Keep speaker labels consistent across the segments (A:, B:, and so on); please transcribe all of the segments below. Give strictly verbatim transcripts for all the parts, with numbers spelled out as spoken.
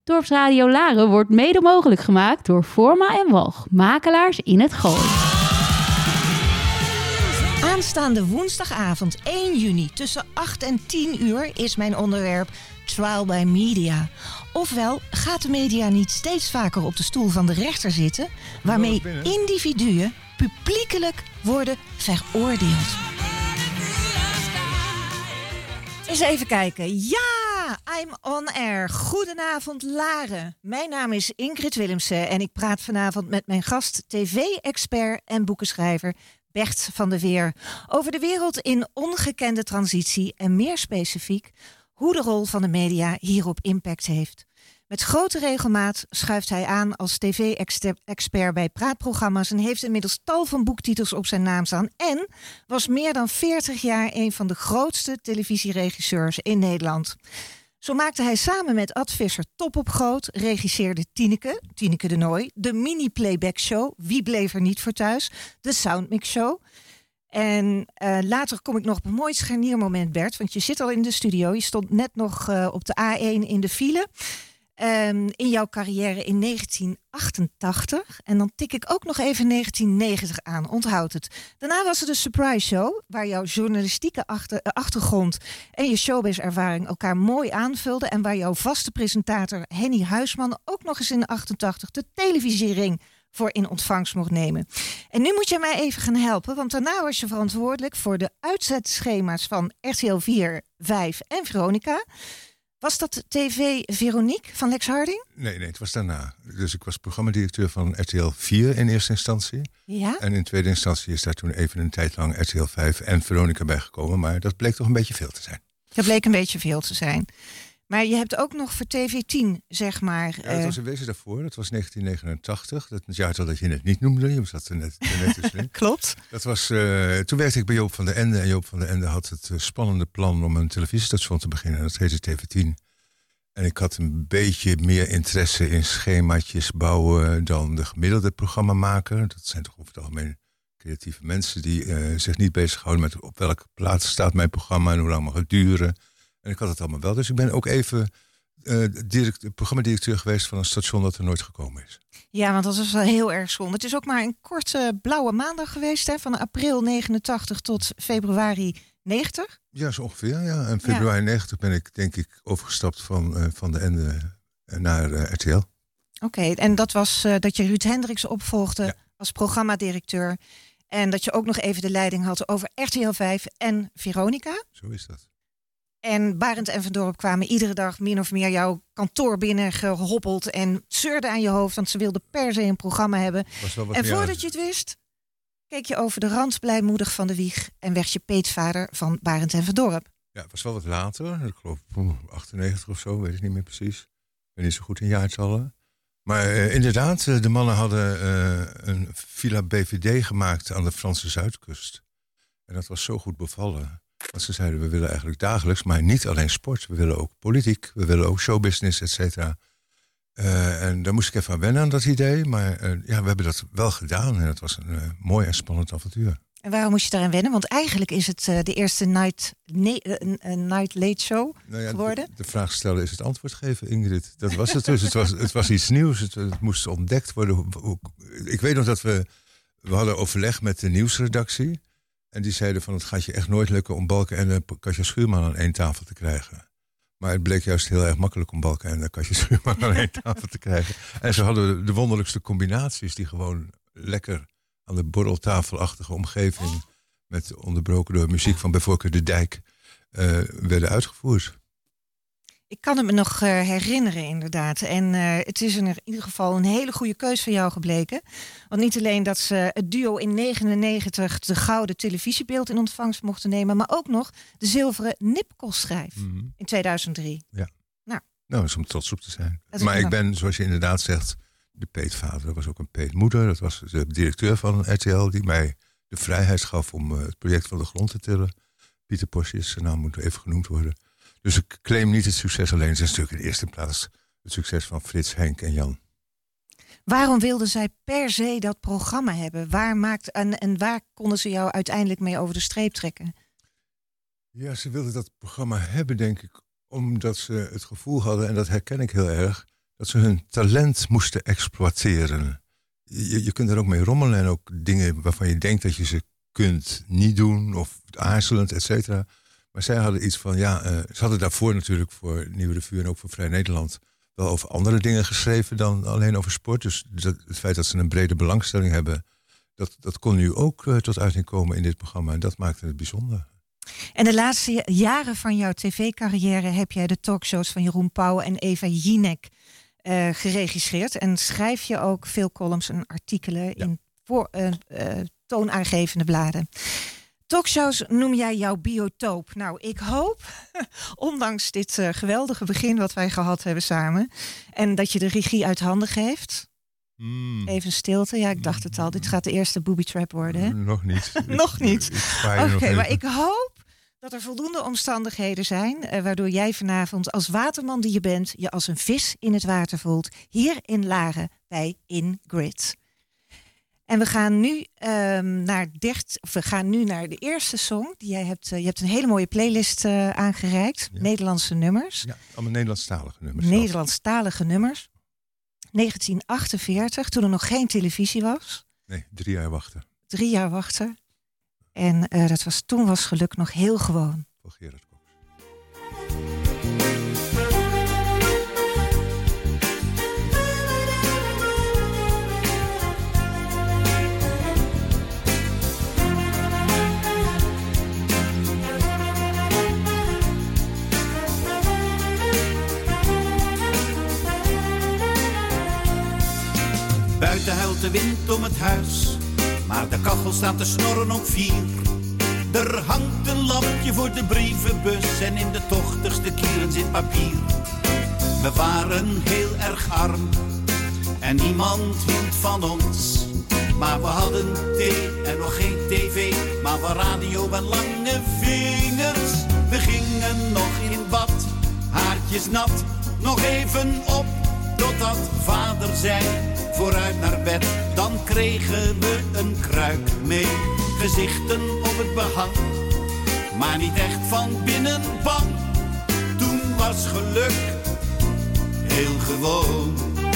A: Dorpsradio Laren wordt mede mogelijk gemaakt door Forma en Walg, makelaars in het Gooi.
B: Aanstaande woensdagavond één juni tussen acht en tien uur is mijn onderwerp Trial by Media. Ofwel, gaat de media niet steeds vaker op de stoel van de rechter zitten, waarmee individuen publiekelijk worden veroordeeld? Eens even kijken. Ja, I'm on air. Goedenavond Laren. Mijn naam is Ingrid Willemsen en ik praat vanavond met mijn gast, tv-expert en boekenschrijver Bert van der Veer over de wereld in ongekende transitie en meer specifiek hoe de rol van de media hierop impact heeft. Met grote regelmaat schuift hij aan als tv-expert bij praatprogramma's en heeft inmiddels tal van boektitels op zijn naam staan en was meer dan veertig jaar een van de grootste televisieregisseurs in Nederland. Zo maakte hij samen met Ad Visser Top op Groot, regisseerde Tineke, Tineke de Nooi, de mini-playback show Wie bleef er niet voor thuis, de Soundmix Show. En uh, later kom ik nog op een mooi scharniermoment, Bert, want je zit al in de studio. Je stond net nog uh, op de A één in de file. Um, in jouw carrière in negentien achtentachtig. En dan tik ik ook nog even negentien negentig aan, onthoud het. Daarna was er de Surprise Show, waar jouw journalistieke achter, uh, achtergrond en je showbiz-ervaring elkaar mooi aanvulden. En waar jouw vaste presentator Henny Huisman ook nog eens in achtentachtig de televisiering voor in ontvangst mocht nemen. En nu moet je mij even gaan helpen, want daarna was je verantwoordelijk voor de uitzetschema's van R T L vier, vijf en Veronica. Was dat tv Veronique van Lex Harding?
C: Nee, nee, het was daarna. Dus ik was programmadirecteur van R T L vier in eerste instantie.
B: Ja?
C: En in tweede instantie is daar toen even een tijd lang R T L vijf en Veronica bijgekomen. Maar dat bleek toch een beetje veel te zijn.
B: Dat bleek een beetje veel te zijn. Maar je hebt ook nog voor T V tien, zeg maar...
C: Ja, dat was een wezen daarvoor. Dat was negentien negenentachtig. Dat is jaartal dat je het niet noemde. Je zat er net, er net tussenin.
B: Klopt.
C: Dat was, uh, toen werkte ik bij Joop van den Ende. En Joop van den Ende had het uh, spannende plan om een televisiestation te beginnen. En dat heette T V tien. En ik had een beetje meer interesse in schemaatjes bouwen dan de gemiddelde programmamaker. Dat zijn toch over het algemeen creatieve mensen die uh, zich niet bezighouden met op welke plaats staat mijn programma en hoe lang mag het duren. En ik had het allemaal wel. Dus ik ben ook even uh, direct, programmadirecteur geweest van een station dat er nooit gekomen is.
B: Ja, want dat is wel heel erg zonde. Het is ook maar een korte blauwe maandag geweest, hè, van april negenentachtig tot februari negentig.
C: Ja, zo ongeveer. Ja. En februari ja. negentig ben ik denk ik overgestapt van, uh, van de Ende naar uh, R T L.
B: Oké, okay, en dat was uh, dat je Ruud Hendricks opvolgde
C: ja.
B: als programmadirecteur. En dat je ook nog even de leiding had over R T L vijf en Veronica.
C: Zo is dat.
B: En Barend en Van Dorp kwamen iedere dag min of meer jouw kantoor binnen gehoppeld en zeurden aan je hoofd, want ze wilden per se een programma hebben. En voordat je het wist, keek je over de rand blijmoedig van de wieg en werd je peetvader van Barend en Van Dorp.
C: Ja, het was wel wat later. Ik geloof achtennegentig of zo, weet ik niet meer precies. Ik ben niet zo goed in jaartallen. Maar uh, inderdaad, de mannen hadden uh, een Villa B V D gemaakt aan de Franse Zuidkust. En dat was zo goed bevallen. Want ze zeiden, we willen eigenlijk dagelijks, maar niet alleen sport. We willen ook politiek, we willen ook showbusiness, et cetera. Uh, en daar moest ik even aan wennen aan dat idee. Maar uh, ja, we hebben dat wel gedaan. En dat was een uh, mooi en spannend avontuur.
B: En waarom moest je daaraan wennen? Want eigenlijk is het uh, de eerste night, ne- uh, uh, night Late Show
C: nou ja,
B: geworden.
C: De, de vraag stellen is het antwoord geven, Ingrid. Dat was het dus. het, was, het was iets nieuws. Het, het moest ontdekt worden. Ik weet nog dat we... We hadden overleg met de nieuwsredactie. En die zeiden van, het gaat je echt nooit lukken om Balken en Katja Schuurman aan één tafel te krijgen. Maar het bleek juist heel erg makkelijk om Balken en Katja Schuurman aan één tafel te krijgen. En ze hadden de wonderlijkste combinaties die gewoon lekker aan de borreltafelachtige omgeving, met onderbroken door muziek van bijvoorbeeld De Dijk, uh, werden uitgevoerd.
B: Ik kan het me nog uh, herinneren, inderdaad. En uh, het is in ieder geval een hele goede keus van jou gebleken. Want niet alleen dat ze het duo in negenennegentig de gouden televisiebeeld in ontvangst mochten nemen, maar ook nog de zilveren Nipkoff-schijf mm-hmm. in tweeduizend drie.
C: Ja.
B: Nou,
C: nou, is om trots op te zijn. Maar ik ben, zoals je inderdaad zegt, de peetvader. Dat was ook een peetmoeder. Dat was de directeur van R T L die mij de vrijheid gaf om uh, het project van de grond te tillen. Pieter Posjes, zijn naam moet even genoemd worden. Dus ik claim niet het succes alleen. Het is natuurlijk in de eerste plaats het succes van Frits, Henk en Jan.
B: Waarom wilden zij per se dat programma hebben? Waar maakt, en, en waar konden ze jou uiteindelijk mee over de streep trekken?
C: Ja, ze wilden dat programma hebben, denk ik, omdat ze het gevoel hadden, en dat herken ik heel erg, dat ze hun talent moesten exploiteren. Je, je kunt er ook mee rommelen en ook dingen waarvan je denkt dat je ze kunt niet doen of aarzelend, et cetera. Maar zij hadden iets van, ja, uh, ze hadden daarvoor natuurlijk voor Nieuwe Revue en ook voor Vrij Nederland wel over andere dingen geschreven dan alleen over sport. Dus dat, het feit dat ze een brede belangstelling hebben, dat, dat kon nu ook uh, tot uiting komen in dit programma. En dat maakte het bijzonder.
B: En de laatste jaren van jouw tv-carrière heb jij de talkshows van Jeroen Pauw en Eva Jinek uh, geregisseerd. En schrijf je ook veel columns en artikelen ja. in voor, uh, uh, toonaangevende bladen. Talkshows noem jij jouw biotoop. Nou, ik hoop, ondanks dit uh, geweldige begin wat wij gehad hebben samen, en dat je de regie uit handen geeft. Mm. Even stilte. Ja, ik dacht het al. Dit gaat de eerste booby trap worden. Hè?
C: Nog niet.
B: nog niet. Oké, okay, maar ik hoop dat er voldoende omstandigheden zijn uh, waardoor jij vanavond als waterman die je bent je als een vis in het water voelt. Hier in Laren bij Ingrid. En we gaan nu um, naar dert, of we gaan nu naar de eerste song die jij hebt. Uh, je hebt een hele mooie playlist uh, aangereikt. Ja. Nederlandse nummers.
C: Ja, allemaal Nederlandstalige nummers.
B: Nederlandstalige nummers. negentien achtenveertig, toen er nog geen televisie was.
C: Nee, drie jaar wachten.
B: Drie jaar wachten. En uh, dat was, toen was geluk nog heel gewoon.
C: Voor Gerard Cox.
D: Buiten huilt de wind om het huis, maar de kachel staat te snorren op vier. Er hangt een lampje voor de brievenbus en in de tochtigste kieren zit papier. We waren heel erg arm en niemand hield van ons. Maar we hadden thee en nog geen tv, maar wel radio en lange vingers. We gingen nog in bad, haartjes nat, nog even op, totdat vader zei: vooruit naar bed, dan kregen we een kruik mee. Gezichten op het behang, maar niet echt van binnen bang. Toen was geluk heel gewoon.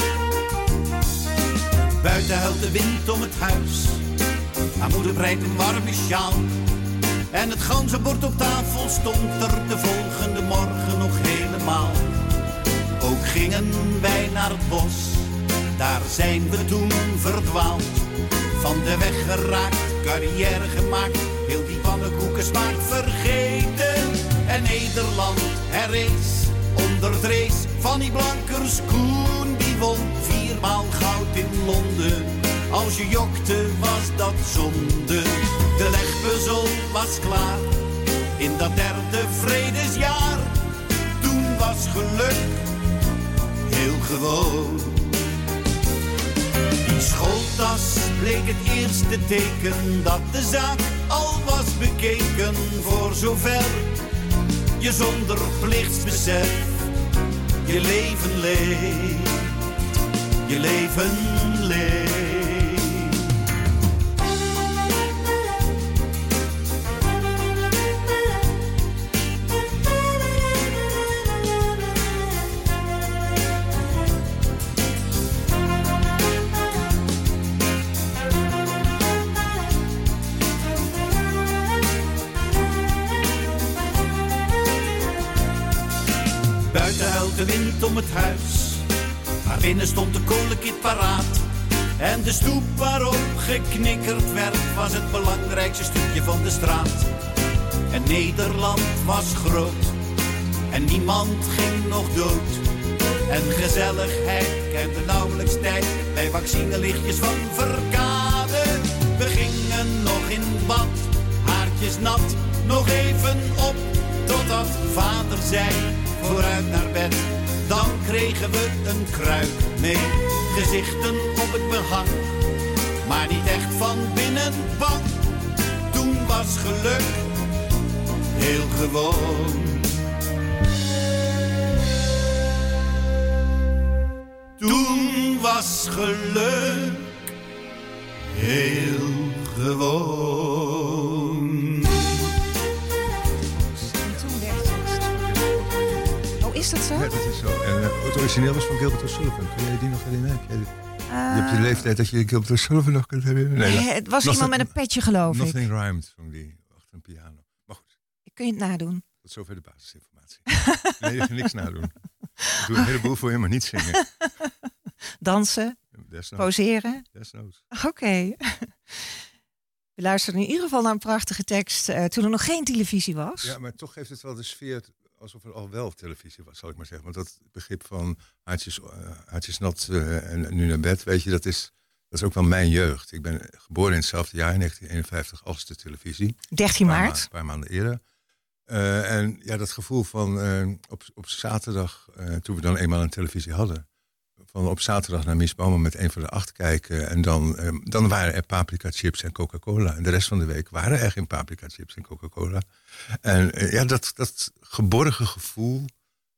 D: Buiten huilt de wind om het huis, maar moeder breidt een warme sjaal. En het ganzenbord op tafel stond er de volgende morgen nog helemaal. Ook gingen wij naar het bos, daar zijn we toen verdwaald. Van de weg geraakt, carrière gemaakt, heel die pannenkoekensmaak vergeten. En Nederland herrees onder het race van die Blankers Koen. Die won viermaal goud in Londen, als je jokte was dat zonde. De legpuzzel was klaar, in dat derde vredesjaar. Toen was geluk heel gewoon. Die schooltas bleek het eerste teken dat de zaak al was bekeken. Voor zover je zonder plichtsbesef je leven leeft, je leven leeft. De wind om het huis, maar binnen stond de kolenkit paraat. En de stoep waarop geknikkerd werd was het belangrijkste stukje van de straat. En Nederland was groot en niemand ging nog dood. En gezelligheid kende nauwelijks tijd bij vaccinelichtjes van Verkade. We gingen nog in bad, haartjes nat, nog even op, totdat vader zei: vooruit naar bed, dan kregen we een kruik mee. Gezichten op het behang, maar niet echt van binnen bang. Toen was geluk heel gewoon. Toen was geluk heel gewoon.
B: Is dat zo? zo?
C: Ja, dat is zo. En uh, het origineel was van Gilbert O'Sullivan. Kun jij je die nog herinneren? Heb jij die...
B: Uh,
C: je hebt de leeftijd dat je Gilbert O'Sullivan nog kunt herinneren.
B: Nee,
C: Nee,
B: het was
C: Nothing,
B: iemand met een petje, geloof
C: Nothing
B: ik.
C: Rhymed, zong die achter een piano. Maar goed,
B: Kun je het nadoen?
C: tot zover de basisinformatie. Nee, je gaat niks nadoen. Ik doe een heleboel voor je, maar niet zingen.
B: Dansen,
C: Desnoods.
B: poseren.
C: Desnoods.
B: Oké. Okay. We luisterden in ieder geval naar een prachtige tekst uh, toen er nog geen televisie was.
C: Ja, maar toch geeft het wel de sfeer alsof er al wel televisie was, zal ik maar zeggen. Want dat begrip van haartjes, uh, haartjes nat uh, en nu naar bed, weet je, dat is, dat is ook wel mijn jeugd. Ik ben geboren in hetzelfde jaar, in negentien eenenvijftig, als de televisie.
B: dertien maart.
C: Een paar, ma- paar maanden eerder. Uh, en ja, dat gevoel van uh, op, op zaterdag, uh, toen we dan eenmaal een televisie hadden, van op zaterdag naar Mies Bouwman met een van de acht kijken. En dan, uh, dan waren er paprika chips en Coca-Cola. En de rest van de week waren er geen paprika chips en Coca-Cola. En uh, ja, dat, dat geborgen gevoel,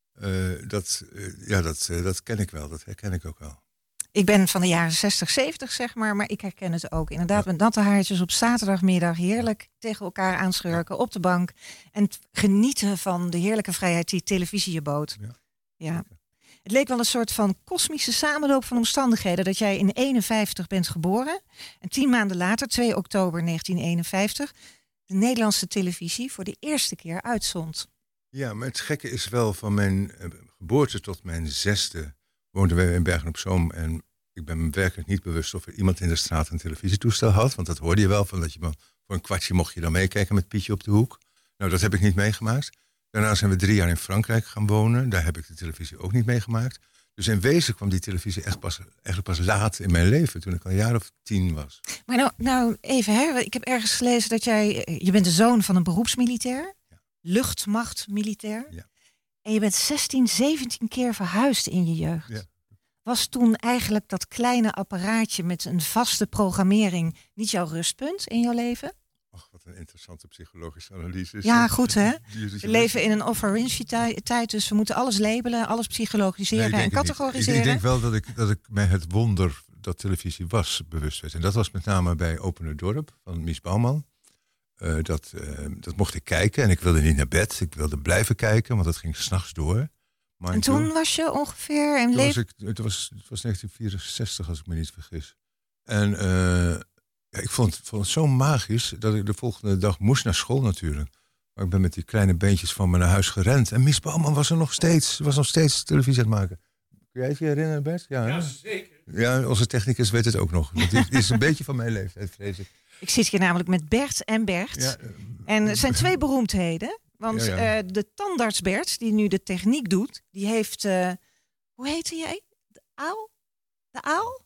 C: uh, dat, uh, ja, dat, uh, dat ken ik wel. Dat herken ik ook wel.
B: Ik ben van de jaren zestig, zeventig, zeg maar. Maar ik herken het ook. Inderdaad, ja. Met natte haartjes op zaterdagmiddag heerlijk tegen elkaar aanschurken ja. op de bank. En genieten van de heerlijke vrijheid die televisie je bood. Ja. ja. Het leek wel een soort van kosmische samenloop van omstandigheden. Dat jij in eenenvijftig bent geboren. En tien maanden later, twee oktober negentien eenenvijftig... de Nederlandse televisie voor de eerste keer uitzond.
C: Ja, maar het gekke is wel, van mijn uh, geboorte tot mijn zesde woonden we in Bergen op Zoom. En ik ben me werkelijk niet bewust of er iemand in de straat een televisietoestel had. Want dat hoorde je wel, van dat je voor een kwartje mocht je dan meekijken met Pietje op de hoek. Nou, dat heb ik niet meegemaakt. Daarna zijn we drie jaar in Frankrijk gaan wonen. Daar heb ik de televisie ook niet meegemaakt. Dus in wezen kwam die televisie echt pas, echt pas laat in mijn leven. Toen ik al een jaar of tien was.
B: Maar nou, nou even, hè. Ik heb ergens gelezen dat jij... Je bent de zoon van een beroepsmilitair. Ja. Luchtmachtmilitair. Ja. En je bent zestien, zeventien keer verhuisd in je jeugd. Ja. Was toen eigenlijk dat kleine apparaatje met een vaste programmering niet jouw rustpunt in jouw leven?
C: Ach, wat een interessante psychologische analyse.
B: Ja, dat? Goed hè? We leven in een Orange-tijd, dus we moeten alles labelen, alles psychologiseren nee, en categoriseren.
C: Ik, ik denk wel dat ik, dat ik mij het wonder dat televisie was bewust werd. En dat was met name bij Opene Dorp van Mies Bouwman. Uh, dat, uh, dat mocht ik kijken en ik wilde niet naar bed. Ik wilde blijven kijken, want dat ging 's nachts door. Maar
B: en toen, toen was je ongeveer... in
C: leef... was ik, het, was, het was negentien vierenzestig, als ik me niet vergis. En uh, ja, ik vond, vond het zo magisch dat ik de volgende dag moest naar school natuurlijk. Maar ik ben met die kleine beentjes van me naar huis gerend. En Mies Bouwman was er nog steeds, was nog steeds televisie aan het maken. Kun jij het je herinneren, Bert? Ja,
E: ja zeker.
C: Ja, onze technicus weet het ook nog. Want die, die is een beetje van mijn leeftijd, vrees ik.
B: Ik zit hier namelijk met Bert en Bert. Ja, uh, en er zijn twee beroemdheden. Want ja, ja. Uh, de tandarts Bert, die nu de techniek doet, die heeft... Uh, hoe heette jij? De aal? De aal?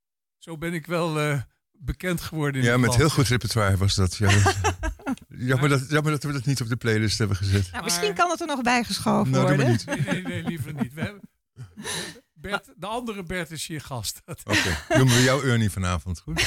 E: Zo ben ik wel uh, bekend geworden in
C: Ja,
E: het
C: met
E: land.
C: heel goed repertoire was dat. Ja, jammer, dat jammer dat we dat niet op de playlist hebben gezet.
B: Nou, misschien kan het er nog bijgeschoven
C: nou,
B: worden.
C: Niet.
E: Nee, nee, nee, liever niet. We hebben... Bert, de andere Bert is hier gast.
C: Oké, okay. Noemen we jou Ernie vanavond, goed?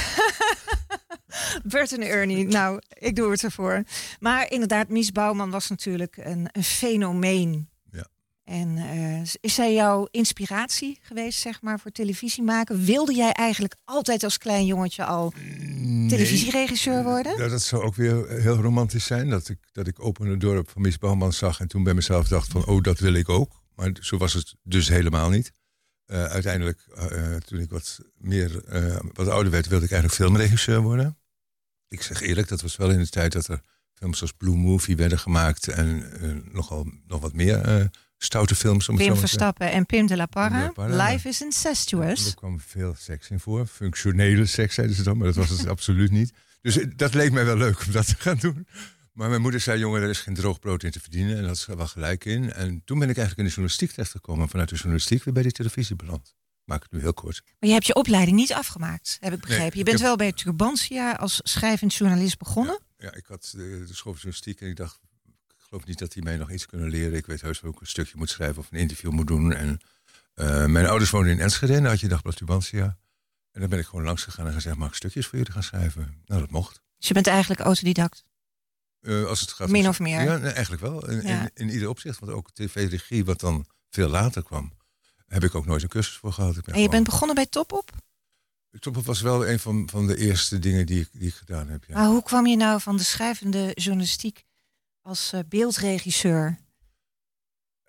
B: Bert en Ernie, nou, ik doe het ervoor. Maar inderdaad, Mies Bouwman was natuurlijk een, een fenomeen. Ja. En uh, is zij jouw inspiratie geweest, zeg maar, voor televisie maken? Wilde jij eigenlijk altijd als klein jongetje al nee, televisieregisseur worden?
C: Ja, dat zou ook weer heel romantisch zijn. Dat ik, dat ik Opene Dorp van Mies Bouwman zag en toen bij mezelf dacht van, oh, dat wil ik ook. Maar zo was het dus helemaal niet. Uh, uiteindelijk, uh, toen ik wat meer uh, wat ouder werd, wilde ik eigenlijk filmregisseur worden. Ik zeg eerlijk, dat was wel in de tijd dat er films als Blue Movie werden gemaakt en uh, nogal nog wat meer uh, stoute films. Om
B: Pim Verstappen en Pim de la Parra. Parra. Life is incestuous.
C: Er kwam veel seks in voor. Functionele seks, zeiden ze dan, maar dat was het absoluut niet. Dus dat leek mij wel leuk om dat te gaan doen. Maar mijn moeder zei, jongen, er is geen droog brood in te verdienen. En dat is wel gelijk in. En toen ben ik eigenlijk in de journalistiek terechtgekomen. Vanuit de journalistiek weer bij die televisie beland. Maak het nu heel kort.
B: Maar je hebt je opleiding niet afgemaakt, heb ik begrepen. Nee, je bent heb... wel bij Turbantia als schrijvend journalist begonnen.
C: Ja, ja ik had de, de school van journalistiek en ik dacht, ik geloof niet dat die mij nog iets kunnen leren. Ik weet heus wel ook een stukje moet schrijven of een interview moet doen. En uh, mijn ouders woonden in Enschede, daar had je dagblad Turbantia. En dan ben ik gewoon langs gegaan en gezegd, mag ik stukjes voor jullie gaan schrijven? Nou, dat mocht.
B: Dus je bent eigenlijk autodidact?
C: Uh, als het gaat
B: Min of meer?
C: Ja, nee, eigenlijk wel. In, ja. in, in ieder opzicht. Want ook tv-regie, wat dan veel later kwam, heb ik ook nooit een cursus voor gehad. Ik ben
B: en je
C: gewoon...
B: bent begonnen bij Topop?
C: Topop was wel een van, van de eerste dingen die ik, die ik gedaan heb. Ja.
B: Maar hoe kwam je nou van de schrijvende journalistiek als uh, beeldregisseur?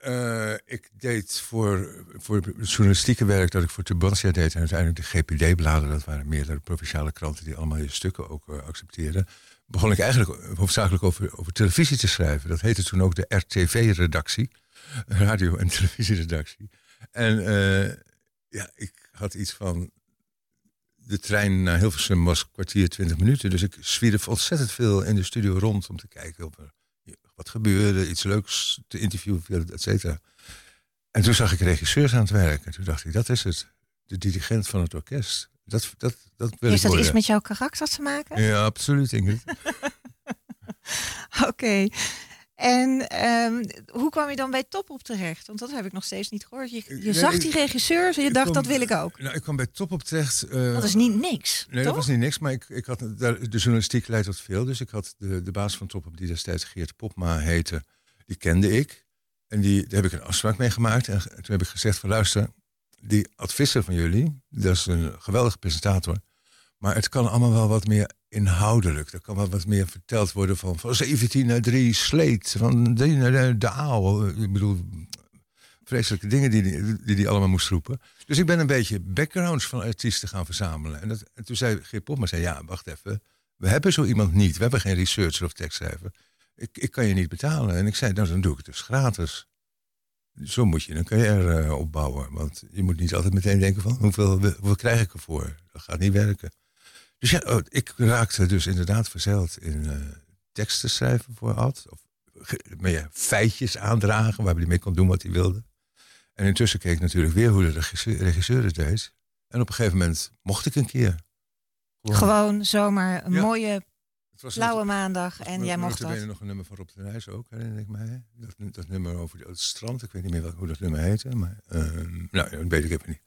C: Uh, ik deed voor, voor het journalistieke werk dat ik voor Tubantia deed... en uiteindelijk de G P D-bladen, dat waren meerdere provinciale kranten... die allemaal je stukken ook uh, accepteerden... begon ik eigenlijk hoofdzakelijk over, over televisie te schrijven. Dat heette toen ook de R T V-redactie. Radio- en televisieredactie. En uh, ja, ik had iets van... De trein naar Hilversum was kwartier, twintig minuten. Dus ik zwierf ontzettend veel in de studio rond om te kijken... of er wat gebeurde, iets leuks te interviewen, et cetera. En toen zag ik regisseurs aan het werk. En toen dacht ik, dat is het. De dirigent van het orkest. Dat, dat, dat wil
B: Heeft
C: ik
B: dat
C: worden.
B: iets met jouw karakter te maken?
C: Ja, absoluut, Ingrid.
B: Oké. Okay. En um, hoe kwam je dan bij Top Op terecht? Want dat heb ik nog steeds niet gehoord. Je, je
C: nee,
B: zag
C: ik,
B: die regisseurs en je dacht,
C: kwam,
B: dat wil ik ook.
C: Nou, ik kwam bij Top Op terecht. Uh,
B: dat is niet niks,
C: Nee,
B: toch?
C: dat was niet niks. Maar ik, ik had, de journalistiek leidt tot veel. Dus ik had de, de baas van Top Op, die destijds Geert Popma heette... die kende ik. En die, daar heb ik een afspraak mee gemaakt. En toen heb ik gezegd van luister... die Ad Visser van jullie, dat is een geweldige presentator... maar het kan allemaal wel wat meer inhoudelijk. Er kan wel wat meer verteld worden van... van zeventien naar drie Sleet, van drie naar de, de Aal. Ik bedoel, vreselijke dingen die hij die, die allemaal moest roepen. Dus ik ben een beetje backgrounds van artiesten gaan verzamelen. En, dat, en toen zei Geert Popma, zei, ja, wacht even... we hebben zo iemand niet, we hebben geen researcher of tekstschrijver... Ik, ik kan je niet betalen. En ik zei, nou, dan doe ik het dus gratis. Zo moet je een carrière uh, opbouwen. Want je moet niet altijd meteen denken van... hoeveel, hoeveel krijg ik ervoor? Dat gaat niet werken. Dus ja, oh, ik raakte dus inderdaad verzeild in uh, teksten schrijven voor Ad. Of maar ja, feitjes aandragen waar hij mee kon doen wat hij wilde. En intussen keek ik natuurlijk weer hoe de regisseur, regisseur het deed. En op een gegeven moment mocht ik een keer.
B: Gewoon, Gewoon zomaar een ja. mooie...
C: Het was
B: blauwe maandag en
C: nog,
B: jij mocht dat.
C: Er was nog een nummer van Rob de Nijs ook, herinner ik mij. Dat, dat nummer over het strand, ik weet niet meer wat, hoe dat nummer heette. Maar, uh, nou, dat weet ik even niet.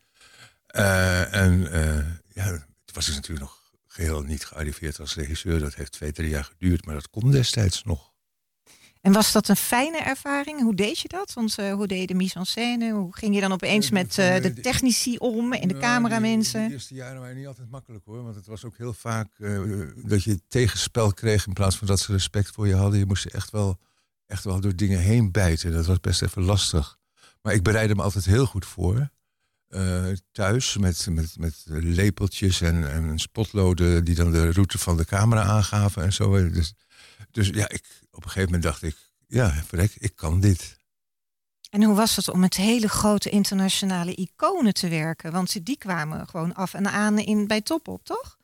C: Uh, en uh, ja, het was dus natuurlijk nog geheel niet gearriveerd als regisseur. Dat heeft twee, drie jaar geduurd, maar dat kon destijds nog.
B: En was dat een fijne ervaring? Hoe deed je dat? Want uh, hoe deed je de mise en scène? Hoe ging je dan opeens met uh, de technici om en de nou, cameramensen?
C: De eerste jaren waren niet altijd makkelijk hoor. Want het was ook heel vaak uh, dat je tegenspel kreeg in plaats van dat ze respect voor je hadden. Je moest je echt wel, echt wel door dingen heen bijten. Dat was best even lastig. Maar ik bereidde me altijd heel goed voor. Uh, thuis met, met, met lepeltjes en, en spotloden die dan de route van de camera aangaven en zo. Dus, dus ja, ik, op een gegeven moment dacht ik, ja, verrek, ik kan dit.
B: En hoe was het om met hele grote internationale iconen te werken? Want die kwamen gewoon af en aan in, bij Top Op, toch?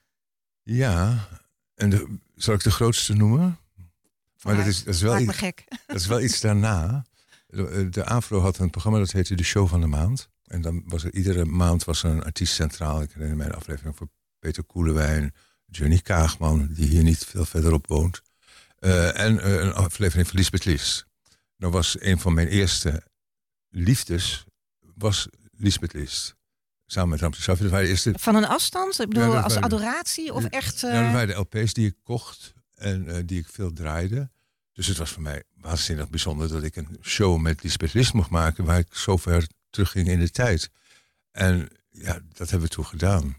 C: Ja, en de, zal ik de grootste noemen? Maar dat is, dat, is wel iets,
B: gek.
C: dat is wel iets daarna. De, de AVRO had een programma dat heette De Show van de Maand. En dan was er iedere maand was er een artiest centraal. Ik herinner mij de aflevering voor Peter Koelewijn, Johnny Kaagman, die hier niet veel verderop woont. Uh, en uh, een aflevering van Liesbeth Lies. Nou was een van mijn eerste liefdes, was Liesbeth Lies. Samen met Ramses Shaffi. Dat waren de eerste...
B: Van een afstand? Ik bedoel,
C: ja,
B: als
C: waren,
B: adoratie of echt... Uh...
C: Ja, dat waren de L P's die ik kocht en uh, die ik veel draaide. Dus het was voor mij waanzinnig bijzonder dat ik een show met Liesbeth Lies mocht maken, waar ik zo ver terugging in de tijd. En ja, dat hebben we toen gedaan.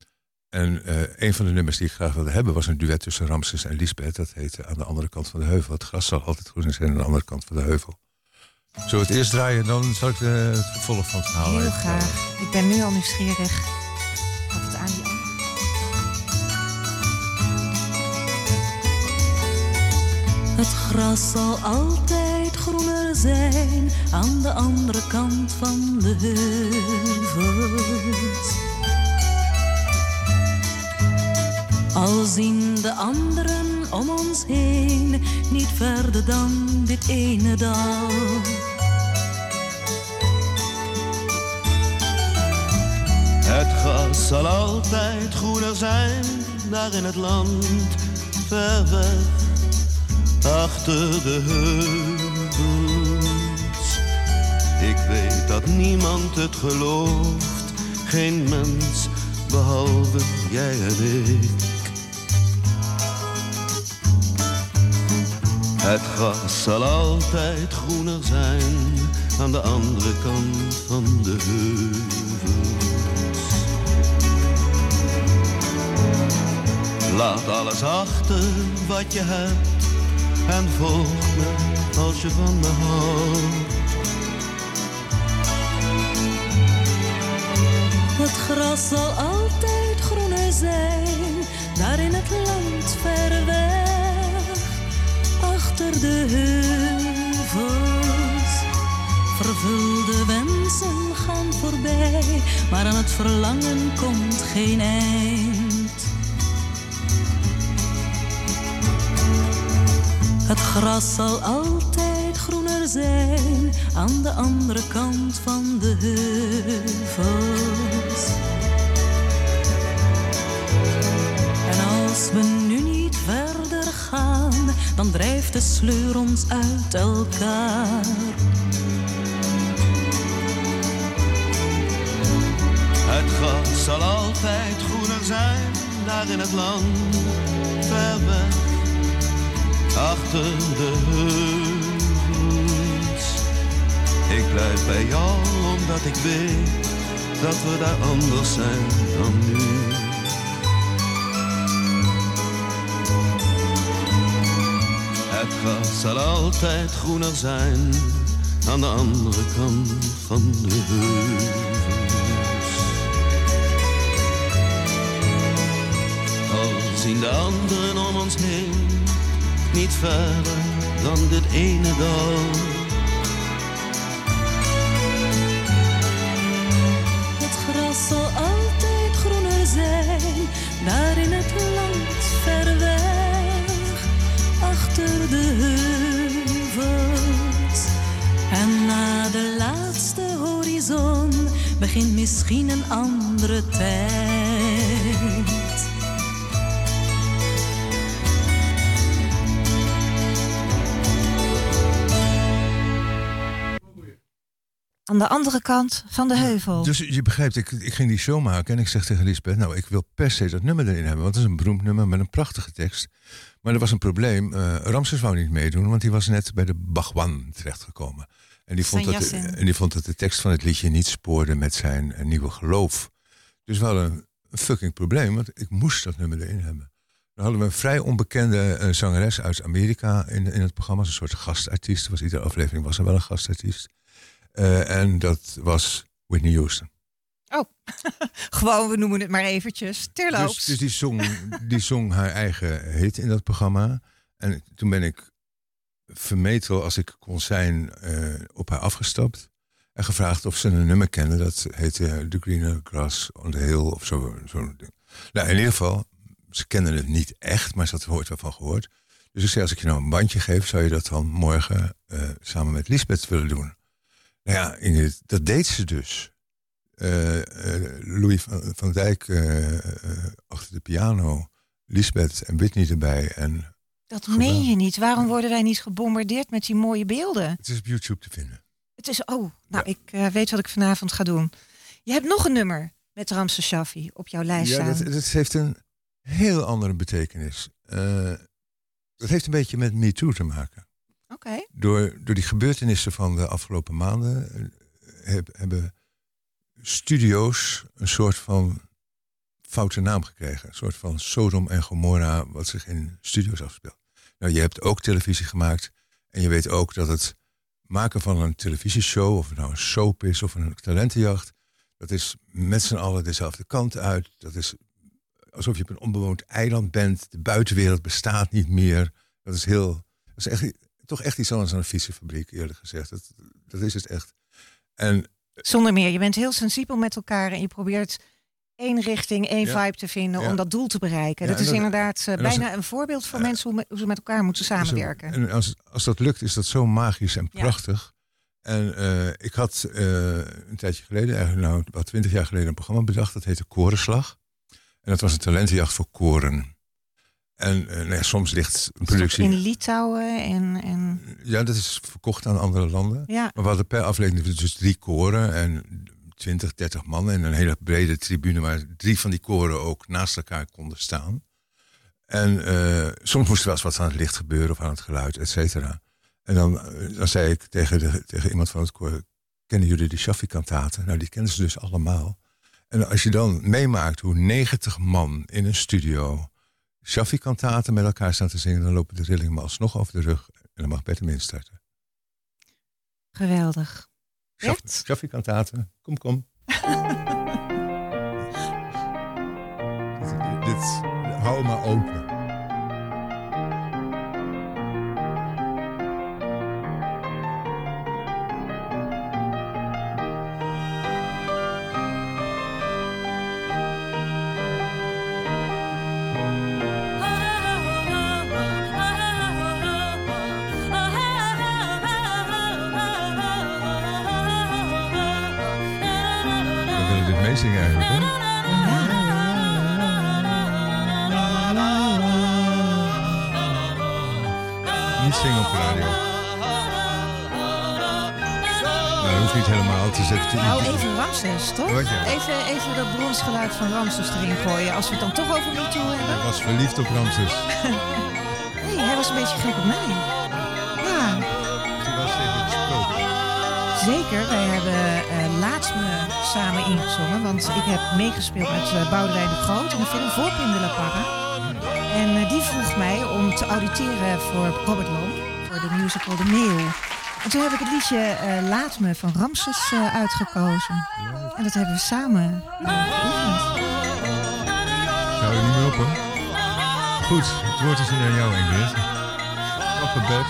C: En uh, een van de nummers die ik graag wilde hebben was een duet tussen Ramses en Liesbeth. Dat heette Aan de andere kant van de heuvel. Het gras zal altijd groen zijn aan de andere kant van de heuvel. Zullen we het eerst draaien en dan zal ik de, het vervolg van het verhaal
B: Heel
C: even
B: graag.
C: vertellen.
B: Ik ben nu al nieuwsgierig. Wat het aan die andere.
F: Het gras zal altijd groener zijn aan de andere kant van de heuvels. Al zien de anderen om ons heen niet verder dan dit ene dal.
G: Het gras zal altijd groener zijn daar in het land, ver weg, achter de heuvels. Ik weet dat niemand het gelooft, geen mens behalve jij en ik. Het gras zal altijd groener zijn aan de andere kant van de heuvels. Laat alles achter wat je hebt en volg me als je van me houdt.
F: gras zal altijd groener zijn, daar in het land ver weg, achter de heuvels. Vervulde wensen gaan voorbij, maar aan het verlangen komt geen eind. Het gras zal altijd groener zijn, aan de andere kant van de heuvels. En als we nu niet verder gaan, dan drijft de sleur ons uit elkaar.
G: Het gras zal altijd groener zijn, daar in het land, ver weg, achter de heuvels. Ik blijf bij jou, omdat ik weet dat we daar anders zijn dan nu. Het gras zal altijd groener zijn, aan de andere kant van de heuvels. Zien de anderen om ons heen niet verder dan dit ene dal.
F: Het gras zal altijd groener zijn, daar in het land ver weg, achter de heuvels. En na de laatste horizon begint misschien een andere tijd.
B: Aan de andere kant van de heuvel.
C: Dus je begrijpt, ik, ik ging die show maken en ik zeg tegen Lisbeth, nou, ik wil per se dat nummer erin hebben, want het is een beroemd nummer met een prachtige tekst. Maar er was een probleem. Uh, Ramses wou niet meedoen, want die was net bij de Bhagwan terechtgekomen. En die, vond dat de, en die vond dat de tekst van het liedje niet spoorde met zijn uh, nieuwe geloof. Dus we hadden een fucking probleem, want ik moest dat nummer erin hebben. Dan hadden we een vrij onbekende uh, zangeres uit Amerika in, in het programma, een soort gastartiest. Was iedere aflevering was er wel een gastartiest. Uh, en dat was Whitney Houston.
B: Oh, gewoon, we noemen het maar eventjes. Terloops.
C: Dus, dus die, zong, die zong haar eigen hit in dat programma. En toen ben ik vermetel als ik kon zijn uh, op haar afgestapt. En gevraagd of ze een nummer kende. Dat heette The Greener Grass on the Hill of zo. zo ding. Nou, in ieder geval, ze kenden het niet echt, maar ze had er ooit wel van gehoord. Dus ik zei, als ik je nou een bandje geef, zou je dat dan morgen uh, samen met Lisbeth willen doen? Nou ja, Ingrid, dat deed ze dus. Uh, uh, Louis van, van Dijk uh, uh, achter de piano, Lisbeth en Whitney erbij. En
B: dat geweldig. Meen je niet. Waarom worden wij niet gebombardeerd met die mooie beelden?
C: Het is op YouTube te vinden.
B: Het is, oh, nou,
C: ja.
B: ik uh, weet wat ik vanavond ga doen. Je hebt nog een nummer met Ramses Shaffi op jouw lijst
C: ja,
B: staan.
C: Ja, dat, dat heeft een heel andere betekenis. Uh, dat heeft een beetje met Me Too te maken.
B: Okay.
C: Door, door die gebeurtenissen van de afgelopen maanden heb, hebben studio's een soort van foute naam gekregen. Een soort van Sodom en Gomorra wat zich in studio's afspeelt. Nou, je hebt ook televisie gemaakt en je weet ook dat het maken van een televisieshow, of het nou een soap is of een talentenjacht, dat is met z'n allen dezelfde kant uit. Dat is alsof je op een onbewoond eiland bent. De buitenwereld bestaat niet meer. Dat is heel, dat is echt toch echt iets anders dan een fietsenfabriek, eerlijk gezegd. Dat, dat is het echt. En,
B: Zonder meer, je bent heel sensibel met elkaar en je probeert één richting, één ja, vibe te vinden ja. om dat doel te bereiken. Ja, dat is dat, inderdaad uh, bijna het, een voorbeeld voor uh, mensen hoe, me, hoe ze met elkaar moeten samenwerken.
C: Zo, en als, als dat lukt, is dat zo magisch en prachtig. Ja. En uh, ik had uh, een tijdje geleden, eigenlijk nou wat twintig jaar geleden, een programma bedacht. Dat heette Korenslag. En dat was een talentenjacht voor koren. En uh, nou ja, soms ligt een productie
B: in Litouwen en, en...
C: Ja, dat is verkocht aan andere landen.
B: Ja.
C: Maar we hadden per aflevering dus drie koren en twintig, dertig mannen en een hele brede tribune waar drie van die koren ook naast elkaar konden staan. En uh, soms moest er wel eens wat aan het licht gebeuren of aan het geluid, et cetera. En dan, uh, dan zei ik tegen, de, tegen iemand van het koor, kennen jullie de Shaffi-kantaten? Nou, die kennen ze dus allemaal. En als je dan meemaakt hoe negentig man in een studio Shaffi-kantaten met elkaar staan te zingen, dan lopen de rillingen me alsnog over de rug en dan mag Bert hem instarten.
B: Geweldig.
C: Shaffi-kantaten, kom kom. dit, hou maar open. We willen dit meezingen eigenlijk, hè? Niet zingen op de radio. Nou, dat hoeft niet helemaal. Het is even...
B: Nou, even Ramses, toch?
C: Wat, ja.
B: Even, even dat bronsgeluid van Ramses erin gooien. Als we het dan toch over MeToo
C: Hij
B: hebben.
C: was verliefd op Ramses.
B: Nee, hij was een beetje gek op mij. Ja,
C: Die was tegen gesproken.
B: zeker. Wij hebben uh, laatst me samen ingezongen. Want ik heb meegespeeld met uh, Boudewijn de Groot in de film Voorpin de la Parra. En uh, die vroeg mij om te auditeren voor Robert Long. Voor de musical De Meeuw. En toen heb ik het liedje uh, Laat Me van Ramses uh, uitgekozen. En dat hebben we samen uh, geoefend.
C: Ik hou er niet meer op, hoor. Goed, het woord is nu aan jou, Ingrid. Op bed.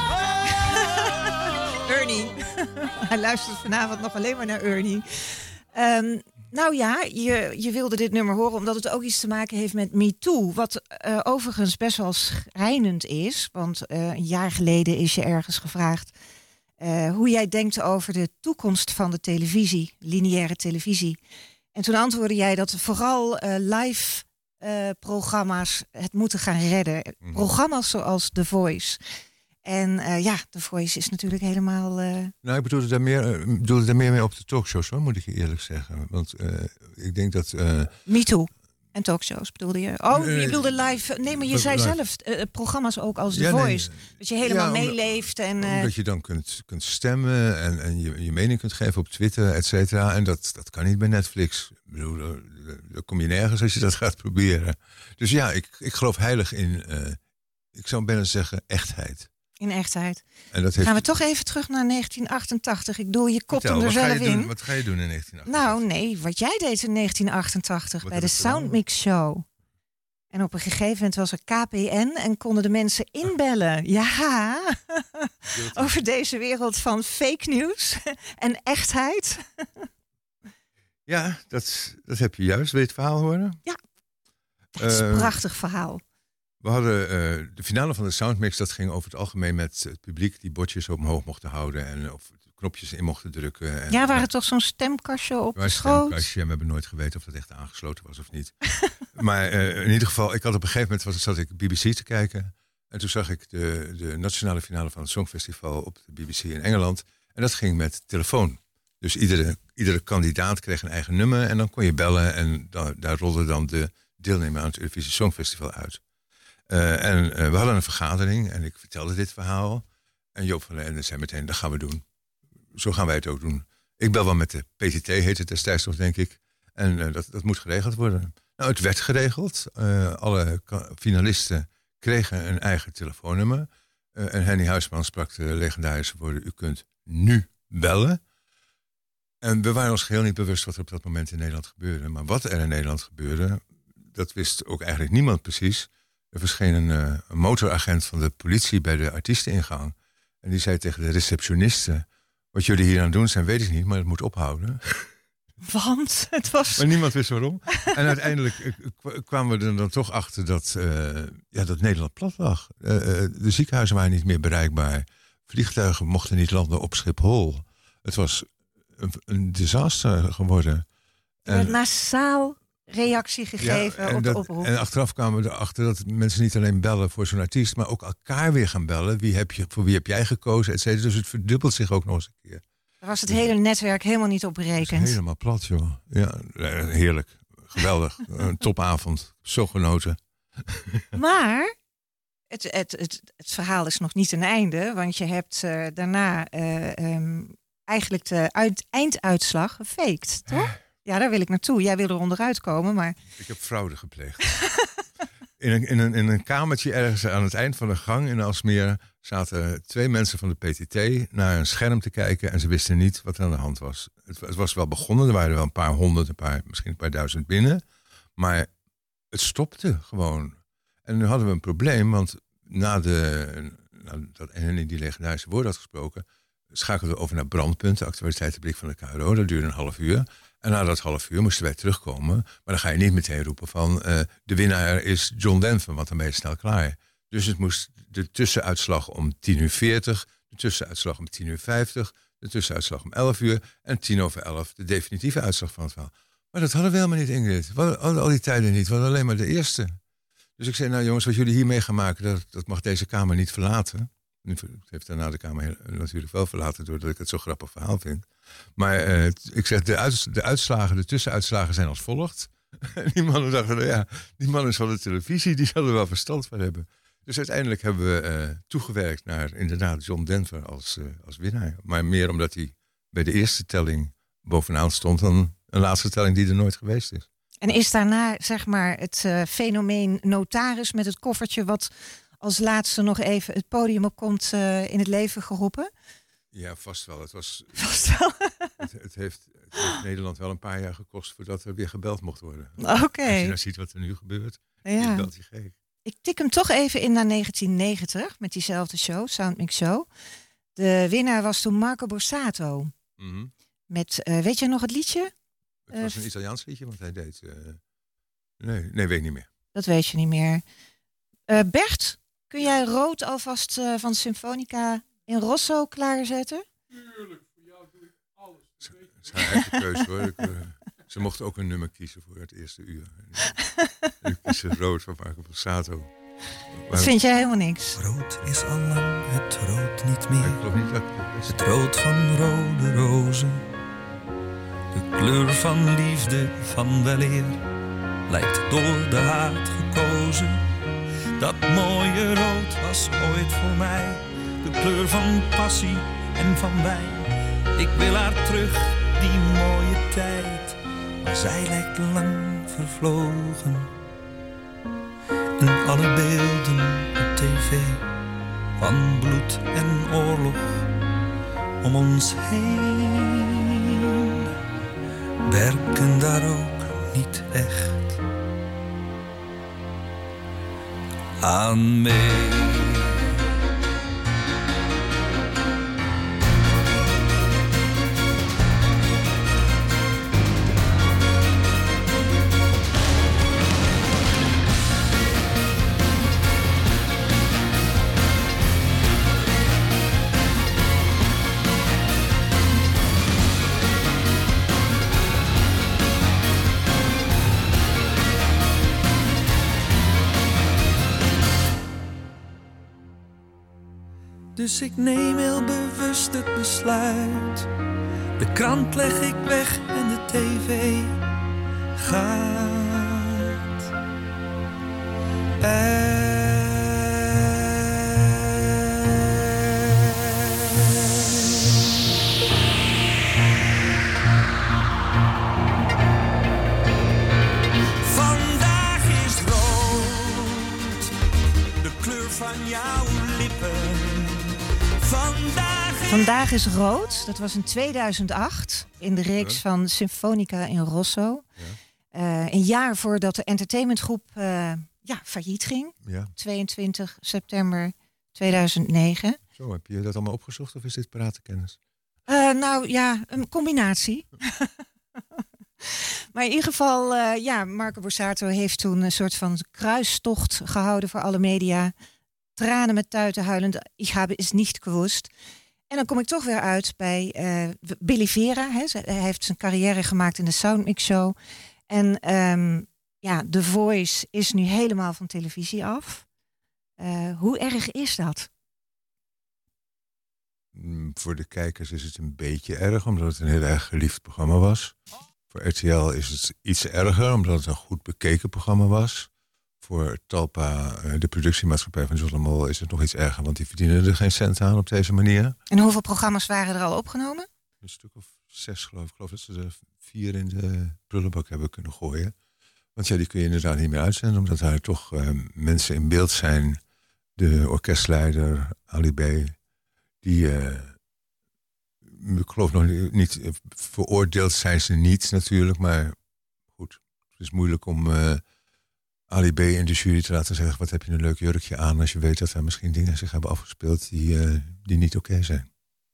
B: Ernie. Hij luistert vanavond nog alleen maar naar Ernie. Um, nou ja, je, je wilde dit nummer horen omdat het ook iets te maken heeft met MeToo. Wat uh, overigens best wel schrijnend is. Want uh, een jaar geleden is je ergens gevraagd uh, hoe jij denkt over de toekomst van de televisie, lineaire televisie. En toen antwoordde jij dat vooral uh, live uh, programma's het moeten gaan redden.
C: Mhm.
B: Programma's zoals The Voice. En uh, ja, The Voice is natuurlijk helemaal... Uh...
C: Nou, ik bedoelde daar meer, uh, bedoelde daar meer mee op de talkshows, hoor, moet ik je eerlijk zeggen. Want uh, ik denk dat... Uh,
B: MeToo en talkshows bedoelde je? Oh,
C: Nee,
B: je bedoelde live... Nee, maar je zei
C: live.
B: zelf uh, programma's ook als The
C: Ja, nee,
B: Voice. Dat je helemaal
C: ja, omdat-
B: meeleeft en... Uh...
C: Omdat je dan kunt, kunt stemmen en, en je, je mening kunt geven op Twitter, et cetera. En dat, dat kan niet bij Netflix. Ik bedoel, daar, daar kom je nergens als je dat gaat proberen. Dus ja, ik, ik geloof heilig in, uh, ik zou bijna zeggen, echtheid.
B: In echtheid.
C: En dat heeft...
B: Gaan we toch even terug naar negentien achtentachtig. Ik bedoel, je kopt
C: Vertel,
B: hem er
C: wat ga
B: zelf
C: je doen,
B: in.
C: Wat ga je doen in negentien achtentachtig?
B: Nou, nee, wat jij deed in negentien achtentachtig
C: Wat
B: bij
C: heb
B: de
C: ik gedaan?
B: Soundmix Show. En op een gegeven moment was er K P N en konden de mensen inbellen. Ja, over deze wereld van fake news en echtheid.
C: Ja, dat, dat heb je juist. Wil je het verhaal horen?
B: Ja. Het is een
C: Uh,
B: prachtig verhaal.
C: We hadden uh, de finale van de Soundmix, dat ging over het algemeen met het publiek die bordjes omhoog mochten houden en of knopjes in mochten drukken. En,
B: Ja, waren toch zo'n stemkastje op
C: Waar
B: de
C: is het
B: schoot?
C: stemkastje? En we hebben nooit geweten of dat echt aangesloten was of niet. Maar uh, in ieder geval, ik had op een gegeven moment was, zat ik B B C te kijken. En toen zag ik de, de nationale finale van het Songfestival op de B B C in Engeland. En dat ging met telefoon. Dus iedere, iedere kandidaat kreeg een eigen nummer en dan kon je bellen. En da, daar rolde dan de deelnemer aan het Eurovisie Songfestival uit. Uh, en uh, we hadden een vergadering en ik vertelde dit verhaal. En Joop van den Ende zei meteen, dat gaan we doen. Zo gaan wij het ook doen. Ik bel wel met de P T T, heette het destijds nog, denk ik. En uh, dat, dat moet geregeld worden. Nou, het werd geregeld. Uh, alle ka- finalisten kregen een eigen telefoonnummer. Uh, en Henny Huisman sprak de legendarische woorden, u kunt nu bellen. En we waren ons geheel niet bewust wat er op dat moment in Nederland gebeurde. Maar wat er in Nederland gebeurde, dat wist ook eigenlijk niemand precies. Er verscheen een, uh, een motoragent van de politie bij de artiesteningang. En die zei tegen de receptioniste, wat jullie hier aan het doen zijn, weet ik niet, maar het moet ophouden.
B: Want het was...
C: Maar niemand wist waarom. En uiteindelijk uh, k- kwamen we er dan toch achter dat, uh, ja, dat Nederland plat lag. Uh, uh, de ziekenhuizen waren niet meer bereikbaar. Vliegtuigen mochten niet landen op Schiphol. Het was een, een disaster geworden.
B: Er werd massaal reactie gegeven
C: ja, en
B: op de
C: dat,
B: oproep.
C: En achteraf kwamen we erachter dat mensen niet alleen bellen voor zo'n artiest, maar ook elkaar weer gaan bellen. Wie heb je, voor wie heb jij gekozen, et cetera. Dus het verdubbelt zich ook nog eens een keer.
B: Daar was het hele netwerk helemaal niet op berekend.
C: Helemaal plat, joh. Ja, heerlijk. Geweldig. Een topavond. Zo genoten.
B: Maar het, het, het, het verhaal is nog niet een einde. Want je hebt uh, daarna uh, um, eigenlijk de uit, einduitslag gefaked, toch? Ja, daar wil ik naartoe. Jij wil er onderuit komen, maar...
C: Ik heb fraude gepleegd. in, een, in, een, in een kamertje ergens aan het eind van de gang in Aalsmeer zaten twee mensen van de P T T naar een scherm te kijken en ze wisten niet wat er aan de hand was. Het, het was wel begonnen, er waren wel een paar honderd, een paar, misschien een paar duizend binnen. Maar het stopte gewoon. En nu hadden we een probleem, want na de, nadat Henny die legendarische woorden had gesproken, schakelden we over naar Brandpunt, de actualiteitenblik van de K R O. Dat duurde een half uur. En na dat half uur moesten wij terugkomen. Maar dan ga je niet meteen roepen van uh, de winnaar is John Denver, want dan ben je snel klaar. Dus het moest de tussenuitslag om tien uur veertig, de tussenuitslag om tien uur vijftig, de tussenuitslag om elf uur en tien over elf de definitieve uitslag van het verhaal. Maar dat hadden we helemaal niet, Ingrid. We hadden al die tijden niet. We hadden alleen maar de eerste. Dus ik zei, nou jongens, wat jullie hiermee gaan maken, dat, dat mag deze Kamer niet verlaten. Het heeft daarna de Kamer natuurlijk wel verlaten, doordat ik het zo'n grappig verhaal vind. Maar uh, ik zeg, de, uit, de uitslagen, de tussenuitslagen zijn als volgt. En die mannen dachten, nou ja, die mannen van de televisie, die zullen er wel verstand van hebben. Dus uiteindelijk hebben we uh, toegewerkt naar inderdaad John Denver als, uh, als winnaar. Maar meer omdat hij bij de eerste telling bovenaan stond dan een laatste telling die er nooit geweest is.
B: En is daarna zeg maar het uh, fenomeen notaris met het koffertje wat als laatste nog even het podium op komt uh, in het leven geroepen?
C: Ja, vast wel. Het, was,
B: vast wel.
C: het, het, heeft, het heeft Nederland wel een paar jaar gekost voordat er weer gebeld mocht worden.
B: Oké. Okay.
C: Als je nou ziet wat er nu gebeurt,
B: ja.
C: belt je gek.
B: Ik tik hem toch even in naar negentien negentig met diezelfde show, Soundmix Show. De winnaar was toen Marco Borsato.
C: Mm-hmm.
B: Met, uh, weet je nog het liedje?
C: Het was een Italiaans liedje, want hij deed... Uh, nee, nee, weet ik niet meer.
B: Dat weet je niet meer. Uh, Bert, kun jij Rood alvast uh, van Symfonica in Rosso klaarzetten?
E: Tuurlijk, voor jou doe ik alles.
C: Het is haar eigen keuze hoor. Ik, uh, ze mocht ook een nummer kiezen voor het eerste uur. En ik kies Rood van Marco Borsato.
B: Dat vind jij helemaal niks.
H: Rood is al lang het rood niet meer.
C: Ik geloof niet dat het,
H: het rood van rode rozen. De kleur van liefde, van weleer, lijkt door de haat gekozen. Dat mooie rood was ooit voor mij de kleur van passie en van wijn. Ik wil haar terug, die mooie tijd, maar zij lijkt lang vervlogen. En alle beelden op tv van bloed en oorlog om ons heen werken daar ook niet echt aan mee. Dus ik neem heel bewust het besluit. De krant leg ik weg en de tv gaat uit. Vandaag is rood, de kleur van jouw lippen. Vandaag is...
B: Vandaag is rood. Dat was in tweeduizend acht in de reeks ja. van Symfonica in Rosso. Ja. Uh, een jaar voordat de entertainmentgroep uh, ja, failliet ging.
C: Ja.
B: tweeëntwintig september tweeduizend negen.
C: Zo, heb je dat allemaal opgezocht of is dit pratenkennis?
B: Uh, nou ja, een combinatie. Maar in ieder geval, uh, ja, Marco Borsato heeft toen een soort van kruistocht gehouden voor alle media. Tranen met tuiten huilend, ik heb is niet gewust. En dan kom ik toch weer uit bij uh, Billy Vera. Hè. Hij heeft zijn carrière gemaakt in de Soundmix Show. En um, ja, The Voice is nu helemaal van televisie af. Uh, hoe erg is dat?
C: Voor de kijkers is het een beetje erg, omdat het een heel erg geliefd programma was. Voor R T L is het iets erger, omdat het een goed bekeken programma was. Voor Talpa, de productiemaatschappij van John de Mol, is het nog iets erger, want die verdienen er geen cent aan op deze manier.
B: En hoeveel programma's waren er al opgenomen?
C: Een stuk of zes, geloof ik. Ik geloof dat ze er vier in de prullenbak hebben kunnen gooien. Want ja, die kun je inderdaad niet meer uitzenden, omdat daar toch uh, mensen in beeld zijn. De orkestleider, Ali B, die, uh, ik geloof nog niet, veroordeeld zijn ze niet natuurlijk, maar goed, het is moeilijk om... Uh, Ali B. in de jury te laten zeggen... wat heb je een leuk jurkje aan... als je weet dat er misschien dingen zich hebben afgespeeld... die, uh, die niet oké zijn.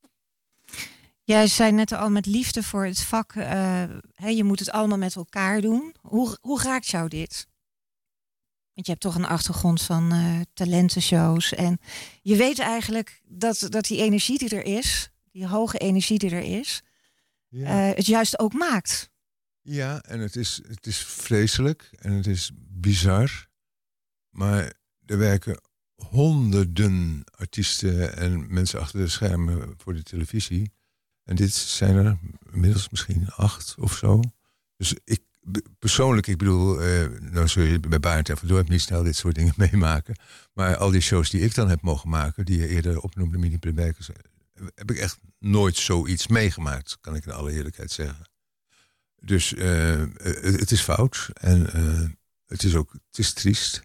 B: Jij zei net al met liefde voor het vak... Uh, hè, je moet het allemaal met elkaar doen. Hoe, hoe raakt jou dit? Want je hebt toch een achtergrond van uh, talentenshows. En je weet eigenlijk dat, dat die energie die er is... die hoge energie die er is... Ja. Uh, het juist ook maakt.
C: Ja, en het is, het is vreselijk en het is bizar. Maar er werken honderden artiesten en mensen achter de schermen voor de televisie. En dit zijn er inmiddels misschien acht of zo. Dus ik persoonlijk, ik bedoel, uh, nou zul je bij Barend en Van Dorp niet snel dit soort dingen meemaken. Maar al die shows die ik dan heb mogen maken, die je eerder opnoemde, Mini Plebijkers, heb ik echt nooit zoiets meegemaakt, kan ik in alle eerlijkheid zeggen. Dus uh, het is fout en uh, het is ook het is triest.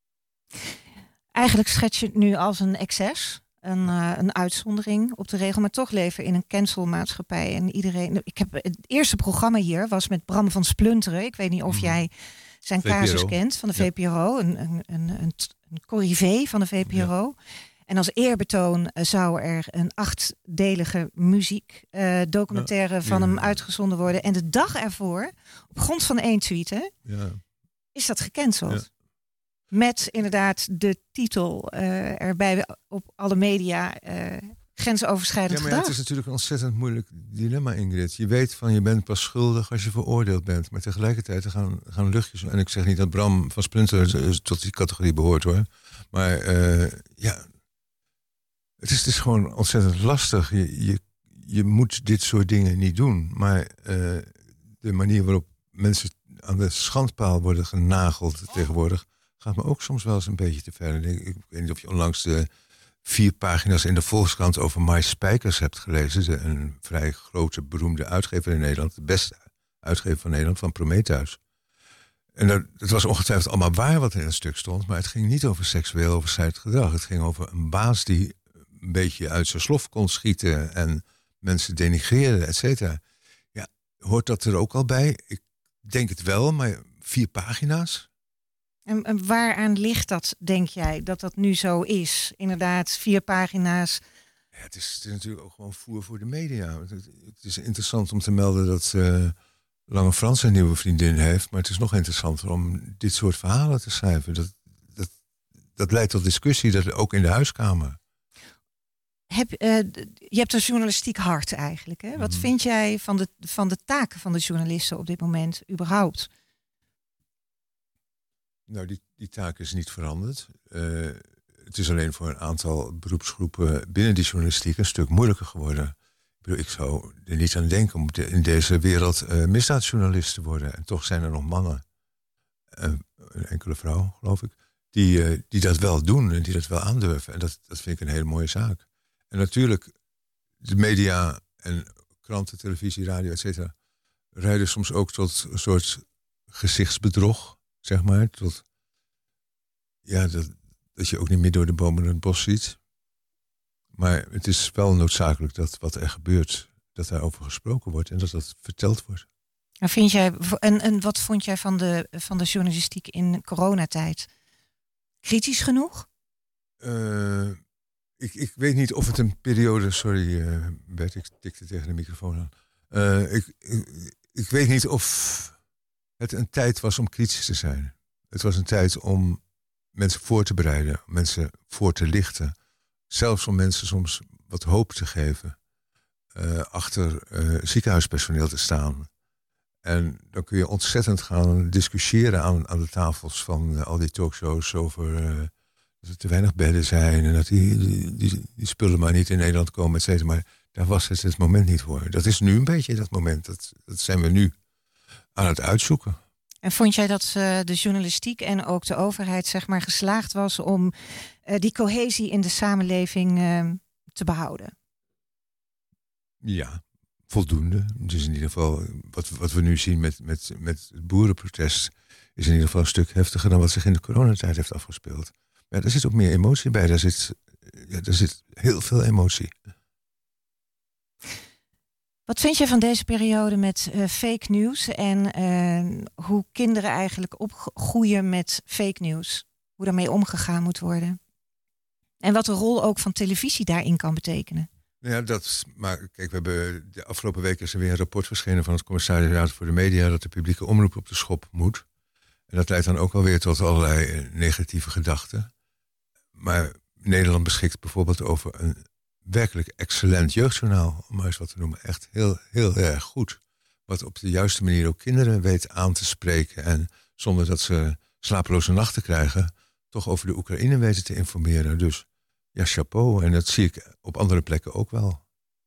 B: Eigenlijk schets je het nu als een excess, een, uh, een uitzondering op de regel, maar toch leven in een cancelmaatschappij. En iedereen. Ik heb het eerste programma hier was met Bram van Splunteren. Ik weet niet of mm. jij zijn casus kent van de V P R O, ja. een, een, een, een, een corrivee van de V P R O. Ja. En als eerbetoon zou er een achtdelige muziek uh, documentaire ja, van ja. hem uitgezonden worden. En de dag ervoor, op grond van één tweet, hè, ja. is dat gecanceld. Ja. Met inderdaad de titel uh, erbij op alle media uh, grensoverschrijdend
C: ja, maar
B: gedrag.
C: Ja, het is natuurlijk een ontzettend moeilijk dilemma, Ingrid. Je weet van je bent pas schuldig als je veroordeeld bent. Maar tegelijkertijd er gaan, gaan luchtjes. En ik zeg niet dat Bram van Splunteren tot die categorie behoort hoor. Maar uh, ja... Het is, het is gewoon ontzettend lastig. Je, je, je moet dit soort dingen niet doen. Maar uh, de manier waarop mensen aan de schandpaal worden genageld tegenwoordig... gaat me ook soms wel eens een beetje te ver. Ik, ik weet niet of je onlangs de vier pagina's in de Volkskrant over Mai Spijkers hebt gelezen. De, een vrij grote, beroemde uitgever in Nederland. De beste uitgever van Nederland, van Prometheus. En dat, het was ongetwijfeld allemaal waar wat in het stuk stond. Maar het ging niet over seksueel overschrijdend gedrag. Het ging over een baas die... een beetje uit zijn slof kon schieten en mensen denigreren, et cetera. Ja, hoort dat er ook al bij? Ik denk het wel, maar vier pagina's.
B: En, en waaraan ligt dat, denk jij, dat dat nu zo is? Inderdaad, vier pagina's.
C: Ja, het, is, het is natuurlijk ook gewoon voer voor de media. Het, het is interessant om te melden dat uh, Lange Frans een nieuwe vriendin heeft, maar het is nog interessanter om dit soort verhalen te schrijven. Dat, dat, dat leidt tot discussie, dat ook in de huiskamer.
B: Heb, uh, je hebt een journalistiek hart eigenlijk. Hè? Wat mm. vind jij van de, van de taken van de journalisten op dit moment überhaupt?
C: Nou, die, die taak is niet veranderd. Uh, het is alleen voor een aantal beroepsgroepen binnen die journalistiek een stuk moeilijker geworden. Ik bedoel, ik zou er niet aan denken om de, in deze wereld uh, misdaadjournalist te worden. En toch zijn er nog mannen, uh, een enkele vrouw geloof ik, die, uh, die dat wel doen en die dat wel aandurven. En dat, dat vind ik een hele mooie zaak. En natuurlijk, de media en kranten, televisie, radio, et cetera, rijden soms ook tot een soort gezichtsbedrog, zeg maar. Tot, ja, dat, dat je ook niet meer door de bomen het bos ziet. Maar het is wel noodzakelijk dat wat er gebeurt, dat daarover gesproken wordt en dat dat verteld wordt.
B: En, vind jij, en, en wat vond jij van de, van de journalistiek in coronatijd? Kritisch genoeg? Uh,
C: Ik, ik weet niet of het een periode... Sorry, uh, Bert, ik tikte tegen de microfoon aan. Uh, ik, ik, ik weet niet of het een tijd was om kritisch te zijn. Het was een tijd om mensen voor te bereiden, mensen voor te lichten. Zelfs om mensen soms wat hoop te geven. Uh, achter uh, ziekenhuispersoneel te staan. En dan kun je ontzettend gaan discussiëren aan, aan de tafels van uh, al die talkshows over... Uh, dat er te weinig bedden zijn en dat die, die, die, die spullen maar niet in Nederland komen, et cetera. Maar daar was het het moment niet voor. Dat is nu een beetje dat moment. Dat, dat zijn we nu aan het uitzoeken.
B: En vond jij dat uh, de journalistiek en ook de overheid zeg maar geslaagd was om uh, die cohesie in de samenleving uh, te behouden?
C: Ja, voldoende. Dus in ieder geval, wat, wat we nu zien met, met, met het boerenprotest is in ieder geval een stuk heftiger dan wat zich in de coronatijd heeft afgespeeld. Ja, daar zit ook meer emotie bij. Daar zit, ja, daar zit heel veel emotie.
B: Wat vind je van deze periode met uh, fake news en uh, hoe kinderen eigenlijk opgroeien met fake news? Hoe daarmee omgegaan moet worden? En wat de rol ook van televisie daarin kan betekenen?
C: Ja, dat is, maar kijk, we hebben de afgelopen week is er weer een rapport verschenen van het Commissariaat voor de Media dat de publieke omroep op de schop moet. En dat leidt dan ook alweer tot allerlei negatieve gedachten. Maar Nederland beschikt bijvoorbeeld over een werkelijk excellent jeugdjournaal, om maar eens wat te noemen. Echt heel, heel erg goed. Wat op de juiste manier ook kinderen weet aan te spreken. En zonder dat ze slapeloze nachten krijgen, toch over de Oekraïne weten te informeren. Dus ja, chapeau. En dat zie ik op andere plekken ook wel.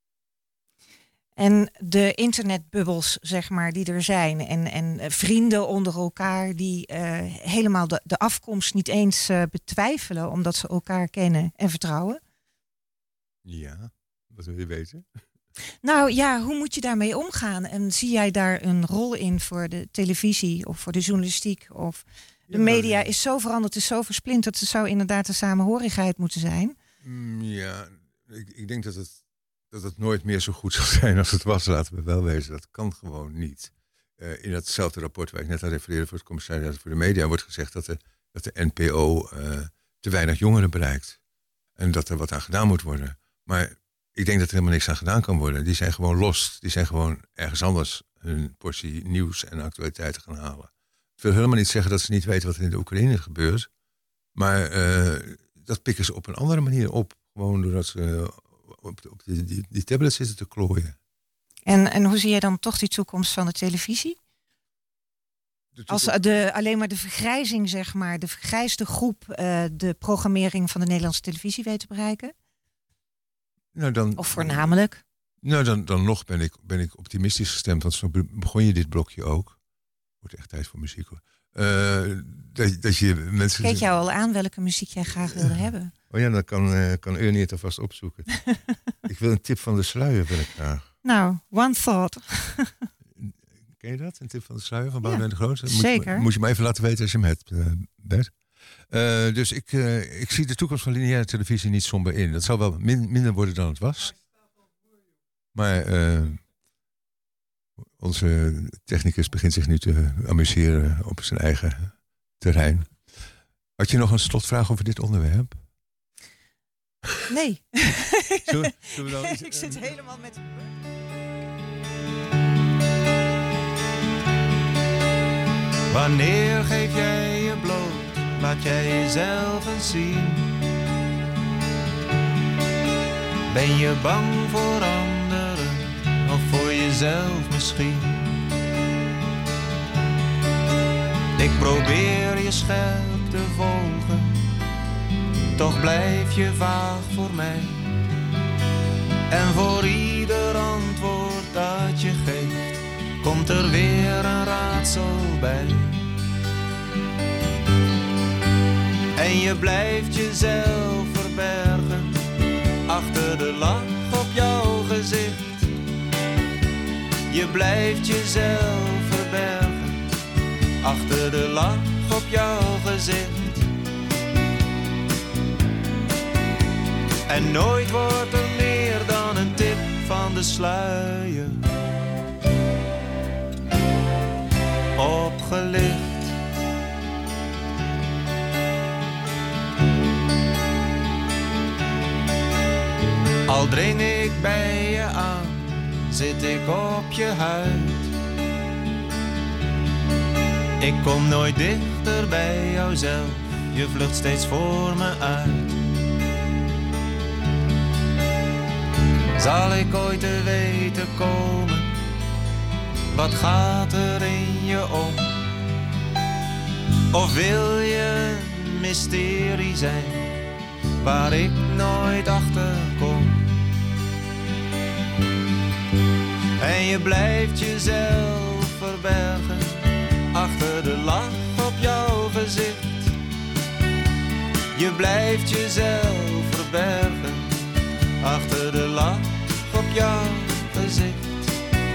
B: En de internetbubbels, zeg maar, die er zijn. En, en vrienden onder elkaar die uh, helemaal de, de afkomst niet eens uh, betwijfelen, omdat ze elkaar kennen en vertrouwen.
C: Ja, wat wil je weten?
B: Nou ja, hoe moet je daarmee omgaan? En zie jij daar een rol in voor de televisie of voor de journalistiek? Of de media is zo veranderd, is zo versplinterd. Het zou inderdaad een samenhorigheid moeten zijn.
C: Ja, ik, ik denk dat het, dat het nooit meer zo goed zal zijn als het was. Laten we wel wezen, dat kan gewoon niet. Uh, in datzelfde rapport waar ik net aan refereerde voor het Commissariaat voor de Media wordt gezegd dat de, dat de N P O uh, te weinig jongeren bereikt. En dat er wat aan gedaan moet worden. Maar ik denk dat er helemaal niks aan gedaan kan worden. Die zijn gewoon los. Die zijn gewoon ergens anders hun portie nieuws en actualiteiten gaan halen. Het wil helemaal niet zeggen dat ze niet weten wat er in de Oekraïne gebeurt. Maar uh, dat pikken ze op een andere manier op. Gewoon doordat ze op, de, op die, die, die tablet zitten te klooien.
B: En, en hoe zie jij dan toch die toekomst van de televisie? De toekomst... Als de, alleen maar de vergrijzing, zeg maar, de vergrijsde groep uh, de programmering van de Nederlandse televisie weet te bereiken? Nou dan, of voornamelijk?
C: Nou, dan, dan nog ben ik, ben ik optimistisch gestemd. Want zo begon je dit blokje ook. Wordt echt tijd voor muziek hoor. Uh, dat, dat je mensen...
B: Kijk jou al aan welke muziek jij graag wilde hebben.
C: Oh ja, dan kan, uh, kan Ernie het alvast opzoeken. Ik wil een tip van de sluier, wil ik graag.
B: Nou, One Thought.
C: Ken je dat? Een tip van de sluier van Boudewijn de Groot?
B: Zeker.
C: Moet je, moet je me even laten weten als je hem hebt, uh, Bert. Uh, dus ik, uh, ik zie de toekomst van lineaire televisie niet somber in. Dat zal wel min, minder worden dan het was. Maar uh, onze technicus begint zich nu te amuseren op zijn eigen terrein. Had je nog een slotvraag over dit onderwerp?
B: Nee.
C: Zullen, zullen we dan iets,
B: ik zit helemaal met...
G: Wanneer geef jij je bloot? Laat jij jezelf eens zien. Ben je bang voor anderen of voor jezelf misschien? Ik probeer je scherp te volgen, toch blijf je vaag voor mij. En voor ieder antwoord dat je geeft, komt er weer een raadsel bij. En je blijft jezelf verbergen achter de lach op jouw gezicht. Je blijft jezelf verbergen achter de lach op jouw gezicht. En nooit wordt er meer dan een tip van de sluier opgelicht. Al dring ik bij je aan, zit ik op je huid. Ik kom nooit dichter bij jouzelf, je vlucht steeds voor me uit. Zal ik ooit te weten komen, wat gaat er in je om? Of wil je een mysterie zijn, waar ik nooit achter kom? En je blijft jezelf verbergen achter de lach op jouw gezicht. Je blijft jezelf verbergen achter de lach op jouw gezicht.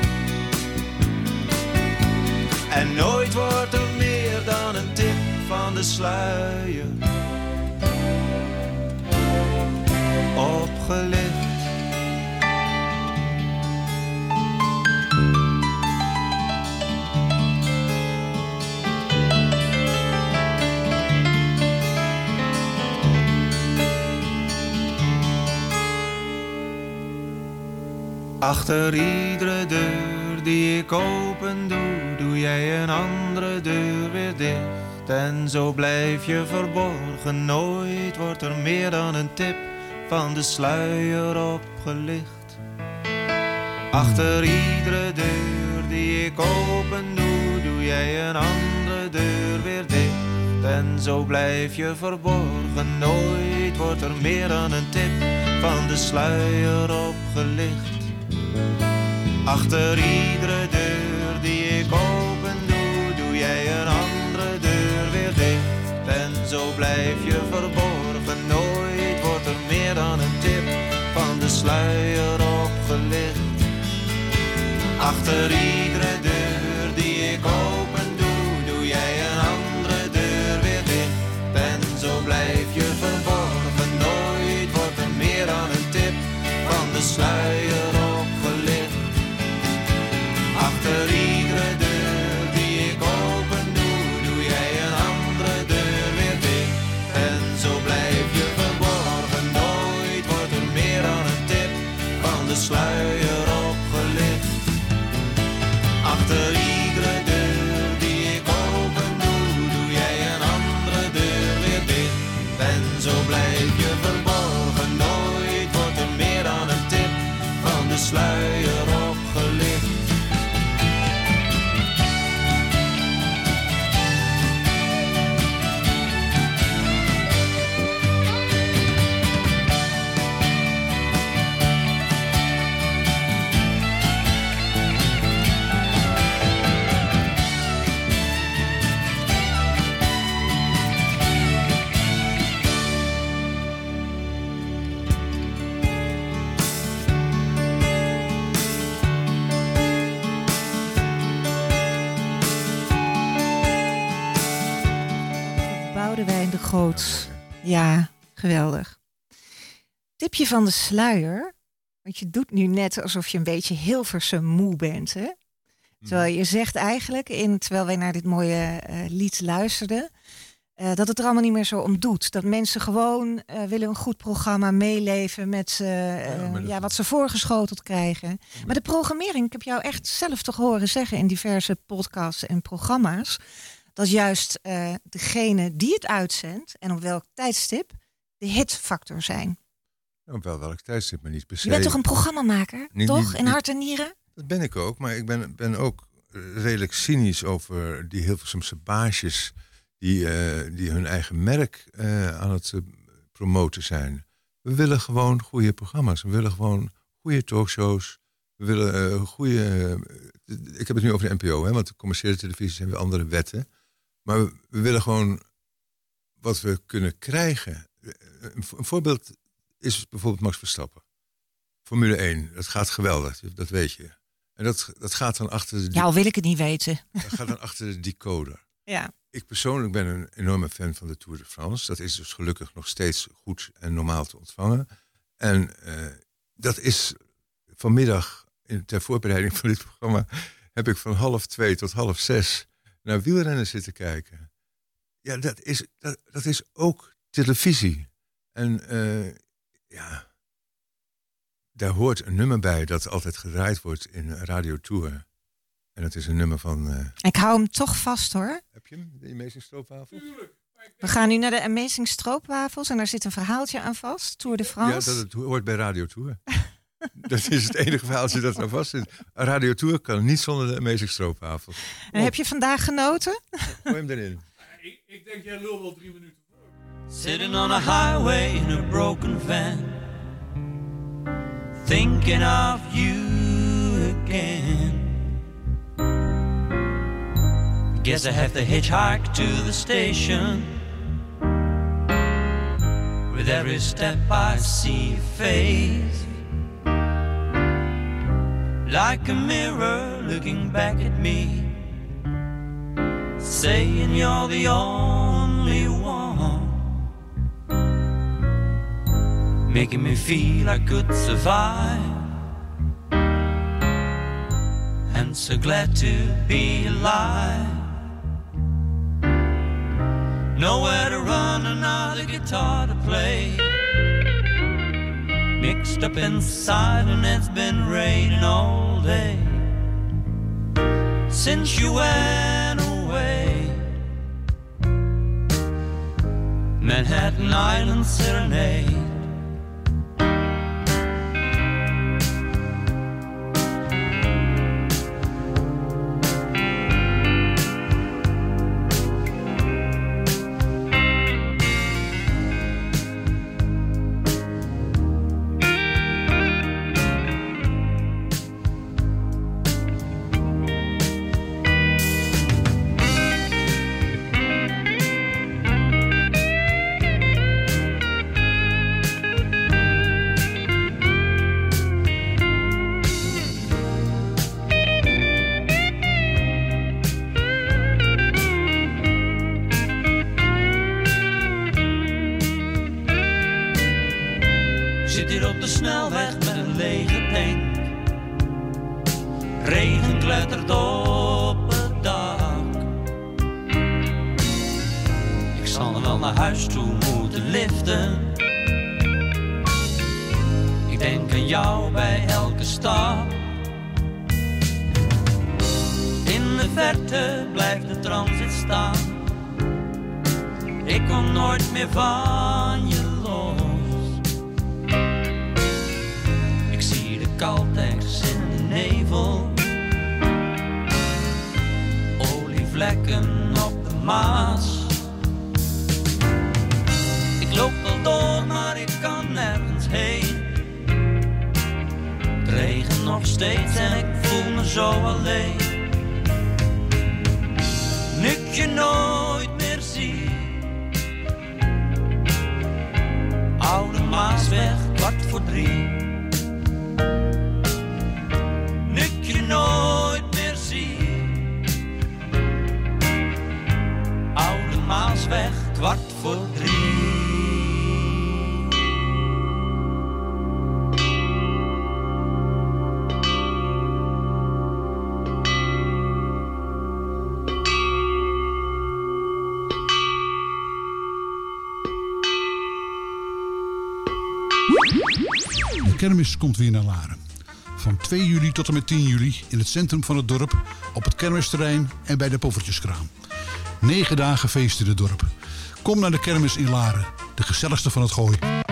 G: En nooit wordt er meer dan een tip van de sluier opgelicht. Achter iedere deur die ik open doe, doe jij een andere deur weer dicht. En zo blijf je verborgen, nooit wordt er meer dan een tip van de sluier opgelicht. Achter iedere deur die ik open doe, doe jij een andere deur weer dicht. En zo blijf je verborgen, nooit wordt er meer dan een tip van de sluier opgelicht. Achter iedere deur die ik open doe, doe jij een andere deur weer dicht. En zo blijf je verborgen, nooit wordt er meer dan een tip van de sluier opgelicht. Achter iedere deur die ik open doe, doe jij een andere deur weer dicht. En zo blijf je verborgen, nooit wordt er meer dan een tip van de sluier opgelicht. Achter iedere deur die ik open doe, doe jij een andere deur weer dicht. En zo blijf je verborgen, nooit wordt er meer dan een tip van de sluier opgelicht. Achter iedere deur die ik open doe, doe jij een andere deur weer dicht. En zo blijf je verborgen, nooit wordt er meer dan een tip van de sluier opgelicht.
B: Boudewijn de Groot. Ja, geweldig. Tipje van de sluier. Want je doet nu net alsof je een beetje Hilversum moe bent. Hè? Terwijl je zegt eigenlijk, in, terwijl wij naar dit mooie uh, lied luisterden, uh, dat het er allemaal niet meer zo om doet. Dat mensen gewoon uh, willen een goed programma meeleven met uh, ja, dat... ja, wat ze voorgeschoteld krijgen. Maar de programmering, ik heb jou echt zelf toch horen zeggen in diverse podcasts en programma's, dat juist uh, degene die het uitzendt en op welk tijdstip de hitfactor zijn.
C: Op wel welk tijdstip, maar niet per se.
B: Je bent toch een programmamaker,
C: niet,
B: toch?
C: Niet,
B: in hart en nieren?
C: Dat ben ik ook, maar ik ben, ben ook redelijk cynisch over die Hilversumse baasjes die, uh, die hun eigen merk uh, aan het uh, promoten zijn. We willen gewoon goede programma's. We willen gewoon goede talkshows. We willen uh, goede... Uh, ik heb het nu over de N P O, hè, want de commerciële televisie hebben andere wetten. Maar we, we willen gewoon wat we kunnen krijgen. Een, een voorbeeld is bijvoorbeeld Max Verstappen. Formule één, dat gaat geweldig, dat weet je. En dat, dat gaat dan achter de...
B: Ja, al wil ik het niet weten.
C: Dat gaat dan achter de decoder.
B: Ja.
C: Ik persoonlijk ben een enorme fan van de Tour de France. Dat is dus gelukkig nog steeds goed en normaal te ontvangen. En uh, dat is vanmiddag, in, ter voorbereiding van dit programma, heb ik van half twee tot half zes naar wielrennen zitten kijken. Ja, dat is, dat, dat is ook televisie. En uh, ja, daar hoort een nummer bij dat altijd gedraaid wordt in Radio Tour. En dat is een nummer van... Uh...
B: Ik hou hem toch vast, hoor.
C: Heb je hem, de Amazing Stroopwafels?
B: We gaan nu naar de Amazing Stroopwafels en daar zit een verhaaltje aan vast. Tour de France.
C: Ja, dat het hoort bij Radio Tour. Dat is het enige verhaaltje dat er vast zit. Radio Tour kan niet zonder de Amazing Stroopwafels.
B: En oh. Heb je vandaag genoten?
C: Gooi hem erin.
E: Ja, ik, ik denk, jij lul wel drie minuten voor.
I: Sitting on a highway in a broken van, thinking of you again. Guess I have to hitchhike to the station. With every step I see your face, like a mirror looking back at me, saying you're the only one, making me feel I could survive, and so glad to be alive. Nowhere to run, another guitar to play, mix fixed up inside and it's been raining all day since you went away. Manhattan Island Serenade. Zit hier op de snelweg met een lege tank. Regen klettert op het dak. Ik zal er wel naar huis toe moeten liften. Ik denk aan jou bij elke stap. In de verte blijft de transit staan. Ik kom nooit meer van je los. Ik zie de Caltex in de nevel. Olievlekken op de Maas. Ik loop wel door, maar ik kan nergens heen. Het regent nog steeds en ik voel me zo alleen. Nu ik je nooit meer zie. Oude Maasweg, kwart voor drie. Nu ik je nooit meer zie. Oude Maasweg, kwart voor drie.
J: De kermis komt weer naar Laren. Van twee juli tot en met tien juli in het centrum van het dorp, op het kermisterrein en bij de poffertjeskraam. Negen dagen feest in het dorp. Kom naar de kermis in Laren, de gezelligste van het Gooi.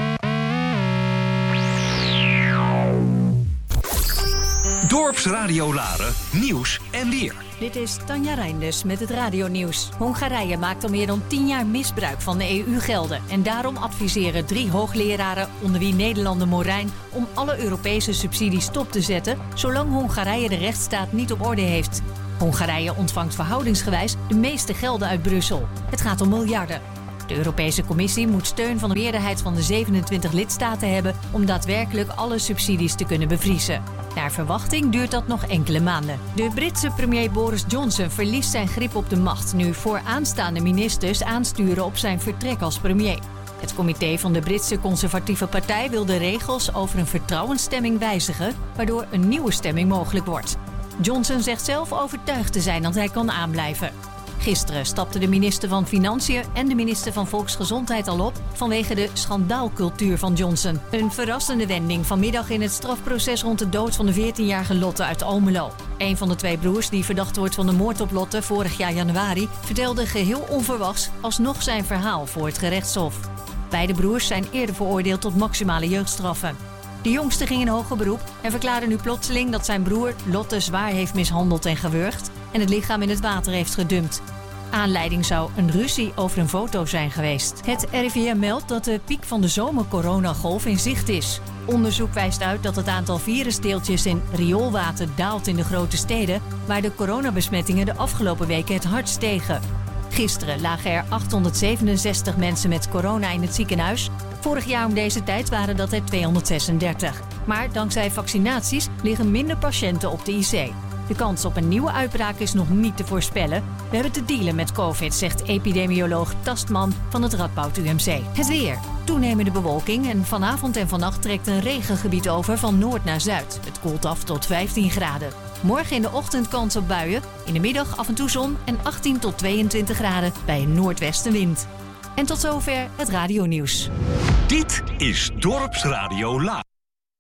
K: Dorpsradio Laren, nieuws en weer.
L: Dit is Tanja Reinders met het radionieuws. Hongarije maakt al meer dan tien jaar misbruik van de E U-gelden. En daarom adviseren drie hoogleraren, onder wie Nederlander Morijn, om alle Europese subsidies stop te zetten, zolang Hongarije de rechtsstaat niet op orde heeft. Hongarije ontvangt verhoudingsgewijs de meeste gelden uit Brussel. Het gaat om miljarden. De Europese Commissie moet steun van de meerderheid van de zevenentwintig lidstaten hebben om daadwerkelijk alle subsidies te kunnen bevriezen. Naar verwachting duurt dat nog enkele maanden. De Britse premier Boris Johnson verliest zijn grip op de macht nu vooraanstaande ministers aansturen op zijn vertrek als premier. Het comité van de Britse conservatieve partij wil de regels over een vertrouwensstemming wijzigen, waardoor een nieuwe stemming mogelijk wordt. Johnson zegt zelf overtuigd te zijn dat hij kan aanblijven. Gisteren stapten de minister van Financiën en de minister van Volksgezondheid al op vanwege de schandaalcultuur van Johnson. Een verrassende wending vanmiddag in het strafproces rond de dood van de veertienjarige Lotte uit Almelo. Een van de twee broers die verdacht wordt van de moord op Lotte vorig jaar januari vertelde geheel onverwachts alsnog zijn verhaal voor het gerechtshof. Beide broers zijn eerder veroordeeld tot maximale jeugdstraffen. De jongste ging in hoger beroep en verklaarde nu plotseling dat zijn broer Lotte zwaar heeft mishandeld en gewurgd en het lichaam in het water heeft gedumpt. Aanleiding zou een ruzie over een foto zijn geweest. Het R I V M meldt dat de piek van de zomercoronagolf in zicht is. Onderzoek wijst uit dat het aantal virusdeeltjes in rioolwater daalt in de grote steden, waar de coronabesmettingen de afgelopen weken het hardst stegen. Gisteren lagen er achthonderdzevenenzestig mensen met corona in het ziekenhuis. Vorig jaar om deze tijd waren dat er tweehonderdzesendertig. Maar dankzij vaccinaties liggen minder patiënten op de I C. De kans op een nieuwe uitbraak is nog niet te voorspellen. We hebben te dealen met COVID, zegt epidemioloog Tastman van het Radboud U M C. Het weer. Toenemende bewolking en vanavond en vannacht trekt een regengebied over van noord naar zuid. Het koelt af tot vijftien graden. Morgen in de ochtend kans op buien. In de middag af en toe zon en achttien tot tweeëntwintig graden bij een noordwestenwind. En tot zover het radionieuws.
K: Dit is Dorpsradio Laren.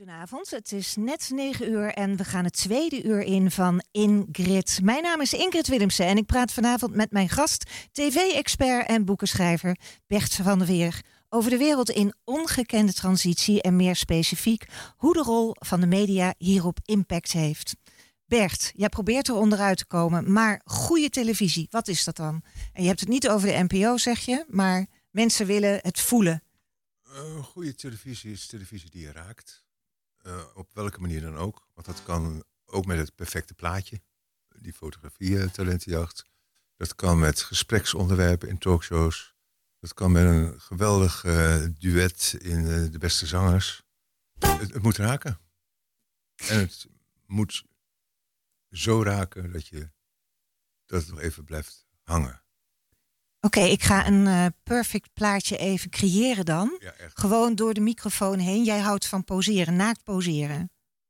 B: Goedenavond, het is net negen uur en we gaan het tweede uur in van Ingrid. Mijn naam is Ingrid Willemsen en ik praat vanavond met mijn gast, tv-expert en boekenschrijver Bert van der Veer over de wereld in ongekende transitie en meer specifiek hoe de rol van de media hierop impact heeft. Bert, jij probeert er onderuit te komen, maar goede televisie, wat is dat dan? En je hebt het niet over de N P O, zeg je, maar mensen willen het voelen.
C: Uh, goede televisie is televisie die je raakt. Uh, op welke manier dan ook. Want dat kan ook met het perfecte plaatje. Die fotografie, talentenjacht. Dat kan met gespreksonderwerpen in talkshows. Dat kan met een geweldig uh, duet in uh, De Beste Zangers. Het, het moet raken. En het moet zo raken dat, je, dat het nog even blijft hangen.
B: Oké, okay, ik ga een uh, perfect plaatje even creëren dan.
C: Ja, echt.
B: Gewoon door de microfoon heen. Jij houdt van poseren, naakt poseren.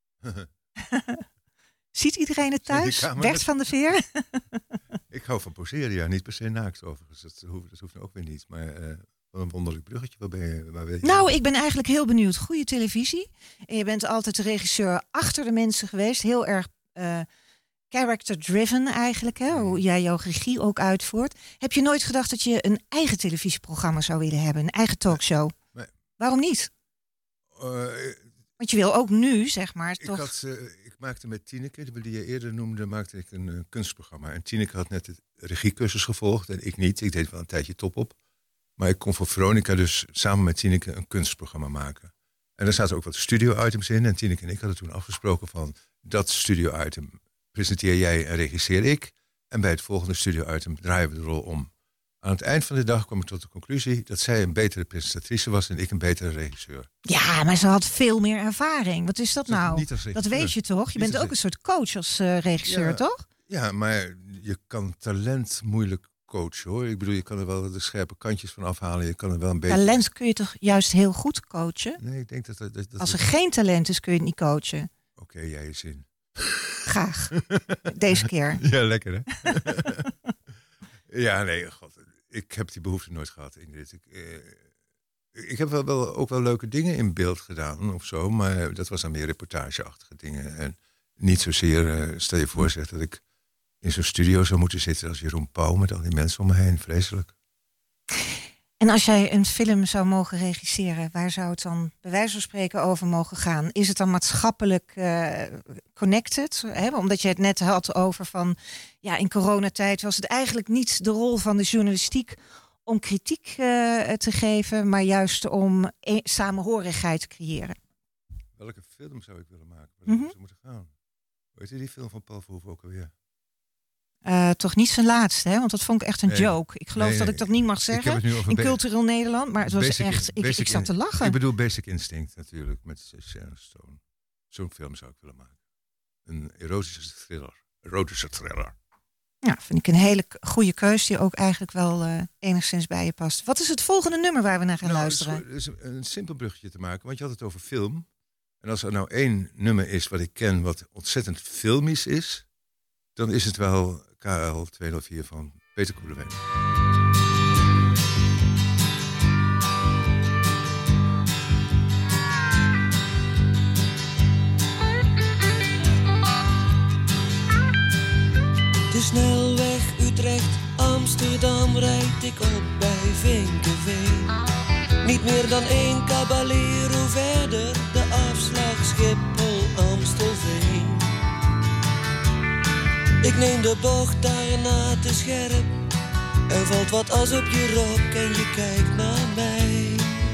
B: Ziet iedereen het thuis? Bert van der Veer?
C: Ik hou van poseren, ja. Niet per se naakt overigens. Dat hoeft, dat hoeft nou ook weer niet. Maar uh, wat een wonderlijk bruggetje. Waar ben je, waar weet je
B: nou, ik ben eigenlijk heel benieuwd. Goede televisie. En je bent altijd de regisseur achter de mensen geweest. Heel erg... Uh, character-driven eigenlijk, hè? Hoe jij jouw regie ook uitvoert. Heb je nooit gedacht dat je een eigen televisieprogramma zou willen hebben? Een eigen talkshow?
C: Nee. Nee.
B: Waarom niet?
C: Uh,
B: Want je wil ook nu, zeg maar,
C: ik
B: toch...
C: Had, uh, ik maakte met Tineke, die je eerder noemde, maakte ik een uh, kunstprogramma. En Tineke had net de regiecursus gevolgd en ik niet. Ik deed wel een tijdje top op. Maar ik kon voor Veronica dus samen met Tineke een kunstprogramma maken. En daar zaten ook wat studio-items in. En Tineke en ik hadden toen afgesproken van dat studio-item presenteer jij en regisseer ik. En bij het volgende studio-item draaien we de rol om. Aan het eind van de dag kwam ik tot de conclusie dat zij een betere presentatrice was en ik een betere regisseur.
B: Ja, maar ze had veel meer ervaring. Wat is dat
C: Zeg,
B: nou?
C: niet als
B: Dat weet je toch? Je
C: Niet
B: bent
C: als
B: ook een soort coach als uh, regisseur,
C: ja,
B: toch?
C: Ja, maar je kan talent moeilijk coachen, hoor. Ik bedoel, je kan er wel de scherpe kantjes van afhalen. Je kan er wel een beetje...
B: Talent kun je toch juist heel goed coachen?
C: Nee, ik denk dat... dat, dat
B: als er
C: dat...
B: geen talent is, kun je het niet coachen.
C: Oké, okay, jij je zin.
B: Graag. Deze keer.
C: Ja, lekker hè? Ja, nee, god. Ik heb die behoefte nooit gehad, Ingrid. Ik, eh, ik heb wel, wel, ook wel leuke dingen in beeld gedaan of zo. Maar dat was dan meer reportageachtige dingen. En niet zozeer, uh, stel je voor zeg, dat ik in zo'n studio zou moeten zitten als Jeroen Pauw met al die mensen om me heen. Vreselijk.
B: En als jij een film zou mogen regisseren, waar zou het dan bij wijze van spreken over mogen gaan? Is het dan maatschappelijk uh, connected? Hè? Omdat je het net had over van, ja, in coronatijd was het eigenlijk niet de rol van de journalistiek om kritiek uh, te geven, maar juist om e- samenhorigheid te creëren.
C: Welke film zou ik willen maken? Waar
B: mm-hmm.
C: zou moeten gaan? Weet je die film van Paul Verhoeven ook alweer?
B: Uh, toch niet zijn laatste, hè? Want dat vond ik echt een
C: nee,
B: joke. Ik geloof
C: nee, nee.
B: dat ik dat niet mag zeggen in cultureel Nederland, maar het was
C: basic,
B: echt, ik, ik zat te lachen.
C: Ik bedoel Basic Instinct natuurlijk, met Sharon Stone. Zo'n film zou ik willen maken. Een erotische thriller. Erotische thriller.
B: Ja, vind ik een hele goede keus die ook eigenlijk wel uh, enigszins bij je past. Wat is het volgende nummer waar we naar gaan
C: nou,
B: luisteren?
C: Het is, het is een simpel bruggetje te maken, want je had het over film. En als er nou één nummer is wat ik ken wat ontzettend filmisch is, dan is het wel K L tweehonderdvier van Peter Koelewijn.
M: De snelweg Utrecht-Amsterdam rijd ik op bij Vinkenveen. Niet meer dan één Caballero verder, de afslag Schiphol-Amstelveen. Ik neem de bocht daarna te scherp. Er valt wat as op je rok en je kijkt naar mij.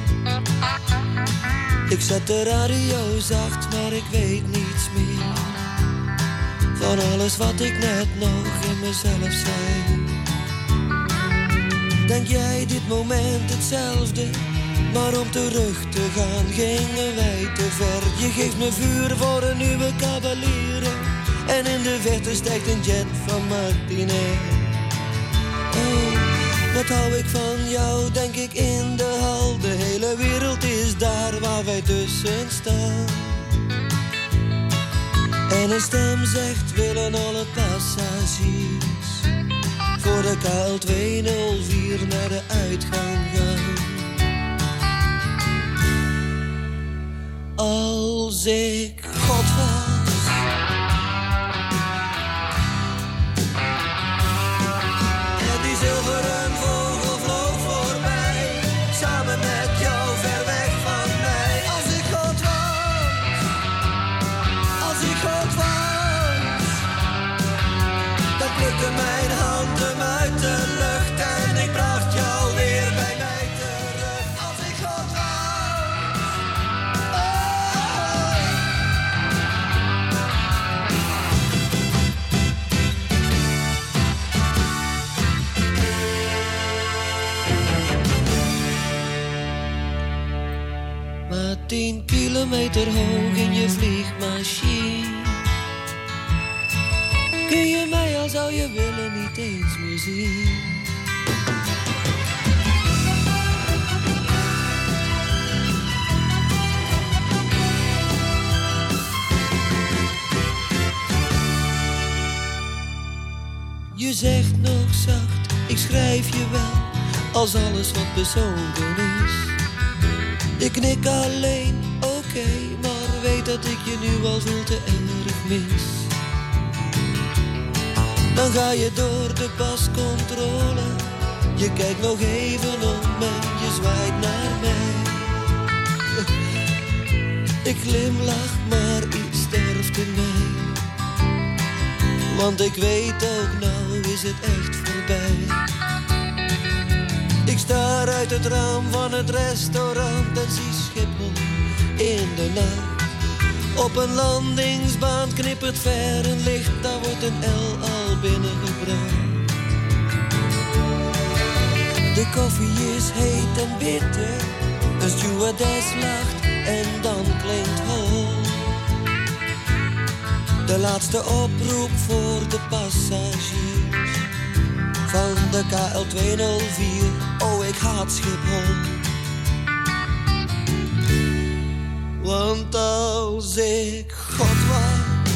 M: Ik zet de radio zacht, maar ik weet niets meer van alles wat ik net nog in mezelf zei. Denk jij dit moment hetzelfde? Maar om terug te gaan gingen wij te ver. Je geeft me vuur voor een nieuwe Caballero. En in de verte stijgt een jet van Martinair. Oh, wat hou ik van jou, denk ik in de hal. De hele wereld is daar waar wij tussen staan. En een stem zegt, willen alle passagiers voor de K L tweehonderdvier naar de uitgang gaan. als ik God was. En die zilveren vogel vloog voorbij, samen met jou ver weg van mij. Als ik God was, als ik God was, dan plukte mijn hand hem uit de lucht en ik bracht jou weer bij mij terug. Als ik God was. Maar tien kilometer hoog in je vliegmachine kun je mij al zou je willen niet eens meer zien. Je zegt nog zacht, ik schrijf je wel, als alles wat bezonken is. Ik knik alleen, oké, okay, maar weet dat ik je nu al veel te erg mis. Dan ga je door de pascontrole, je kijkt nog even om en je zwaait naar mij. Ik glimlach, maar iets sterft in mij. Want ik weet ook, nou is het echt voorbij. Ik staar uit het raam van het restaurant en zie Schiphol in de nacht. Op een landingsbaan knippert ver een licht, daar wordt een L al binnengebracht. De koffie is heet en bitter, een stewardess lacht en dan klinkt hol. De laatste oproep voor de passagiers van de K L tweehonderdvier, oh ik haat Schiphol. Want als ik God was,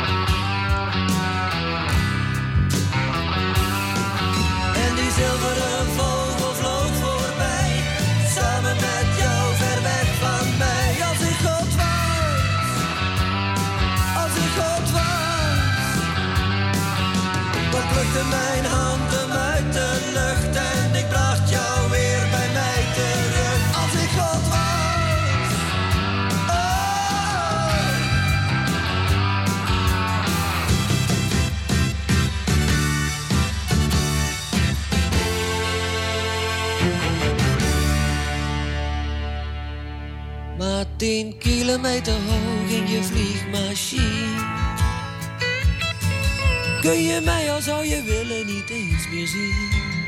M: en die zilveren vogel vloog voorbij, samen met jou ver weg van mij. Als ik God was, als ik God was, dan plukte mijn hand hem uit de lucht en ik bracht jou weer bij mij terug. Als ik God was. Maar tien kilometer hoog in je vliegmachine kun je mij al zou je willen niet eens meer zien.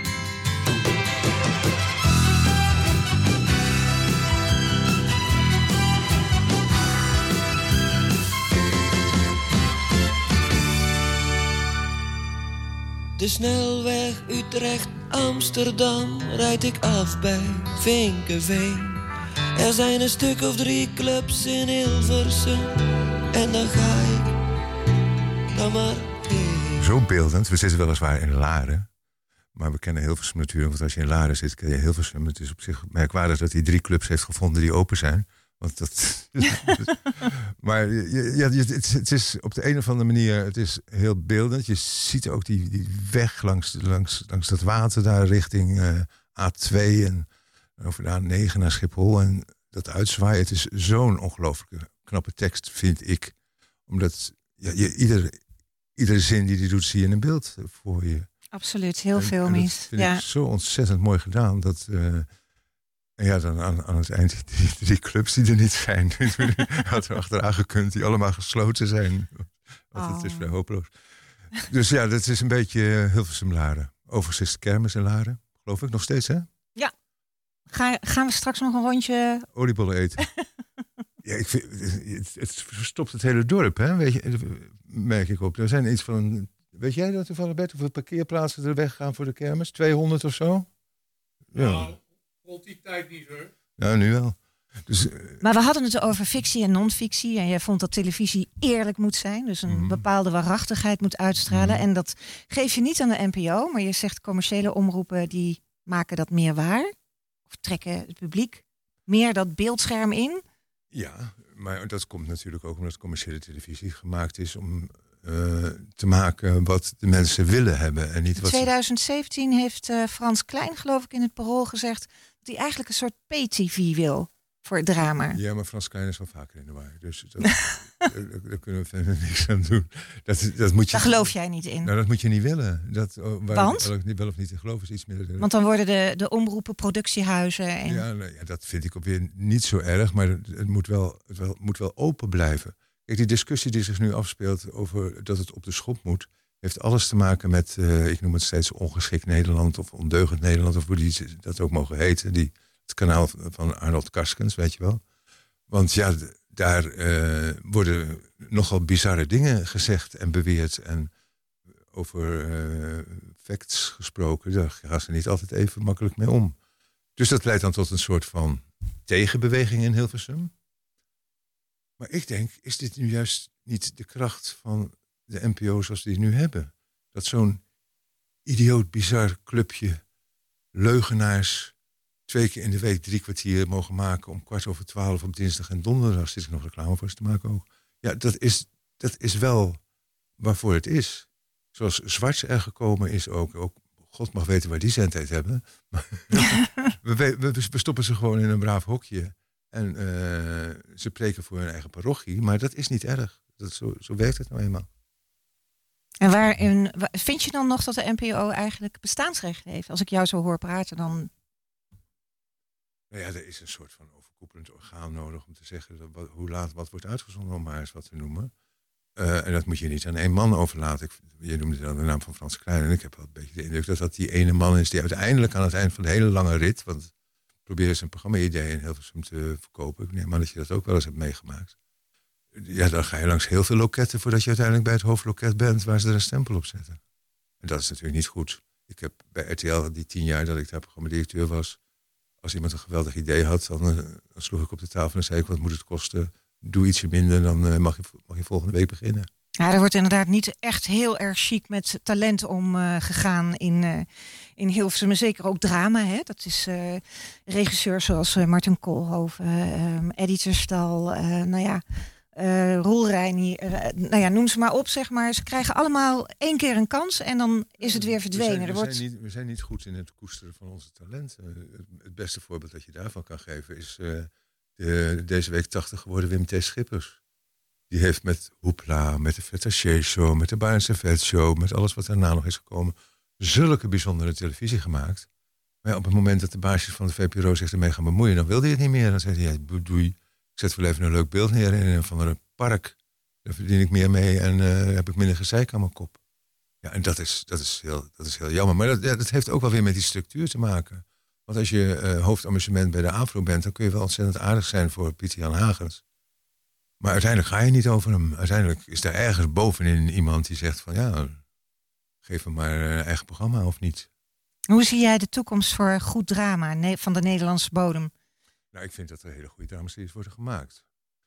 M: De snelweg Utrecht-Amsterdam rijd ik af bij Vinkeveen. Er zijn een stuk of drie clubs in Hilversum en dan ga ik dan maar heen.
C: Zo beeldend. We zitten weliswaar in Laren, maar we kennen Hilversum natuurlijk. Want als je in Laren zit, ken je Hilversum. Het is op zich merkwaardig dat hij drie clubs heeft gevonden die open zijn. Want dat, maar ja, het, het is op de een of andere manier, het is heel beeldend. Je ziet ook die, die weg langs, langs, langs dat water daar richting uh, A twee en over de A negen naar Schiphol. En dat uitzwaaien, het is zo'n ongelooflijke knappe tekst, vind ik. Omdat ja, je, ieder, iedere zin die hij doet, zie je in een beeld voor je.
B: Absoluut, heel
C: en,
B: veel
C: en
B: mis.
C: Dat vind
B: ja.
C: ik zo ontzettend mooi gedaan. Dat, uh, en ja, dan aan, aan het eind die, die clubs die er niet zijn. Had er achteraan gekund, die allemaal gesloten zijn. Want oh. Het is vrij hopeloos. Dus ja, dat is een beetje Hilversum Laren. Overigens is de kermis in Laren. Geloof ik nog steeds, hè?
B: Ja. Ga, gaan we straks nog een rondje...
C: oliebollen eten. Ja, ik vind, het, het verstopt het hele dorp, hè? Weet je, merk ik op. Er zijn iets van... Weet jij dat toevallig, Bert? Hoeveel parkeerplaatsen er weggaan voor de kermis? tweehonderd of zo? Ja.
E: Nou, rond die tijd niet, hoor.
C: Nou, nu wel. Dus, uh,
B: maar we hadden het over fictie en non-fictie. En jij vond dat televisie eerlijk moet zijn. Dus een mm. bepaalde waarachtigheid moet uitstralen. Mm. En dat geef je niet aan de N P O. Maar je zegt commerciële omroepen die maken dat meer waar. Of trekken het publiek meer dat beeldscherm in.
C: Ja, Maar dat komt natuurlijk ook omdat commerciële televisie gemaakt is om uh, te maken wat de mensen willen hebben. En niet
B: in
C: wat
B: twintig zeventien ze... heeft uh, Frans Klein, geloof ik, in het Parool gezegd dat hij eigenlijk een soort pay-tv wil voor het drama.
C: Ja, maar Frans Klein is wel vaker in de war. Dus dat, daar, daar kunnen we verder niks aan doen. Dat, dat moet je,
B: Daar geloof jij niet in.
C: Nou, dat moet je niet willen. Dat, oh, waar
B: Want?
C: Ik wel of niet in geloof is iets meer.
B: Want dan worden de, de omroepen productiehuizen. En...
C: Ja, nou, ja, dat vind ik ook weer niet zo erg. Maar het moet wel, het wel, moet wel open blijven. Kijk, die discussie die zich nu afspeelt over dat het op de schop moet, heeft alles te maken met, uh, ik noem het steeds ongeschikt Nederland of ondeugend Nederland, of hoe die dat ook mogen heten. Die, het kanaal van Arnold Karskens, weet je wel. Want ja, d- daar uh, worden nogal bizarre dingen gezegd en beweerd en over uh, facts gesproken. Daar gaan ze niet altijd even makkelijk mee om. Dus dat leidt dan tot een soort van tegenbeweging in Hilversum. Maar ik denk, is dit nu juist niet de kracht van de N P O zoals die nu hebben? Dat zo'n idioot, bizar clubje leugenaars twee keer in de week drie kwartier mogen maken om kwart over twaalf op dinsdag en donderdag, zit ik nog reclame voor ze te maken ook. Ja, dat is, dat is wel waarvoor het is. Zoals Zwarts er gekomen is ook. ook God mag weten waar die zendtijd hebben. we, we, we stoppen ze gewoon in een braaf hokje. En uh, ze preken voor hun eigen parochie. Maar dat is niet erg. Dat, zo, zo werkt het nou eenmaal.
B: En waarin, vind je dan nog dat de N P O eigenlijk bestaansrecht heeft? Als ik jou zo hoor praten, dan...
C: Nou ja, er is een soort van overkoepelend orgaan nodig om te zeggen dat, wat, hoe laat wat wordt uitgezonden, om maar eens wat te noemen. Uh, en dat moet je niet aan één man overlaten. Ik, je noemde dan de naam van Frans Klein. En ik heb wel een beetje de indruk dat dat die ene man is die uiteindelijk aan het eind van de hele lange rit, want probeer zijn programma-idee in Hilversum te verkopen. Ik neem aan dat je dat ook wel eens hebt meegemaakt. Ja, dan ga je langs heel veel loketten voordat je uiteindelijk bij het hoofdloket bent waar ze er een stempel op zetten. En dat is natuurlijk niet goed. Ik heb bij R T L die tien jaar dat ik daar programmadirecteur was, als iemand een geweldig idee had, dan, uh, dan sloeg ik op de tafel en zei ik, wat moet het kosten? Doe ietsje minder, dan uh, mag, je, mag je volgende week beginnen.
B: Ja, er wordt inderdaad niet echt heel erg chic met talent om uh, gegaan in, uh, in Hilversum. Maar zeker ook drama. Hè? Dat is uh, regisseurs zoals uh, Martin Koolhoven, uh, Eddie Terstal, uh, nou ja, uh, Roel Reini. Uh, nou ja, noem ze maar op, zeg maar. Ze krijgen allemaal één keer een kans en dan is het weer verdwenen.
C: We zijn, we,
B: er wordt...
C: zijn, niet, we zijn niet goed in het koesteren van onze talenten. Uh, het beste voorbeeld dat je daarvan kan geven is uh, de, deze week tachtig geworden Wim T. Schippers. Die heeft met Hoepla, met de Fetaché Show, met de Baarn Servet Show, met alles wat daarna nog is gekomen, zulke bijzondere televisie gemaakt. Maar ja, op het moment dat de baasjes van de V P R O zich ermee gaan bemoeien, dan wilde hij het niet meer. Dan zei hij, ja, doei, ik zet wel even een leuk beeld neer in een van een park. Daar verdien ik meer mee en uh, heb ik minder gezeik aan mijn kop. Ja, en dat is, dat is, heel, dat is heel jammer. Maar dat, ja, dat heeft ook wel weer met die structuur te maken. Want als je uh, hoofdamusement bij de AVRO bent, dan kun je wel ontzettend aardig zijn voor Pieter Jan Hagens. Maar uiteindelijk ga je niet over hem. Uiteindelijk is daar ergens bovenin iemand die zegt van ja, geef hem maar een eigen programma of niet.
B: Hoe zie jij de toekomst voor goed drama van de Nederlandse bodem?
C: Nou, ik vind dat er hele goede dramaseries worden gemaakt.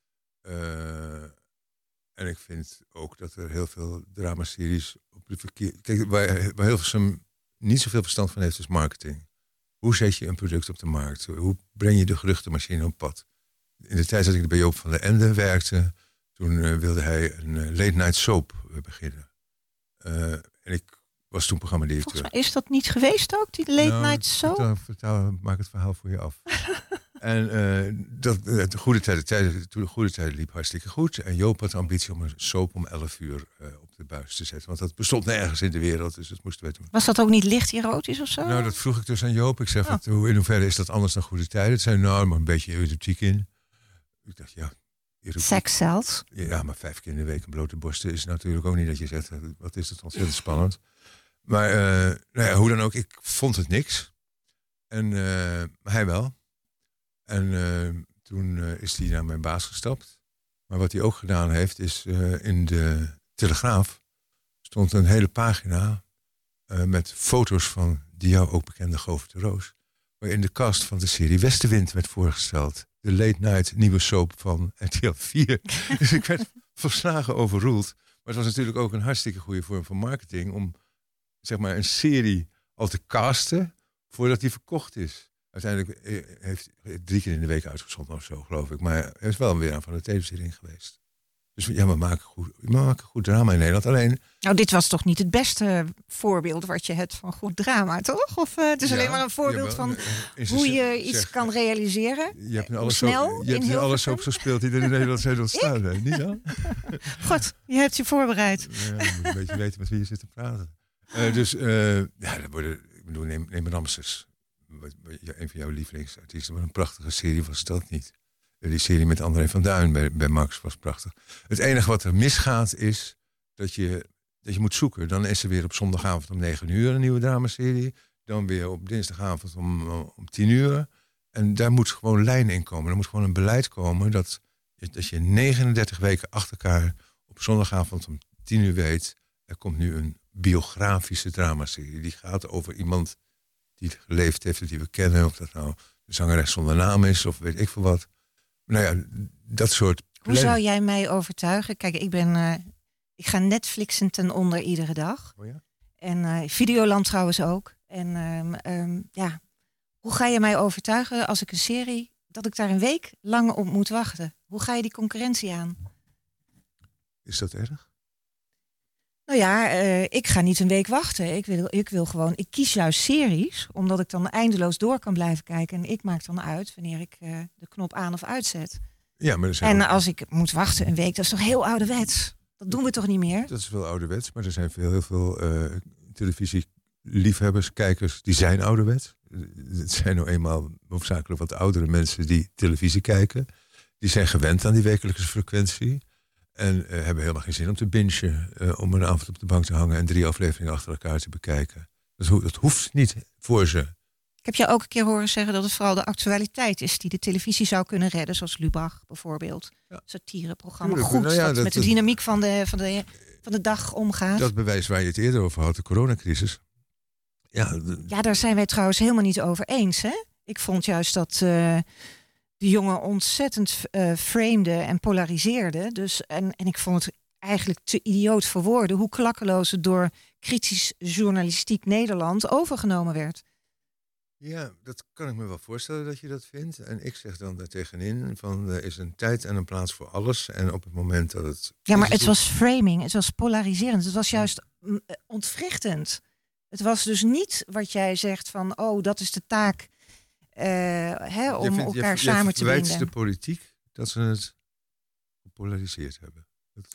C: Uh, en ik vind ook dat er heel veel dramaseries op de verkeer... Kijk, waar, waar Hilversum niet zoveel verstand van heeft, is marketing. Hoe zet je een product op de markt? Hoe breng je de geruchtenmachine op pad? In de tijd dat ik bij Joop van der Ende werkte, toen uh, wilde hij een uh, late night soap uh, beginnen. Uh, en ik was toen programmadirecteur.
B: Volgens mij is dat niet geweest ook, die late nou, night soap?
C: Vertel, vertel, maak het verhaal voor je af. en uh, dat, uh, de goede tijden, tijden, toen de goede tijden liep hartstikke goed. En Joop had de ambitie om een soap om elf uur uh, op de buis te zetten. Want dat bestond nergens in de wereld, dus dat moesten wij doen.
B: Was dat ook niet licht erotisch of zo?
C: Nou, dat vroeg ik dus aan Joop. Ik zeg, oh. wat, hoe, in hoeverre is dat anders dan goede tijden? Het zei, nou, maar een beetje erotiek in. Ik dacht, ja...
B: Seks zelfs?
C: Ja, maar vijf keer in de week een blote borsten is natuurlijk ook niet dat je zegt, wat is het ontzettend spannend. Maar uh, nou ja, hoe dan ook, ik vond het niks. En uh, hij wel. En uh, toen uh, is hij naar mijn baas gestapt. Maar wat hij ook gedaan heeft, is uh, in de Telegraaf stond een hele pagina uh, met foto's van die jou ook bekende Govert de Roos. Waarin de cast van de serie Westenwind werd voorgesteld. De late night nieuwe soap van R T L vier. Dus ik werd volslagen overroeld. Maar het was natuurlijk ook een hartstikke goede vorm van marketing om zeg maar een serie al te casten voordat die verkocht is. Uiteindelijk heeft hij drie keer in de week uitgezonden of zo, geloof ik. Maar hij is wel weer aan van de televisie geweest. Dus ja, we maken goed, we maken goed drama in Nederland. Alleen...
B: Nou, dit was toch niet het beste voorbeeld wat je hebt van goed drama, toch? Of uh, het is ja, alleen maar een voorbeeld ja, maar, van hoe je iets zeg, kan realiseren.
C: Je hebt nu alles, snel, zo, je hebt nu alles ook gespeeld die er in Nederland zijn ontstaan. Hè? Niet dan?
B: God, je hebt je voorbereid.
C: Ja, je moet een beetje weten met wie je zit te praten. Uh, dus, uh, ja, dat worden, ik bedoel, neem, neem Ramses. Een van jouw lievelingsartiesten. Wat een prachtige serie was dat niet. Die serie met André van Duin bij, bij Max was prachtig. Het enige wat er misgaat is dat je, dat je moet zoeken. Dan is er weer op zondagavond om negen uur een nieuwe dramaserie. Dan weer op dinsdagavond om, om tien uur. En daar moet gewoon lijn in komen. Er moet gewoon een beleid komen dat, dat je negenendertig weken achter elkaar op zondagavond om tien uur weet. Er komt nu een biografische dramaserie. Die gaat over iemand die geleefd heeft, die we kennen. Of dat nou de zangeres zonder naam is of weet ik veel wat. Nou ja, dat soort...
B: Hoe zou jij mij overtuigen? Kijk, ik ben... Uh, ik ga Netflixen ten onder iedere dag.
C: Oh ja?
B: En uh, Videoland trouwens ook. En um, um, ja, hoe ga je mij overtuigen als ik een serie... dat ik daar een week lang op moet wachten? Hoe ga je die concurrentie aan?
C: Is dat erg?
B: Nou ja, uh, ik ga niet een week wachten. Ik wil, ik wil gewoon... Ik kies juist series, omdat ik dan eindeloos door kan blijven kijken. En ik maak dan uit wanneer ik uh, de knop aan of uitzet.
C: Ja, maar er zijn
B: en
C: ook...
B: als ik moet wachten een week, dat is toch heel ouderwets? Dat doen we toch niet meer?
C: Dat is wel ouderwets, maar er zijn veel, heel veel uh, televisieliefhebbers, kijkers, die zijn ouderwets. Het zijn nou eenmaal hoofdzakelijk wat oudere mensen die televisie kijken. Die zijn gewend aan die wekelijkse frequentie. En uh, hebben helemaal geen zin om te bingen, uh, om een avond op de bank te hangen en drie afleveringen achter elkaar te bekijken. Dat, ho- dat hoeft niet voor ze.
B: Ik heb jou ook een keer horen zeggen dat het vooral de actualiteit is die de televisie zou kunnen redden, zoals Lubach bijvoorbeeld. Ja. Satireprogramma. Goed, nou ja, dat, dat met de dynamiek van de, van, de, van de dag omgaat.
C: Dat bewijs waar je het eerder over had, de coronacrisis. Ja, de...
B: ja, daar zijn wij trouwens helemaal niet over eens. Hè? Ik vond juist dat uh, de jongen ontzettend uh, framede en polariseerde. Dus, en, en ik vond het eigenlijk te idioot voor woorden hoe klakkeloos het door kritisch journalistiek Nederland overgenomen werd.
C: Ja, dat kan ik me wel voorstellen dat je dat vindt. En ik zeg dan daar tegenin van er is een tijd en een plaats voor alles. En op het moment dat het...
B: Ja, maar het was framing, het was polariserend. Het was juist ontwrichtend. Het was dus niet wat jij zegt van oh, dat is de taak uh, hè, om vindt, elkaar je, samen je te binden. Je
C: verwijt de politiek dat ze het gepolariseerd hebben. Dat...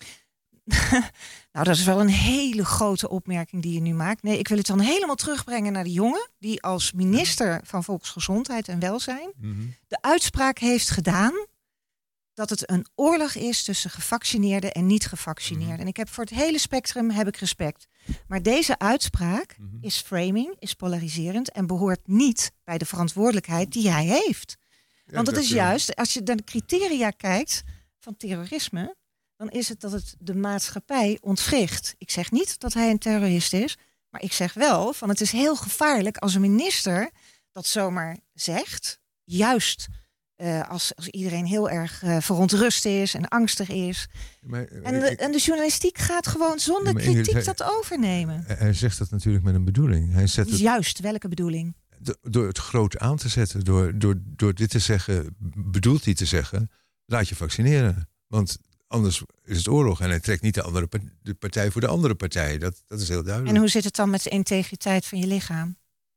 B: Nou, dat is wel een hele grote opmerking die je nu maakt. Nee, ik wil het dan helemaal terugbrengen naar de jongen die als minister van Volksgezondheid en Welzijn mm-hmm. de uitspraak heeft gedaan dat het een oorlog is tussen gevaccineerden en niet gevaccineerden. Mm-hmm. En ik heb voor het hele spectrum heb ik respect. Maar deze uitspraak mm-hmm. is framing, is polariserend en behoort niet bij de verantwoordelijkheid die hij heeft. Ja, Want het is juist, als je naar de criteria kijkt van terrorisme, dan is het dat het de maatschappij ontwricht. Ik zeg niet dat hij een terrorist is, maar ik zeg wel van het is heel gevaarlijk als een minister dat zomaar zegt, juist uh, als, als iedereen heel erg uh, verontrust is en angstig is. Maar, en, de, ik, en de journalistiek gaat gewoon zonder ja, kritiek Ingrid, dat overnemen.
C: Hij, hij zegt dat natuurlijk met een bedoeling. Hij zet het,
B: juist, welke bedoeling?
C: Do, door het groot aan te zetten, door, door, door dit te zeggen, bedoelt hij te zeggen, laat je vaccineren. Want anders is het oorlog en hij trekt niet de, andere, de partij voor de andere partij. Dat, dat is heel duidelijk.
B: En hoe zit het dan met de integriteit van je lichaam?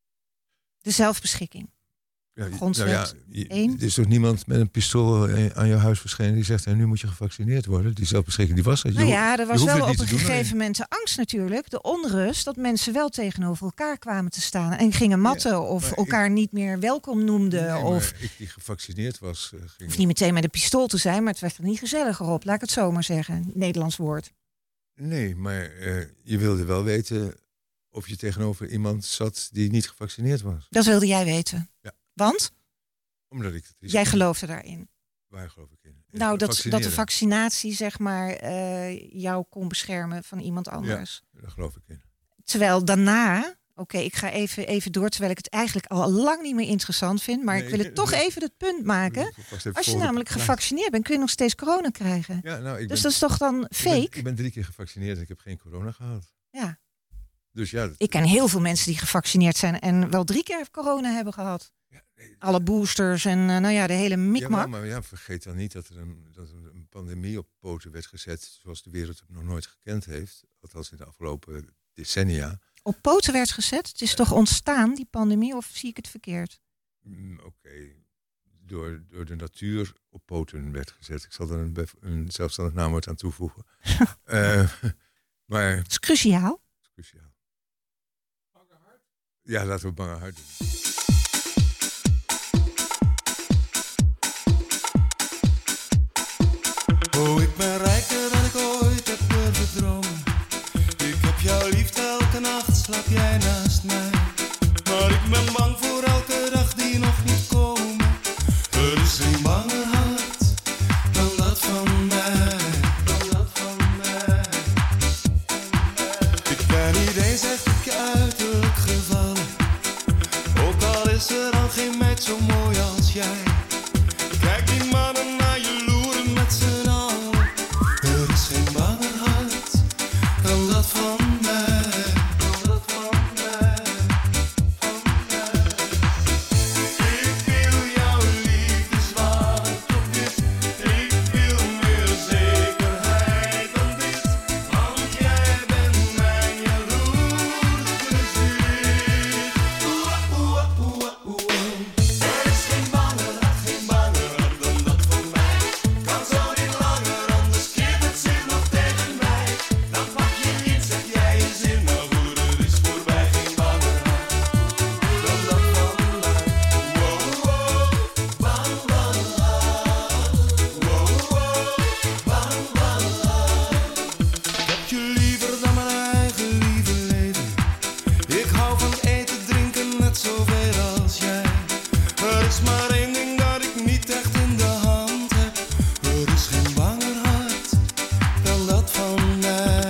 B: De zelfbeschikking.
C: Ja, Grondwet nou ja, één. Er is toch niemand met een pistool aan jouw huis verschenen die zegt, en nu moet je gevaccineerd worden. Die zelfbeschikking, die was het.
B: Nou ja, er was wel op een gegeven moment de angst natuurlijk, de onrust, dat mensen wel tegenover elkaar kwamen te staan en gingen matten ja, of elkaar ik, niet meer welkom noemden.
C: Nee,
B: of
C: ik die gevaccineerd was. Uh, ging
B: of niet meteen met een pistool te zijn, maar het werd er niet gezelliger op, laat ik het zo maar zeggen. Nederlands woord.
C: Nee, maar uh, je wilde wel weten of je tegenover iemand zat die niet gevaccineerd was.
B: Dat wilde jij weten.
C: Ja.
B: Want?
C: Omdat ik het
B: Jij geloofde daarin.
C: Waar geloof ik in? in
B: nou, dat, dat de vaccinatie zeg maar uh, jou kon beschermen van iemand anders.
C: Ja, daar geloof ik in.
B: Terwijl daarna, oké, okay, ik ga even, even door, terwijl ik het eigenlijk al lang niet meer interessant vind, maar nee, ik wil het toch nee, even het punt maken. Als je namelijk gevaccineerd bent, kun je nog steeds corona krijgen.
C: Ja, nou, ik
B: dus
C: ben,
B: dat is toch dan fake?
C: Ik ben, ik ben drie keer gevaccineerd en ik heb geen corona gehad.
B: Ja.
C: Dus ja, dat...
B: Ik ken heel veel mensen die gevaccineerd zijn en wel drie keer corona hebben gehad.
C: Ja,
B: alle boosters en uh, nou ja, de hele mikmak.
C: Ja, maar ja, vergeet dan niet dat er, een, dat er een pandemie op poten werd gezet zoals de wereld het nog nooit gekend heeft. Althans in de afgelopen decennia.
B: Op poten werd gezet? Het is uh, toch ontstaan, die pandemie, of zie ik het verkeerd?
C: Mm, Oké, okay. door, door de natuur op poten werd gezet. Ik zal er een, een zelfstandig naamwoord aan toevoegen. uh, maar,
B: het is cruciaal.
C: Het is cruciaal. Ja, laten we bange hart doen.
N: Oh, ik ben rijker dan ik ooit heb durven dromen. Ik heb jou lief, elke nacht slaap jij naast mij. Maar ik ben bang voor elke dag die nog niet komen. Er is geen banger hart dan dat van mij. Dan dat van mij. Ik ben niet eens echt op je uiterlijk gevallen. Ook al is er dan geen meid zo mooi als jij. Kijk die mannen naar je loeren met z'n allen. Er is geen banger hart dan dat van mij. Dan dat van mij. Van mij. Ik wil jouw liefde zwart op dit. Ik wil meer zekerheid dan dit. Want jij bent mijn jaloers plezier. Oeh, oeh, oeh, oeh. Er is geen banger hart, geen banger hart dan dat van mij. Kan zo niet langer, anders keert het zich nog tegen mij. Dan pak je iets, zeg jij je zin, maar goed, het is voorbij. Geen banger hart dan dat van mij. Wow, wow, bang, bang, hart. Wow, wow, bang, bang, hart. Ik heb je liever dan mijn eigen lieve leven. Ik hou van eten, drinken, net zoveel als jij. Er is maar één ding dat ik niet echt in de hand heb. Er is geen banger hart dan dat van mij.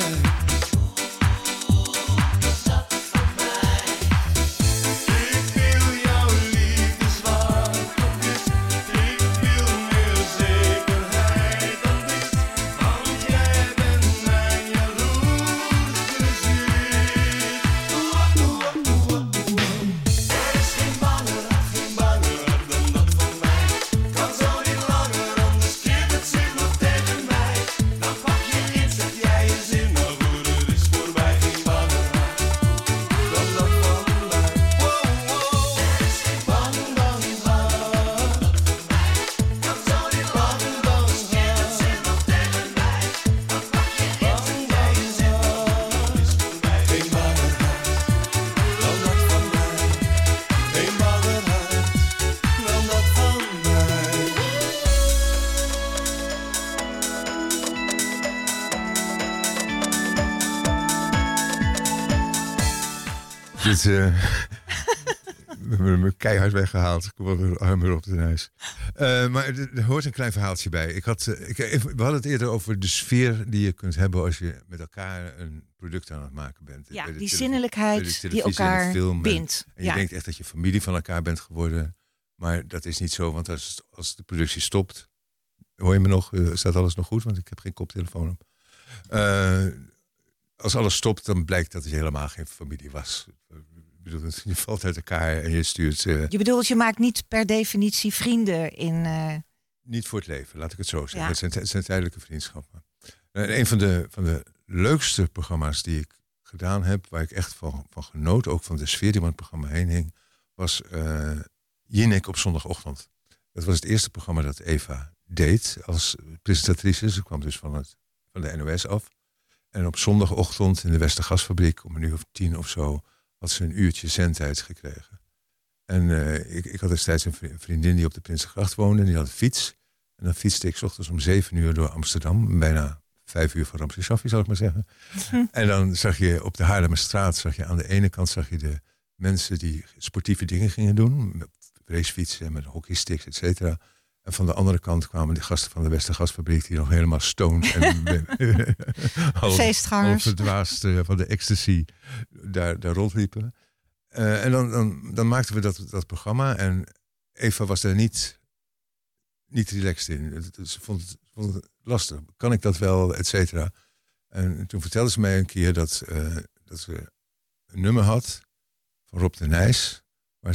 N: Ik wil jouw liefde zwart op wit. Ik wil meer zekerheid dan dit. Want jij bent mijn jaloers plezier. Oeh, oeh, oeh, oeh. Er is geen banger hart, geen banger hart dan dat van mij. Kan zo niet langer, anders keert het zich nog tegen mij. Dan pak je iets, zeg jij je zin, maar goed, het is voorbij. Geen banger hart dan dat van mij. Wow, wow. Er is geen banger hart dan dat van mij. Kan zo niet langer, anders keert het zich nog tegen mij. Dan pak je iets, zeg jij je zin, maar goed, het is voorbij. Geen banger hart dan dat van mij. Geen banger hart dan dat van mij.
C: Dit, uh, we hebben me keihard weggehaald. Ik word er armer op de huis. Uh, maar er, er hoort een klein verhaaltje bij. Ik had, uh, ik, we hadden het eerder over de sfeer die je kunt hebben als je met elkaar een product aan het maken bent.
B: Ja,
C: Bij de
B: die
C: tele-
B: zinnelijkheid
C: bij de
B: die
C: televisie en de
B: elkaar
C: film.
B: bindt.
C: En, en je
B: Ja.
C: denkt echt dat je familie van elkaar bent geworden. Maar dat is niet zo, want als, als de productie stopt... Hoor je me nog? Uh, staat alles nog goed? Want ik heb geen koptelefoon op. Uh, als alles stopt, dan blijkt dat het helemaal geen familie was. Ik bedoel, je valt uit elkaar en je stuurt... Uh,
B: Je bedoelt, je maakt niet per definitie vrienden in... Uh...
C: Niet voor het leven, laat ik het zo zeggen.
B: Ja.
C: Het, zijn, het zijn tijdelijke vriendschappen. En een van de, van de leukste programma's die ik gedaan heb... waar ik echt van, van genoot, ook van de sfeer die om het programma heen hing... was uh, Jinek op zondagochtend. Dat was het eerste programma dat Eva deed als presentatrice. Ze kwam dus van, het, van de N O S af. En op zondagochtend in de Westergasfabriek... om een uur of tien of zo... had ze een uurtje zendtijd gekregen. En uh, ik, ik had destijds een vriendin die op de Prinsengracht woonde. Die had een fiets. En dan fietste ik 's ochtends om zeven uur door Amsterdam. Bijna vijf uur van Ramses Shaffi, zal ik maar zeggen. Hm. En dan zag je op de Haarlemmerstraat... zag je aan de ene kant zag je de mensen die sportieve dingen gingen doen. Met racefietsen en met hockeysticks, et cetera. En van de andere kant kwamen de gasten van de Westergasfabriek... die nog helemaal stoned en half, half verdwaasd uh, van de ecstasy daar, daar rondliepen. Uh, en dan, dan, dan maakten we dat, dat programma. En Eva was daar niet, niet relaxed in. Ze vond het, vond het lastig. Kan ik dat wel, et cetera. En toen vertelde ze mij een keer dat, uh, dat ze een nummer had... van Rob de Nijs... waar ze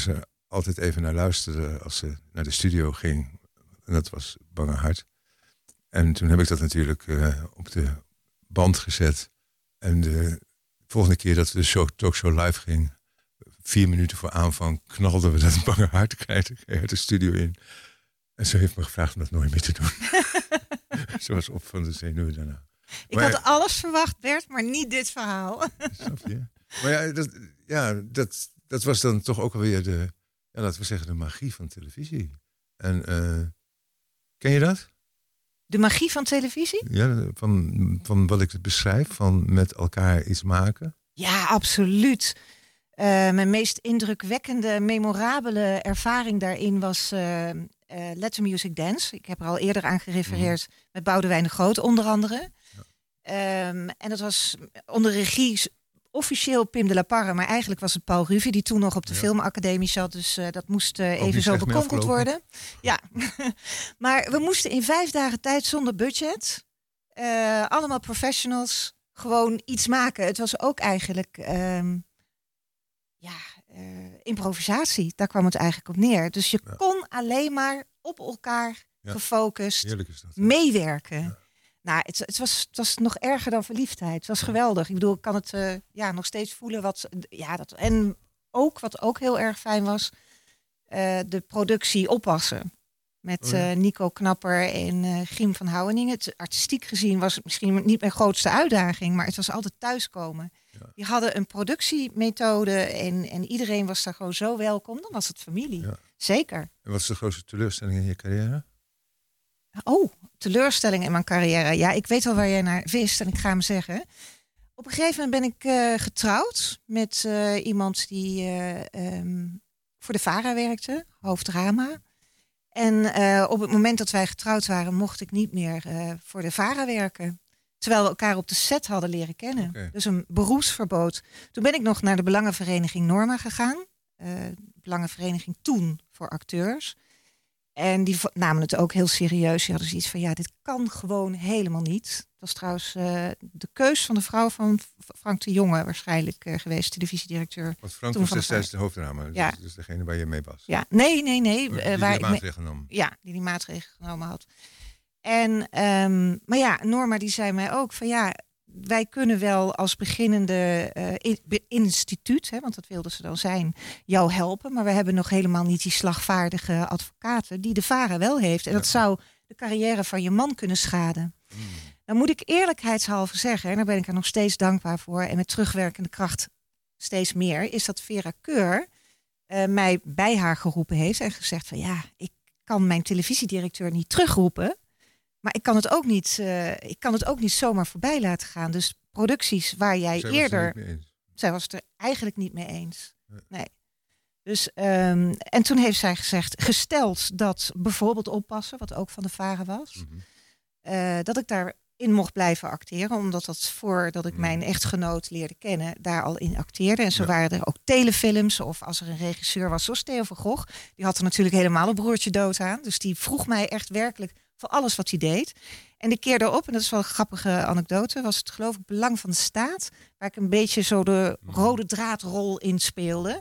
C: altijd even naar luisterde als ze naar de studio ging. En dat was Bange Hart. En toen heb ik dat natuurlijk uh, op de band gezet. En de volgende keer dat de show, talkshow live ging, vier minuten voor aanvang, knalden we dat Bange Hart uit de studio in. En ze heeft me gevraagd om dat nooit meer te doen. Ze was op van de zenuwen daarna.
B: Ik maar, had alles verwacht, Bert, maar niet dit verhaal.
C: Snap je? Maar ja, dat, ja dat, dat was dan toch ook alweer de, ja, laten we zeggen, de magie van televisie. En uh, ken je dat?
B: De magie van televisie?
C: Ja, van, van wat ik beschrijf, van met elkaar iets maken.
B: Ja, absoluut. Uh, mijn meest indrukwekkende, memorabele ervaring daarin was uh, uh, Let the Music Dance. Ik heb er al eerder aan gerefereerd mm. met Boudewijn de Groot onder andere. Ja. Um, en dat was onder regie officieel Pim de la Parra, maar eigenlijk was het Paul Ruvie die toen nog op de ja. Filmacademie zat. Dus uh, dat moest uh, even zo bekonkeld worden. Ja, maar we moesten in vijf dagen tijd zonder budget, uh, allemaal professionals, gewoon iets maken. Het was ook eigenlijk um, ja, uh, improvisatie. Daar kwam het eigenlijk op neer. Dus je ja. kon alleen maar op elkaar ja. gefocust
C: is dat,
B: meewerken. Ja. Nou, het, het, was, het was nog erger dan verliefdheid. Het was geweldig. Ik bedoel, ik kan het uh, ja, nog steeds voelen. Wat, ja, dat, en ook, wat ook heel erg fijn was, uh, de productie oppassen. Met oh ja. uh, Nico Knapper en uh, Giem van Houweningen. Het, artistiek gezien was het misschien niet mijn grootste uitdaging, maar het was altijd thuiskomen. Ja. Die hadden een productiemethode en, en iedereen was daar gewoon zo welkom. Dan was het familie. Ja. Zeker.
C: En wat is de grootste teleurstelling in je carrière?
B: Oh, teleurstelling in mijn carrière. Ja, ik weet al waar jij naar wist en ik ga hem zeggen. Op een gegeven moment ben ik uh, getrouwd met uh, iemand die uh, um, voor de VARA werkte, hoofddrama. En uh, op het moment dat wij getrouwd waren, mocht ik niet meer uh, voor de VARA werken. Terwijl we elkaar op de set hadden leren kennen. Okay. Dus een beroepsverbod. Toen ben ik nog naar de Belangenvereniging Norma gegaan. Uh, Belangenvereniging toen voor acteurs. En die namen het ook heel serieus. Die hadden zoiets van, ja, dit kan gewoon helemaal niet. Dat was trouwens uh, de keus van de vrouw van Frank de Jonge waarschijnlijk uh, geweest, televisiedirecteur.
C: Want Frank was destijds de hoofddrama,
B: ja.
C: dus, dus degene waar je mee was.
B: Ja, nee, nee, nee.
C: Die,
B: uh,
C: die
B: waar
C: die maatregelen genomen.
B: Ja, die die maatregelen genomen had. En, um, maar ja, Norma die zei mij ook van, ja, wij kunnen wel als beginnende uh, instituut, hè, want dat wilden ze dan zijn, jou helpen. Maar we hebben nog helemaal niet die slagvaardige advocaten die de VARA wel heeft. En ja. dat zou de carrière van je man kunnen schaden. Mm. Dan moet ik eerlijkheidshalve zeggen, en daar ben ik er nog steeds dankbaar voor, en met terugwerkende kracht steeds meer, is dat Vera Keur uh, mij bij haar geroepen heeft en gezegd van, ja, ik kan mijn televisiedirecteur niet terugroepen. Maar ik kan het ook niet, uh, ik kan het ook niet zomaar voorbij laten gaan. Dus producties waar jij
C: zij
B: eerder...
C: Was er
B: zij was het er eigenlijk niet mee eens. Nee. nee. Dus, um, en toen heeft zij gezegd, gesteld dat bijvoorbeeld Oppassen, wat ook van de VARA was, mm-hmm. uh, dat ik daarin mocht blijven acteren. Omdat dat voordat ik mijn echtgenoot leerde kennen, daar al in acteerde. En zo ja. waren er ook telefilms. Of als er een regisseur was, zoals Theo van Gogh. Die had er natuurlijk helemaal een broertje dood aan. Dus die vroeg mij echt werkelijk voor alles wat hij deed. En de keer daarop, en dat is wel een grappige anekdote, was het geloof ik Belang van de Staat, waar ik een beetje zo de rode draadrol in speelde.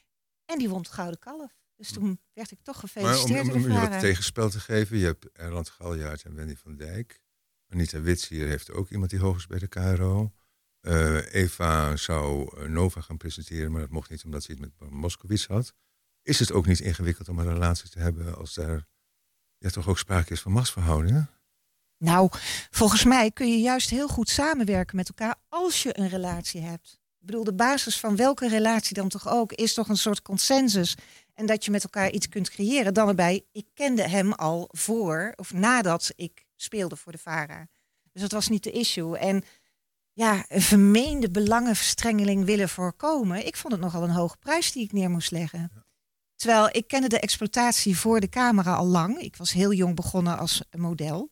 B: En die won het Gouden Kalf. Dus toen werd ik toch gefeliciteerd.
C: Maar om, om, om je wat tegenspel te geven, je hebt Erland Galjaard en Wendy van Dijk. Anita Wits hier heeft ook iemand die hoog is bij de K R O. Uh, Eva zou Nova gaan presenteren, maar dat mocht niet omdat ze het met Moskowitz had. Is het ook niet ingewikkeld om een relatie te hebben als daar ja, toch ook sprake is van machtsverhoudingen?
B: Nou, volgens mij kun je juist heel goed samenwerken met elkaar als je een relatie hebt. Ik bedoel, de basis van welke relatie dan toch ook is toch een soort consensus. En dat je met elkaar iets kunt creëren. Dan erbij, ik kende hem al voor of nadat ik speelde voor de VARA. Dus dat was niet de issue. En ja, een vermeende belangenverstrengeling willen voorkomen. Ik vond het nogal een hoge prijs die ik neer moest leggen. Ja. Terwijl ik kende de exploitatie voor de camera al lang. Ik was heel jong begonnen als model.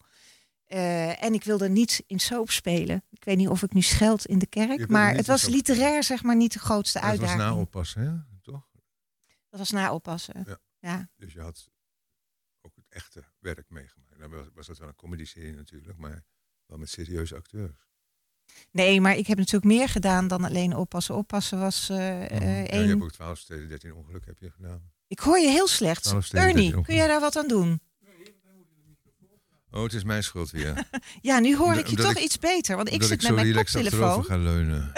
B: Uh, en ik wilde niet in soap spelen. Ik weet niet of ik nu scheld in de kerk. Maar het was literair zeg maar niet de grootste
C: dat
B: uitdaging.
C: Dat was na oppassen, hè? Toch?
B: Dat was na oppassen,
C: ja.
B: ja.
C: Dus je had ook het echte werk meegemaakt. Dan was, was dat wel een comedy-serie natuurlijk, maar wel met serieuze acteurs.
B: Nee, maar ik heb natuurlijk meer gedaan dan alleen oppassen. Oppassen was uh, uh,
C: ja,
B: één...
C: je hebt ook twaalf, dertien ongeluk heb je gedaan.
B: Ik hoor je heel slecht. Ernie, kun jij daar wat aan doen?
C: Oh, het is mijn schuld weer.
B: Ja, nu hoor ik je
C: Omdat
B: toch
C: ik-
B: iets beter. Want ik
C: Omdat
B: zit
C: ik
B: met
C: zo
B: mijn
C: relaxed
B: koptelefoon.
C: achterover ga leunen.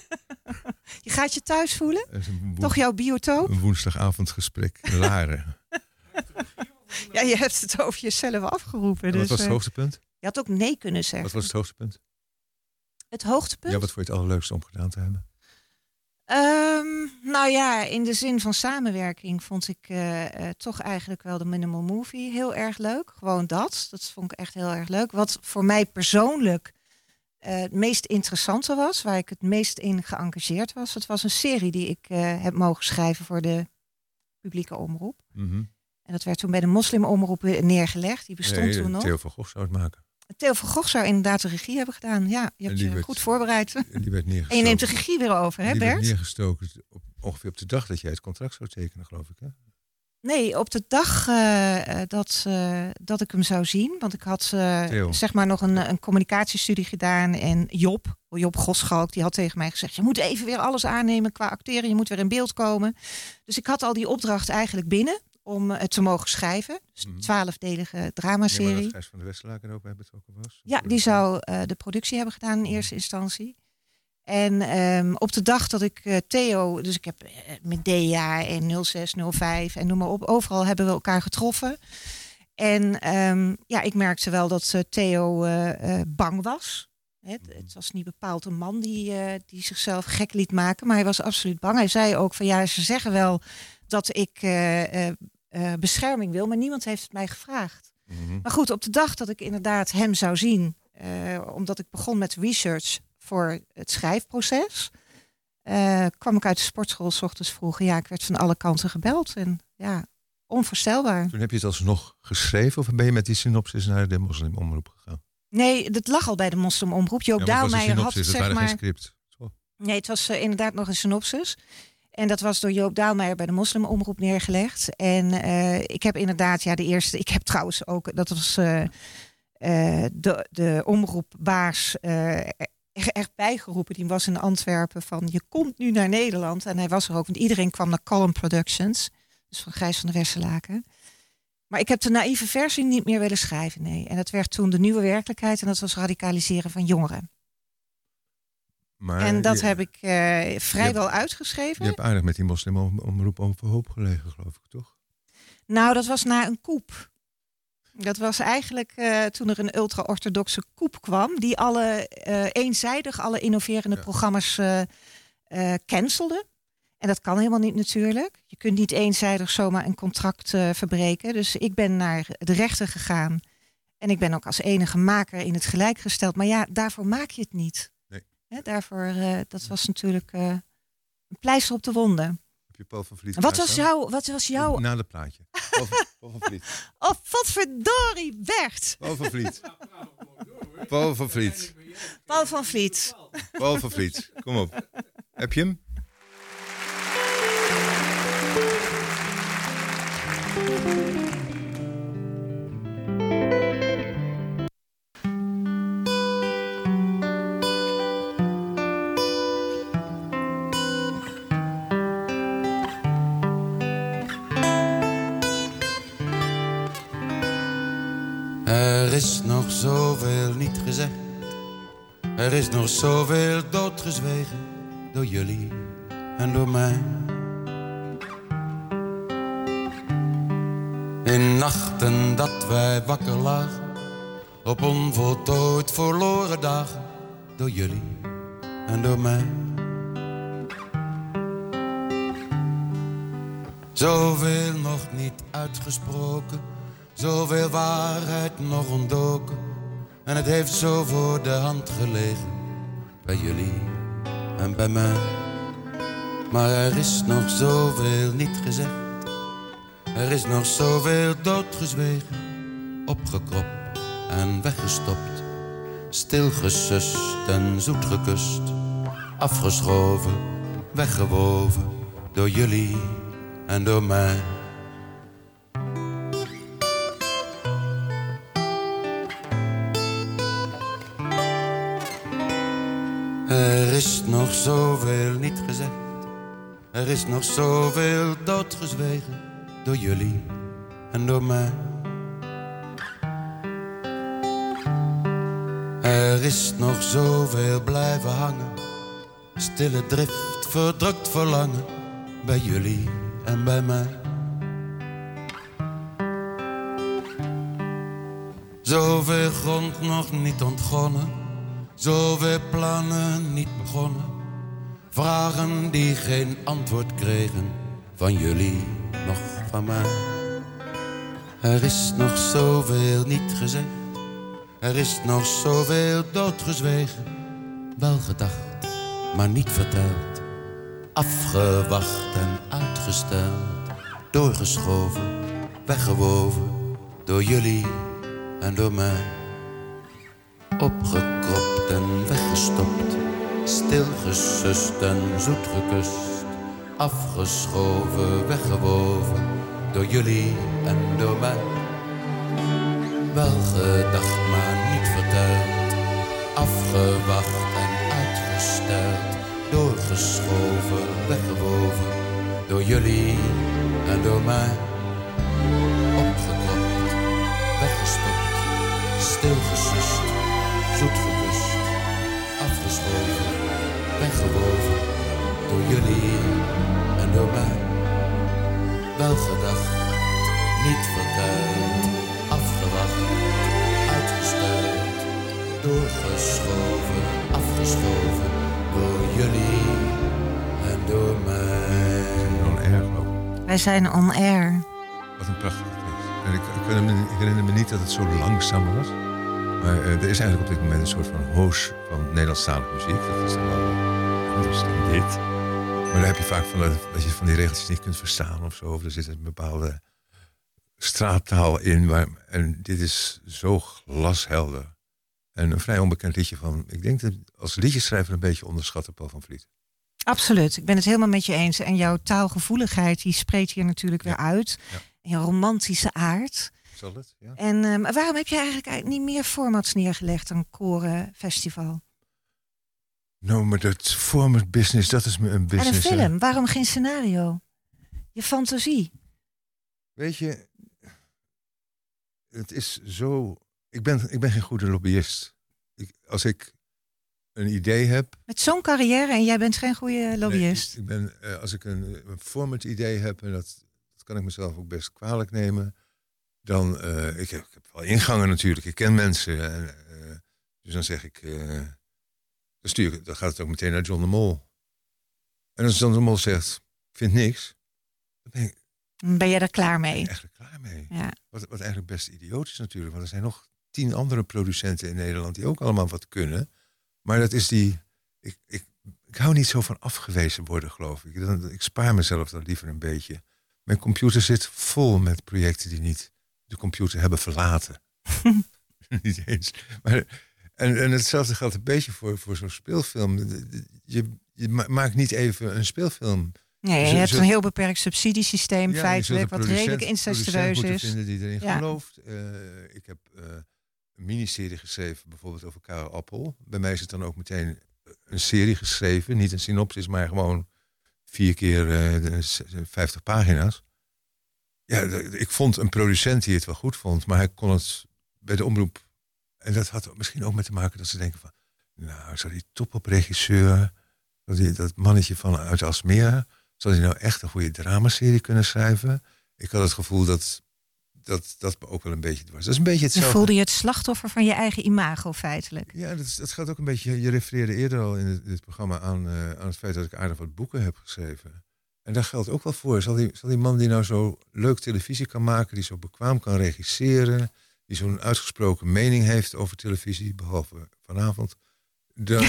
B: Je gaat je thuis voelen?
C: Dat is een woe-
B: Toch jouw biotoop?
C: Een woensdagavondgesprek in Laren.
B: Ja, je hebt het over jezelf afgeroepen.
C: En
B: Dus,
C: wat was het
B: eh,
C: hoogtepunt?
B: Je had ook nee kunnen zeggen.
C: Wat was het hoogtepunt?
B: Het hoogtepunt?
C: Ja, wat vond je het allerleukste om gedaan te hebben?
B: Ehm, nou ja, in de zin van samenwerking vond ik eh, eh, toch eigenlijk wel de Minimal Movie heel erg leuk. Gewoon dat. Dat vond ik echt heel erg leuk. Wat voor mij persoonlijk eh, het meest interessante was, waar ik het meest in geëngageerd was. Het was een serie die ik eh, heb mogen schrijven voor de publieke omroep.
C: Mm-hmm.
B: En dat werd toen bij de moslimomroep neergelegd. Die bestond
C: Nee,
B: toen nog.
C: Theo van Gogh zou het maken.
B: Theo van Gogh zou inderdaad de regie hebben gedaan. Ja, je hebt
C: die
B: je
C: werd-
B: goed voorbereid.
C: En die werd neergestoken.
B: En je neemt de regie weer over, hè
C: die
B: Bert?
C: werd neergestoken op, ongeveer op de dag dat jij het contract zou tekenen, geloof ik. Hè?
B: Nee, op de dag eh, eh, dat, eh, dat ik hem zou zien. Want ik had eh,
C: Theo.
B: zeg maar nog een, een communicatiestudie gedaan. En Job, Job Goschalk, die had tegen mij gezegd... je moet even weer alles aannemen qua acteren. Je moet weer in beeld komen. Dus ik had al die opdracht eigenlijk binnen om het te mogen schrijven. Dus een twaalfdelige
C: Ja, maar
B: dramaserie.
C: dat Gijs van der Westerlaken er ook bij betrokken was.
B: Ja, die zou uh, de productie hebben gedaan in eerste instantie. En um, op de dag dat ik uh, Theo, dus ik heb uh, met Dea en nul zes nul vijf en noem maar op, overal hebben we elkaar getroffen. En um, ja, ik merkte wel dat uh, Theo uh, uh, bang was. Het, het was niet bepaald een man die, uh, die zichzelf gek liet maken, maar hij was absoluut bang. Hij zei ook van ja, ze zeggen wel dat ik uh, uh, uh, bescherming wil, maar niemand heeft het mij gevraagd. Mm-hmm. Maar goed, op de dag dat ik inderdaad hem zou zien, uh, omdat ik begon met research voor het schrijfproces, uh, kwam ik uit de sportschool 's ochtends vroeg. Ja, ik werd van alle kanten gebeld en ja, onvoorstelbaar.
C: Toen heb je het alsnog geschreven of ben je met die synopsis naar de moslimomroep gegaan?
B: Nee, dat lag al bij de moslimomroep. Joop
C: ja,
B: Daalmeijer had
C: het
B: zeg
C: waren
B: maar.
C: geen script. Zo.
B: Nee, het was uh, inderdaad nog een synopsis. En dat was door Joop Daalmeijer bij de moslimomroep neergelegd. En uh, ik heb inderdaad, ja, de eerste. Ik heb trouwens ook, dat was uh, uh, de, de omroepbaas uh, echt bijgeroepen. Die was in Antwerpen van je komt nu naar Nederland. En hij was er ook, want iedereen kwam naar Column Productions. Dus van Gijs van der Westerlaken. Maar ik heb de naïeve versie niet meer willen schrijven, nee. En dat werd toen de nieuwe werkelijkheid en dat was radicaliseren van jongeren.
C: Maar
B: en dat
C: je,
B: heb ik uh, vrijwel
C: je hebt,
B: uitgeschreven.
C: Je hebt aardig met die moslimomroep overhoop gelegen, geloof ik, toch?
B: Nou, dat was na een coup. Dat was eigenlijk uh, toen er een ultra-orthodoxe coup kwam, die alle uh, eenzijdig alle innoverende ja. programma's uh, uh, cancelde. En dat kan helemaal niet natuurlijk. Je kunt niet eenzijdig zomaar een contract uh, verbreken. Dus ik ben naar de rechter gegaan. En ik ben ook als enige maker in het gelijk gesteld. Maar ja, daarvoor maak je het niet.
C: Nee.
B: He, daarvoor, uh, dat was natuurlijk uh, een pleister op de wonden.
C: Heb je Paul van Vliet
B: wat was, jouw, wat was jouw...
C: Na het plaatje. Paul van, Paul van Vliet.
B: Oh, wat verdorie, Bert.
C: Paul van Vliet. Paul van Vliet.
B: Paul van Vliet.
C: Paul van Vliet, kom op. Heb je hem?
O: Er is nog zoveel niet gezegd. Er is nog zoveel doodgezwegen door jullie en door mij. In nachten dat wij wakker lagen, op onvoltooid verloren dagen, door jullie en door mij. Zoveel nog niet uitgesproken, zoveel waarheid nog ontdoken. En het heeft zo voor de hand gelegen, bij jullie en bij mij. Maar er is nog zoveel niet gezegd. Er is nog zoveel doodgezwegen, opgekropt en weggestopt. Stilgesust en zoet gekust, afgeschoven, weggewoven, door jullie en door mij. Er is nog zoveel niet gezegd. Er is nog zoveel doodgezwegen, door jullie en door mij. Er is nog zoveel blijven hangen, stille drift, verdrukt verlangen, bij jullie en bij mij. Zoveel grond nog niet ontgonnen, zoveel plannen niet begonnen, vragen die geen antwoord kregen, van jullie nog van mij. Er is nog zoveel niet gezegd, er is nog zoveel doodgezwegen, wel gedacht, maar niet verteld, afgewacht en uitgesteld, doorgeschoven, weggewoven, door jullie en door mij. Opgekropt en weggestopt, stilgesust en zoet gekust, afgeschoven, weggewoven, door jullie en door mij. Wel gedacht, maar niet verteld, afgewacht en uitgesteld, doorgeschoven, weggewoven, door jullie en door mij. Opgekropt, weggestopt, stilgesust, zoet gekust, afgeschoven, weggewoven, door jullie en door mij. Wel gedacht, niet verteld, afgewacht, uitgesteld, doorgeschoven, afgeschoven, door jullie en door mij.
C: On-air, geloof ik.
B: Wij zijn on air.
C: Wat een prachtige tekst. En ik, ik, herinner me, ik herinner me niet dat het zo langzaam was. Maar uh, er is eigenlijk op dit moment een soort van hoos van Nederlandstalige muziek. Dat is dan wel anders dan dit. Maar dan heb je vaak van dat, dat je van die regeltjes niet kunt verstaan of zo. Of er zit een bepaalde straattaal in. Waar, en dit is zo glashelder. En een vrij onbekend liedje van... Ik denk dat als liedjeschrijver een beetje onderschatte Paul van Vliet.
B: Absoluut, ik ben het helemaal met je eens. En jouw taalgevoeligheid, die spreekt hier natuurlijk weer uit.
C: Ja.
B: En je romantische aard.
C: Zal het? Ja.
B: En um, waarom heb je eigenlijk, eigenlijk niet meer formats neergelegd dan Korenfestival?
C: Nou, maar dat format business, dat is me een business.
B: En een film, waarom geen scenario? Je fantasie.
C: Weet je, het is zo... Ik ben, ik ben geen goede lobbyist. Ik, als ik een idee heb...
B: Met zo'n carrière en jij bent geen goede lobbyist.
C: Nee, ik ben, uh, als ik een, een format idee heb, en dat, dat kan ik mezelf ook best kwalijk nemen, dan... Uh, ik, heb, ik heb wel ingangen natuurlijk, ik ken mensen. En, uh, dus dan zeg ik... Uh, dan, stuur ik, dan gaat het ook meteen naar John de Mol. En als John de Mol zegt, ik vind niks, dan ben ik...
B: Ben je er klaar mee?
C: Ben je eigenlijk klaar mee.
B: Ja.
C: Wat, wat eigenlijk best idioot is natuurlijk. Want er zijn nog tien andere producenten in Nederland die ook allemaal wat kunnen. Maar dat is die... Ik, ik, ik hou niet zo van afgewezen worden, geloof ik. Dan, ik spaar mezelf dan liever een beetje. Mijn computer zit vol met projecten die niet de computer hebben verlaten. Niet eens. Maar, en, en hetzelfde geldt een beetje voor, voor zo'n speelfilm. Je, je maakt niet even een speelfilm...
B: Nee, je
C: Z-
B: hebt
C: zult-
B: een heel beperkt subsidiesysteem,
C: Ja,
B: feitelijk,
C: je
B: wat
C: zult een
B: redelijk
C: producent-
B: incestueus
C: producent
B: is.
C: moeten vinden die erin
B: Ja.
C: gelooft. Uh, ik heb uh, een miniserie geschreven, bijvoorbeeld over Karel Appel. Bij mij is het dan ook meteen een serie geschreven. Niet een synopsis, maar gewoon vier keer uh, vijftig pagina's. Ja, d- ik vond een producent die het wel goed vond, maar hij kon het bij de omroep... En dat had misschien ook met te maken dat ze denken van... Nou, zou die top-op-regisseur, dat, die, dat mannetje van uit Alsmeer... Zou hij nou echt een goede dramaserie kunnen schrijven? Ik had het gevoel dat dat, dat me ook wel een beetje dwars. Dat is een beetje
B: Je
C: hetzelfde.
B: voelde je het slachtoffer van je eigen imago, feitelijk.
C: Ja, dat, is, dat gaat ook een beetje... Je refereerde eerder al in het, dit programma aan, uh, aan het feit dat ik aardig wat boeken heb geschreven. En daar geldt ook wel voor. Zal die, zal die man die nou zo leuk televisie kan maken, die zo bekwaam kan regisseren, die zo'n uitgesproken mening heeft over televisie, behalve vanavond... Dan,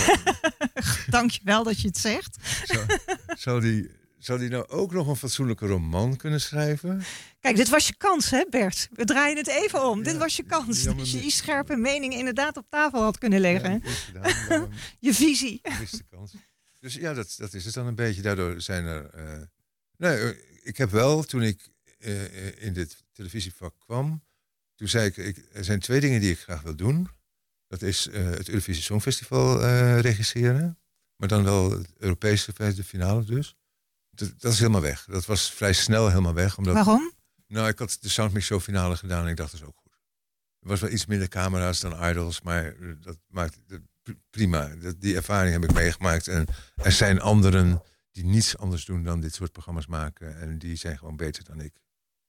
B: Dank je wel dat je het zegt.
C: Zou, zou, die, zou die nou ook nog een fatsoenlijke roman kunnen schrijven?
B: Kijk, dit was je kans, hè Bert? We draaien het even om.
C: Ja,
B: dit was je kans.
C: jammer
B: Dat je
C: mis-
B: die scherpe mening inderdaad op tafel had kunnen leggen.
C: Ja, dat is gedaan, maar-
B: je visie.
C: Wist de kans. Dus ja, dat, dat is het dan een beetje. Daardoor zijn er... Uh, nee, ik heb wel, toen ik uh, in dit televisievak kwam... Toen zei ik, ik, er zijn twee dingen die ik graag wil doen. Dat is uh, het Eurovisie Songfestival uh, regisseren. Maar dan wel het Europese, de finale dus. Dat, dat is helemaal weg. Dat was vrij snel helemaal weg. Omdat,
B: Waarom?
C: Nou, ik had de Soundmix Show finale gedaan en ik dacht, dat is ook goed. Er was wel iets minder camera's dan Idols, maar dat maakt het prima. Dat, die ervaring heb ik meegemaakt. En er zijn anderen die niets anders doen dan dit soort programma's maken. En die zijn gewoon beter dan ik.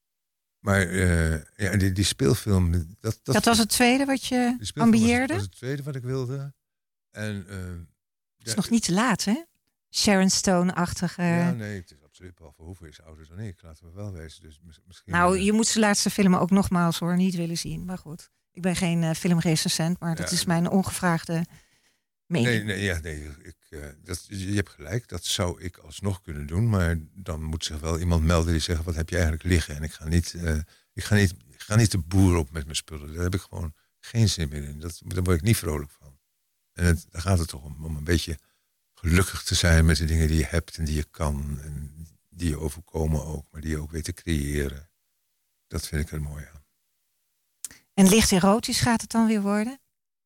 C: Maar uh, ja, die, die speelfilm... Dat, dat,
B: dat was het tweede wat je ambieerde?
C: Dat was het tweede wat ik wilde. En, uh,
B: het is ja, nog niet te laat, hè? Sharon Stone-achtige...
C: Ja, nee, het is absoluut. Paul Verhoeven is ouder dan ik, laten we wel wezen. Dus misschien
B: nou, je moet zijn laatste film ook nogmaals hoor, niet willen zien. Maar goed, ik ben geen uh, filmrecensent, maar dat ja, is mijn ongevraagde mening.
C: Nee, nee, ja, nee ik, uh, dat, je hebt gelijk, dat zou ik alsnog kunnen doen. Maar dan moet zich wel iemand melden die zegt, wat heb je eigenlijk liggen? En ik ga niet, uh, ik ga niet, ik ga niet de boer op met mijn spullen. Daar heb ik gewoon geen zin meer in. Dat, daar word ik niet vrolijk van. En het, daar gaat het toch om, om een beetje gelukkig te zijn met de dingen die je hebt en die je kan. En die je overkomen ook, maar die je ook weet te creëren. Dat vind ik er mooi aan.
B: En licht erotisch gaat het dan weer worden?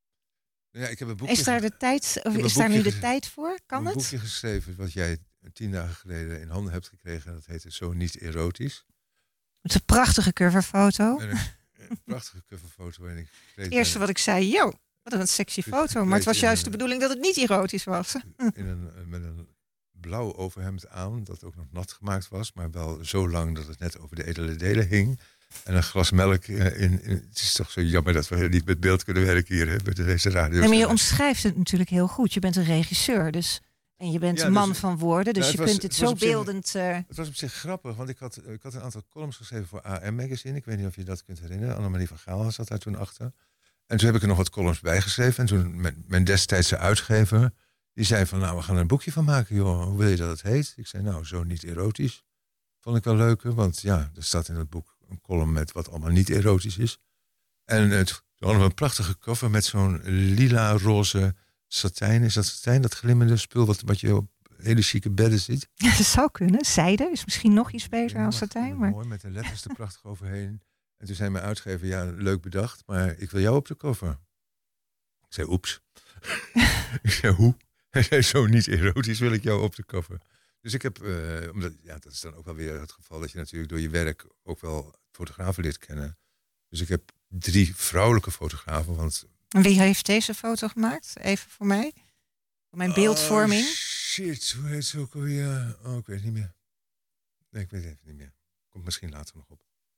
C: Ja, ik heb een boekje,
B: is daar, de tijd, of is daar nu de tijd voor? Kan het?
C: Ik heb een boekje geschreven wat jij tien dagen geleden in handen hebt gekregen. Dat heet Zo Niet Erotisch.
B: Met een prachtige coverfoto.
C: En een, een prachtige coverfoto. En ik
B: het eerste wat ik zei, yo, wat een sexy foto. Maar het was juist de bedoeling dat het niet erotisch was.
C: In een, met een blauw overhemd aan, dat ook nog nat gemaakt was. Maar wel zo lang dat het net over de edele delen hing. En een glas melk in, in. Het is toch zo jammer dat we niet met beeld kunnen werken hier, hè, met deze radio.
B: Nee, maar je omschrijft het natuurlijk heel goed. Je bent een regisseur, dus en je bent ja, een man dus, van woorden, dus nou, je was, kunt het, het zo beeldend...
C: Zich, uh... Het was op zich grappig, want ik had, ik had een aantal columns geschreven voor A M Magazine. Ik weet niet of je dat kunt herinneren. Annemarie van Gaal zat daar toen achter. En toen heb ik er nog wat columns bijgeschreven. En toen mijn, mijn destijdse uitgever, die zei van, nou, we gaan er een boekje van maken, joh. Hoe wil je dat het heet? Ik zei, nou, Zo Niet Erotisch. Vond ik wel leuk, want ja, er staat in het boek een column met wat allemaal niet erotisch is. En het hadden we een prachtige cover met zo'n lila-roze satijn. Is dat satijn, dat glimmende spul wat, wat je op hele chique bedden ziet?
B: Ja, dat zou kunnen. Zijde is misschien nog iets beter dan satijn. Maar...
C: Mooi, met de letters er prachtig overheen. En toen zei mijn uitgever, ja, leuk bedacht, maar ik wil jou op de cover. Ik zei, oeps. Ik zei, hoe? Hij zei, Zo Niet Erotisch wil ik jou op de cover. Dus ik heb, uh, omdat, ja, dat is dan ook wel weer het geval dat je natuurlijk door je werk ook wel fotografen leert kennen. Dus ik heb drie vrouwelijke fotografen. Want...
B: En wie heeft deze foto gemaakt? Even voor mij. Voor mijn beeldvorming. Oh,
C: shit, hoe heet ze ook alweer? Oh, ik weet het niet meer. Nee, ik weet het even niet meer. Komt misschien later nog op.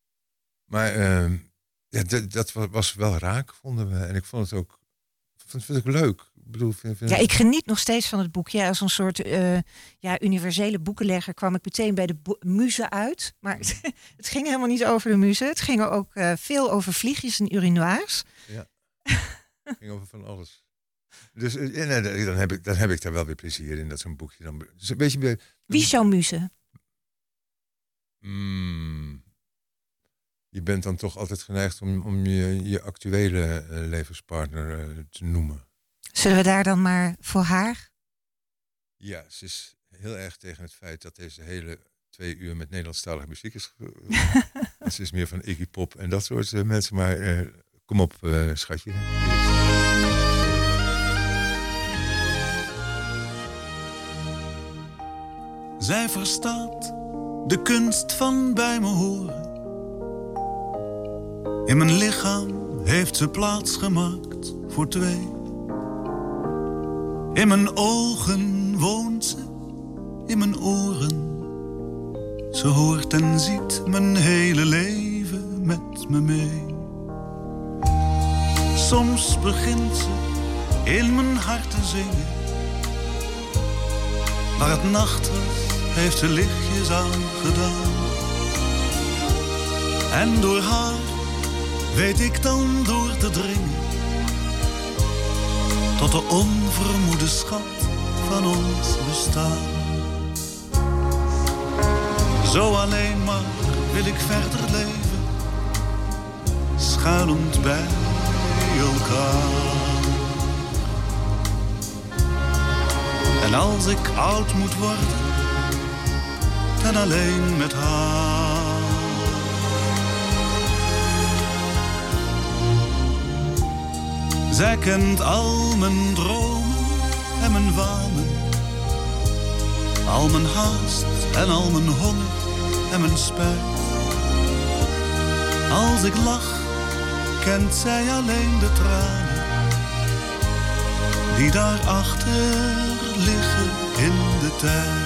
C: Maar uh, ja, d- dat was wel raak, vonden we. En ik vond het ook, vond, vind ik leuk. Ik bedoel, vind, vind
B: ja, ik geniet nog steeds van het boekje. Ja, als een soort uh, ja, universele boekenlegger kwam ik meteen bij de bo- muze uit. Maar het, het ging helemaal niet over de muze. Het ging ook uh, veel over vliegjes en urinoirs.
C: Ja, het ging over van alles. Dus uh, nee, dan, heb ik, dan heb ik daar wel weer plezier in, dat zo'n boekje dan... Dus een beetje, uh,
B: wie is jouw muze?
C: Mm, je bent dan toch altijd geneigd om, om je, je actuele uh, levenspartner uh, te noemen.
B: Zullen we daar dan maar voor haar?
C: Ja, ze is heel erg tegen het feit dat deze hele twee uur met Nederlandstalige muziek is. Ze is meer van Iggy Pop en dat soort uh, mensen. Maar uh, kom op, uh, schatje.
D: Zij verstaat de kunst van bij me horen. In mijn lichaam heeft ze plaats gemaakt voor twee. In mijn ogen woont ze, in mijn oren. Ze hoort en ziet mijn hele leven met me mee. Soms begint ze in mijn hart te zingen. Maar het nachtrust heeft ze lichtjes aangedaan. En door haar weet ik dan door te dringen tot de onvermoede schat van ons bestaan. Zo alleen maar wil ik verder leven, schuilend bij elkaar. En als ik oud moet worden, dan alleen met haar. Zij kent al mijn dromen en mijn wanen, al mijn haast en al mijn honger en mijn spijt. Als ik lach, kent zij alleen de tranen die daarachter liggen in de tijd.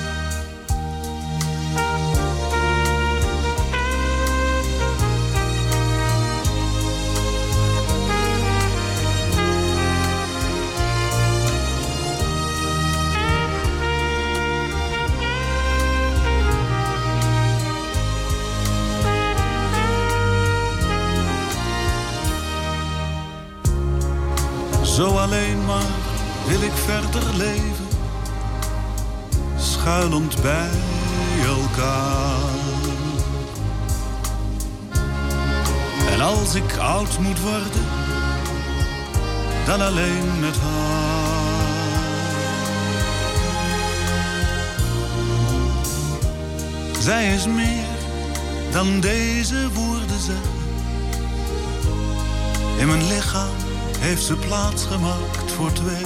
D: Zo alleen maar wil ik verder leven, schuilend bij elkaar. En als ik oud moet worden, dan alleen met haar. Zij is meer dan deze woorden zeggen. In mijn lichaam heeft ze plaats gemaakt voor twee.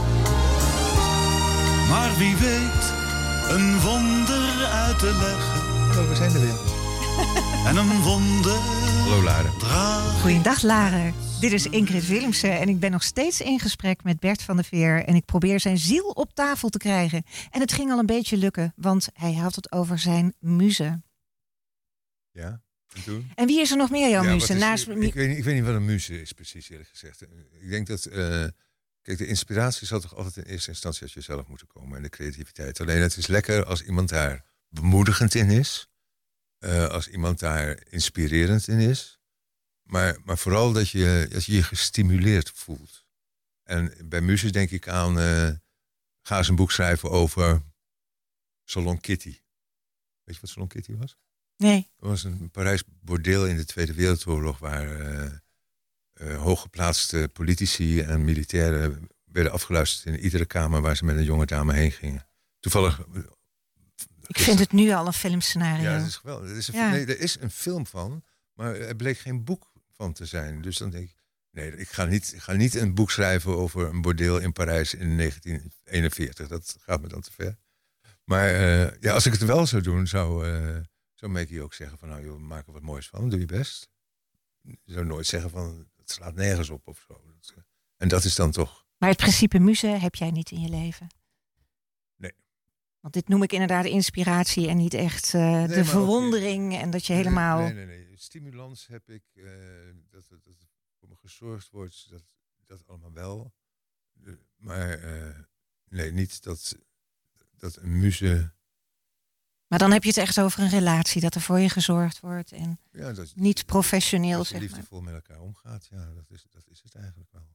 D: Maar wie weet een wonder uit te leggen.
C: Oh, we zijn er weer.
D: En een wonder.
C: Hallo Laren.
B: Goeiedag Laren. Dit is Ingrid Willemsen en ik ben nog steeds in gesprek met Bert van der Veer. En ik probeer zijn ziel op tafel te krijgen. En het ging al een beetje lukken, want hij had het over zijn muze.
C: Ja. En, toen?
B: En wie is er nog meer, jouw
C: ja,
B: muze?
C: Is,
B: Naast...
C: ik, ik, weet niet, ik weet niet wat een muze is, precies eerlijk gezegd. Ik denk dat, uh, kijk, de inspiratie zal toch altijd in eerste instantie uit jezelf moeten komen. En de creativiteit. Alleen het is lekker als iemand daar bemoedigend in is. Uh, als iemand daar inspirerend in is. Maar, maar vooral dat je, dat je je gestimuleerd voelt. En bij muze denk ik aan, uh, ga eens een boek schrijven over Salon Kitty. Weet je wat Salon Kitty was?
B: Nee.
C: Er was een Parijs bordeel in de Tweede Wereldoorlog waar uh, uh, hooggeplaatste politici en militairen werden afgeluisterd in iedere kamer waar ze met een jonge dame heen gingen. Toevallig. Uh,
B: Ik vind het nu al een filmscenario.
C: Ja, dat is geweldig. Er is, een,
B: ja.
C: nee, er is een film van, maar er bleek geen boek van te zijn. Dus dan denk ik, nee, ik ga niet, ik ga niet een boek schrijven over een bordeel in Parijs in negentien eenenveertig. Dat gaat me dan te ver. Maar uh, ja, als ik het wel zou doen, zou... Uh, Zo maak je ook zeggen van, nou joh, maak er wat moois van, doe je best. Je zou nooit zeggen van, het slaat nergens op of zo. En dat is dan toch...
B: Maar het principe muze heb jij niet in je leven?
C: Nee.
B: Want dit noem ik inderdaad inspiratie en niet echt uh, nee, de verwondering ook, en dat je
C: nee,
B: helemaal...
C: Nee, nee, nee. Stimulans heb ik, uh, dat, dat, dat voor me gezorgd wordt, dat, dat allemaal wel. Maar uh, nee, niet dat, dat een muze...
B: Maar dan heb je het echt over een relatie, dat er voor je gezorgd wordt en
C: ja, dat,
B: niet professioneel,
C: dat je
B: zeg maar.
C: liefdevol met elkaar omgaat, ja, dat is, dat is het eigenlijk wel.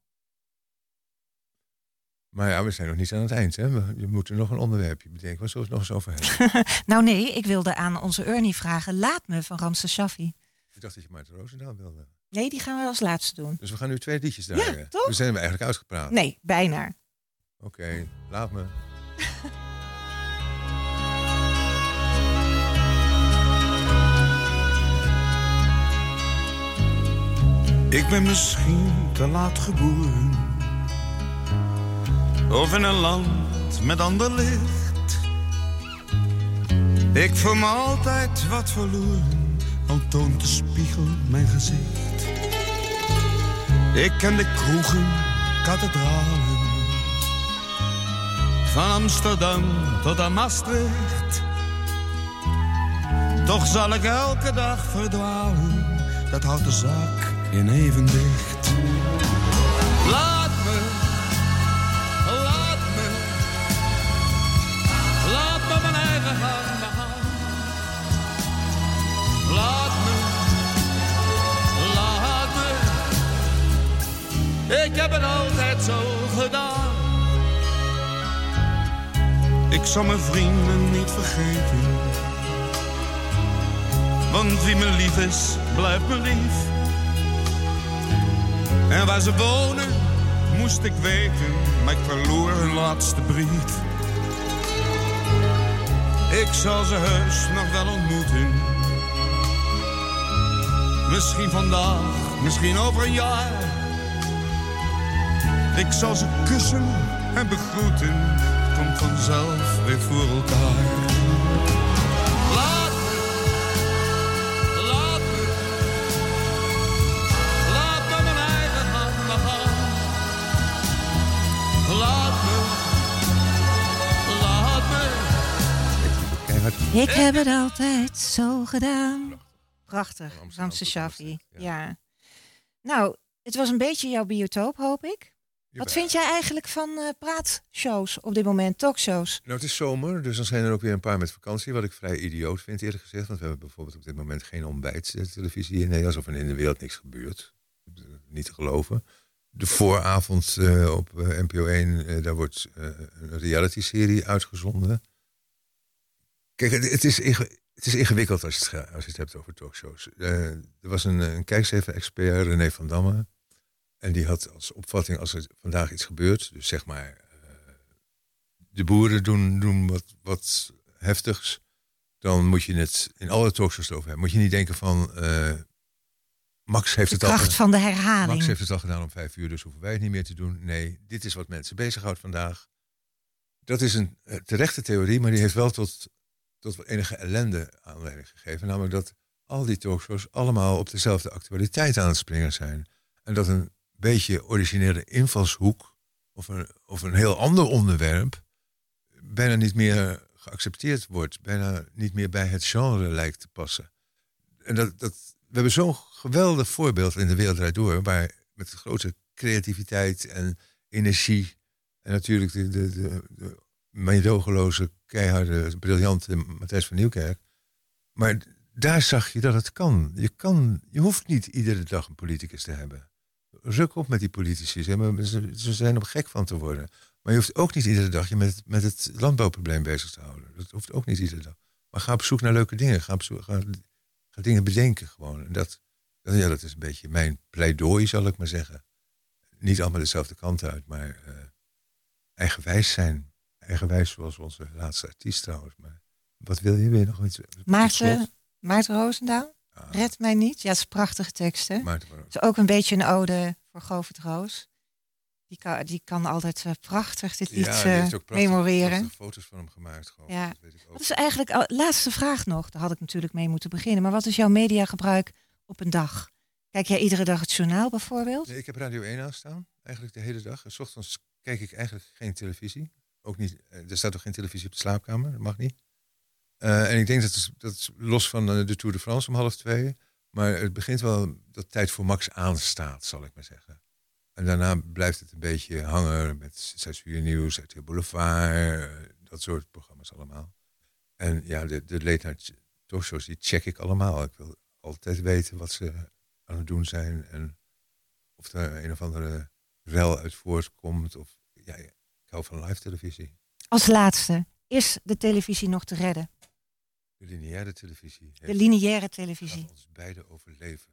C: Maar ja, we zijn nog niet aan het eind, hè. We, we moeten nog een onderwerpje bedenken. Waar zullen we het nog eens over hebben?
B: Nou nee, ik wilde aan onze Ernie vragen, Laat me van Ramses Shaffi.
C: Ik dacht dat je Maarten Roosendaal wilde.
B: Nee, die gaan we als laatste doen.
C: Dus we gaan nu twee liedjes draaien.
B: Ja, toch?
C: We zijn we eigenlijk uitgepraat.
B: Nee, bijna.
C: Oké, okay, laat me.
D: Ik ben misschien te laat geboren, of in een land met ander licht. Ik voel me altijd wat verloren, al toont de spiegel mijn gezicht. Ik ken de kroegen, kathedralen, van Amsterdam tot aan Maastricht. Toch zal ik elke dag verdwalen, dat houdt de zaak in evenwicht. Laat me, laat me, laat me mijn eigen gang begaan. Laat me, laat me, ik heb het altijd zo gedaan. Ik zal mijn vrienden niet vergeten, want wie me lief is, blijft me lief. En waar ze wonen, moest ik weten, maar ik verloor hun laatste brief. Ik zal ze heus nog wel ontmoeten. Misschien vandaag, misschien over een jaar. Ik zal ze kussen en begroeten, het komt vanzelf weer voor elkaar. Laat me, laat me,
B: Ik heb het altijd zo gedaan. Prachtig, Ramse Shaffi. Ja. ja. Nou, het was een beetje jouw biotoop, hoop ik. Wat vind jij eigenlijk van uh, praatshows op dit moment, talkshows?
C: Nou, het is zomer, dus dan zijn er ook weer een paar met vakantie. Wat ik vrij idioot vind, eerlijk gezegd. Want we hebben bijvoorbeeld op dit moment geen ontbijttelevisie in Nederland. Alsof er in de wereld niks gebeurt. Niet te geloven. De vooravond uh, op uh, N P O één, uh, daar wordt uh, een reality-serie uitgezonden. Kijk, het, het, is inge- het is ingewikkeld als je het, als je het hebt over talkshows. Uh, er was een, een kijkcijfer-expert, René van Damme. En die had als opvatting, als er vandaag iets gebeurt, dus zeg maar, uh, de boeren doen, doen wat, wat heftigs, dan moet je het in alle talkshows over hebben. Moet je niet denken van, uh, Max heeft
B: de
C: het al
B: kracht van de herhaling.
C: Max heeft het al gedaan om vijf uur, dus hoeven wij het niet meer te doen. Nee, dit is wat mensen bezighoudt vandaag. Dat is een uh, terechte theorie, maar die heeft wel tot, tot enige ellende aanleiding gegeven. Namelijk dat al die talkshows allemaal op dezelfde actualiteit aan het springen zijn. En dat een beetje originele invalshoek of een, of een heel ander onderwerp bijna niet meer geaccepteerd wordt. Bijna niet meer bij het genre lijkt te passen. En dat, dat, we hebben zo'n geweldig voorbeeld in De Wereld Draait Door, waar met grote creativiteit en energie en natuurlijk de, de, de, de meedogenloze, keiharde, briljante Matthijs van Nieuwkerk. Maar daar zag je dat het kan. Je, kan. je hoeft niet iedere dag een politicus te hebben. Ruk op met die politici. Ze zijn er gek van te worden. Maar je hoeft ook niet iedere dag je met, met het landbouwprobleem bezig te houden. Dat hoeft ook niet iedere dag. Maar ga op zoek naar leuke dingen. Ga, op zoek, ga, ga dingen bedenken gewoon. En dat, ja, dat is een beetje mijn pleidooi, zal ik maar zeggen. Niet allemaal dezelfde kant uit, maar uh, eigenwijs zijn. Eigenwijs zoals onze laatste artiest trouwens. Maar wat wil je weer nog iets?
B: Maarten, Maarten Roosendaal? Ah. Red mij niet. Ja, het is prachtige teksten. Het is ook een beetje een ode voor Govert Roos. Die kan, die kan altijd uh, prachtig dit lied ja, uh, memoreren.
C: Ik heb foto's van hem gemaakt. Gewoon.
B: Ja.
C: Dat weet ik ook.
B: Wat is eigenlijk, uh, laatste vraag nog. Daar had ik natuurlijk mee moeten beginnen. Maar wat is jouw mediagebruik op een dag? Kijk jij iedere dag het journaal bijvoorbeeld?
C: Nee, ik heb Radio één aanstaan. Eigenlijk de hele dag. En 's ochtends kijk ik eigenlijk geen televisie. Ook niet, uh, er staat ook geen televisie op de slaapkamer. Dat mag niet. Uh, en ik denk dat het, dat het los van de Tour de France om half twee. Maar het begint wel dat tijd voor Max aanstaat, zal ik maar zeggen. En daarna blijft het een beetje hangen met zes uur nieuws, R T L Boulevard, dat soort programma's allemaal. En ja, de, de late night talkshows, die check ik allemaal. Ik wil altijd weten wat ze aan het doen zijn en of er een of andere rel uit voortkomt. Of, ja, ik hou van live televisie.
B: Als laatste, is de televisie nog te redden?
C: De lineaire televisie.
B: De lineaire televisie.
C: Gaat ons beide overleven.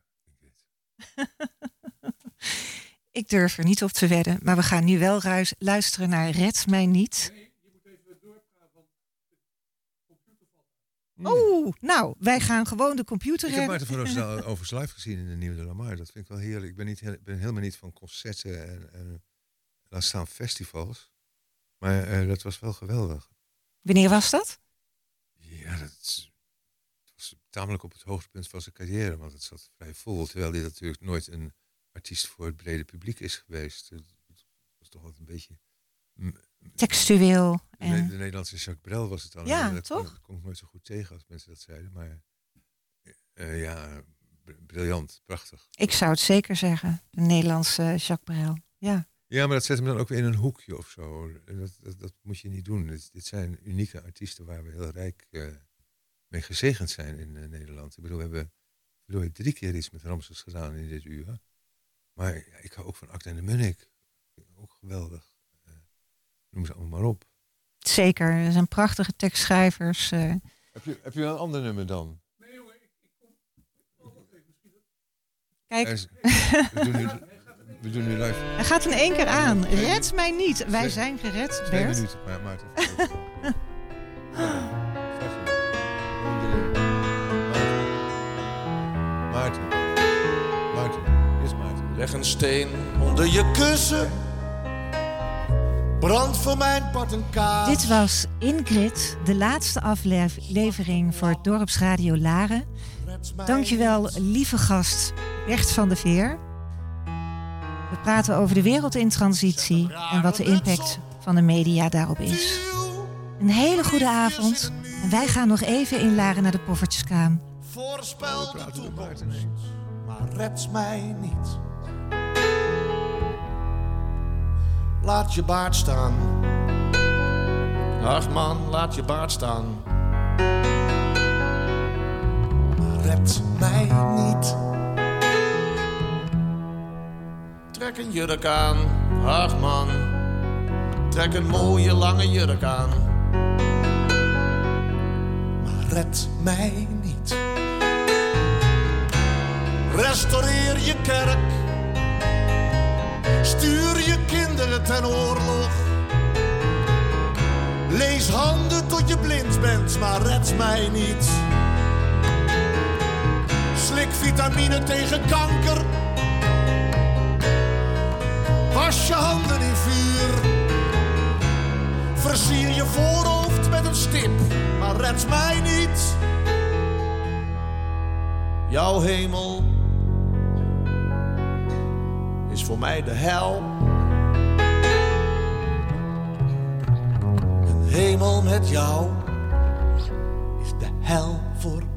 B: Ik durf er niet op te wedden, maar we gaan nu wel ruis, luisteren naar Red Mij Niet.
E: Nee, je moet even doorgaan, want de computer valt.
B: Oh, nou, wij gaan gewoon de computer
C: Ik
B: hebben.
C: heb Maarten van Roosendaal overigens live gezien in de Nieuwe de Lamar. Dat vind ik wel heerlijk. Ik ben, niet, ben helemaal niet van concerten en, en laat staan festivals. Maar uh, dat was wel geweldig.
B: Wanneer was dat?
C: Ja, dat was tamelijk op het hoogtepunt van zijn carrière. Want het zat vrij vol. Terwijl hij natuurlijk nooit een artiest voor het brede publiek is geweest. Het was toch wel een beetje...
B: Textueel.
C: De, en... de Nederlandse Jacques Brel was het dan.
B: Ja,
C: dat
B: toch?
C: Dat kon ik nooit zo goed tegen als mensen dat zeiden. Maar uh, ja, briljant, prachtig.
B: Ik zou het zeker zeggen. De Nederlandse Jacques Brel. Ja.
C: Ja, maar dat zet hem dan ook weer in een hoekje of zo. Dat, dat, dat moet je niet doen. Dit, dit zijn unieke artiesten waar we heel rijk uh, mee gezegend zijn in uh, Nederland. Ik bedoel, we hebben bedoel, drie keer iets met Ramses gedaan in dit uur. Maar ja, ik hou ook van Akda en de Munnik. Ook geweldig. Uh, noem ze allemaal maar op.
B: Zeker, er zijn prachtige tekstschrijvers. Uh.
C: Heb je, heb je een ander nummer dan?
E: Nee jongen, ik, ik kom... Misschien...
B: Kijk.
C: Er is, we, doen nu, we doen nu live.
B: Hij gaat in één keer aan. Red mij niet. Wij zijn gered, Bert.
C: Twee minuten, maar Maarten. Maarten. Maarten. Hier is Maarten.
P: Leg een steen onder je kussen. Brand voor mijn pot en kaas.
B: Dit was Ingrid, de laatste aflevering voor Dorpsradio Laren. Dankjewel, lieve gast Bert van de Veer. We praten over de wereld in transitie en wat de impact van de media daarop is. Een hele goede avond. En wij gaan nog even in Laren naar de poffertjeskraam.
P: Voorspel de toekomst, maar red mij niet. Laat je baard staan. Ach man, laat je baard staan. Maar red mij niet. Trek een jurk aan. Ach man, trek een mooie lange jurk aan. Maar red mij niet. Restaureer je kerk. Stuur je kinderen ten oorlog. Lees handen tot je blind bent, maar red mij niet. Slik vitamine tegen kanker. Was je handen in vuur. Versier je voorhoofd met een stip, maar red mij niet. Jouw hemel is voor mij de hel. Een hemel met jou is de hel voor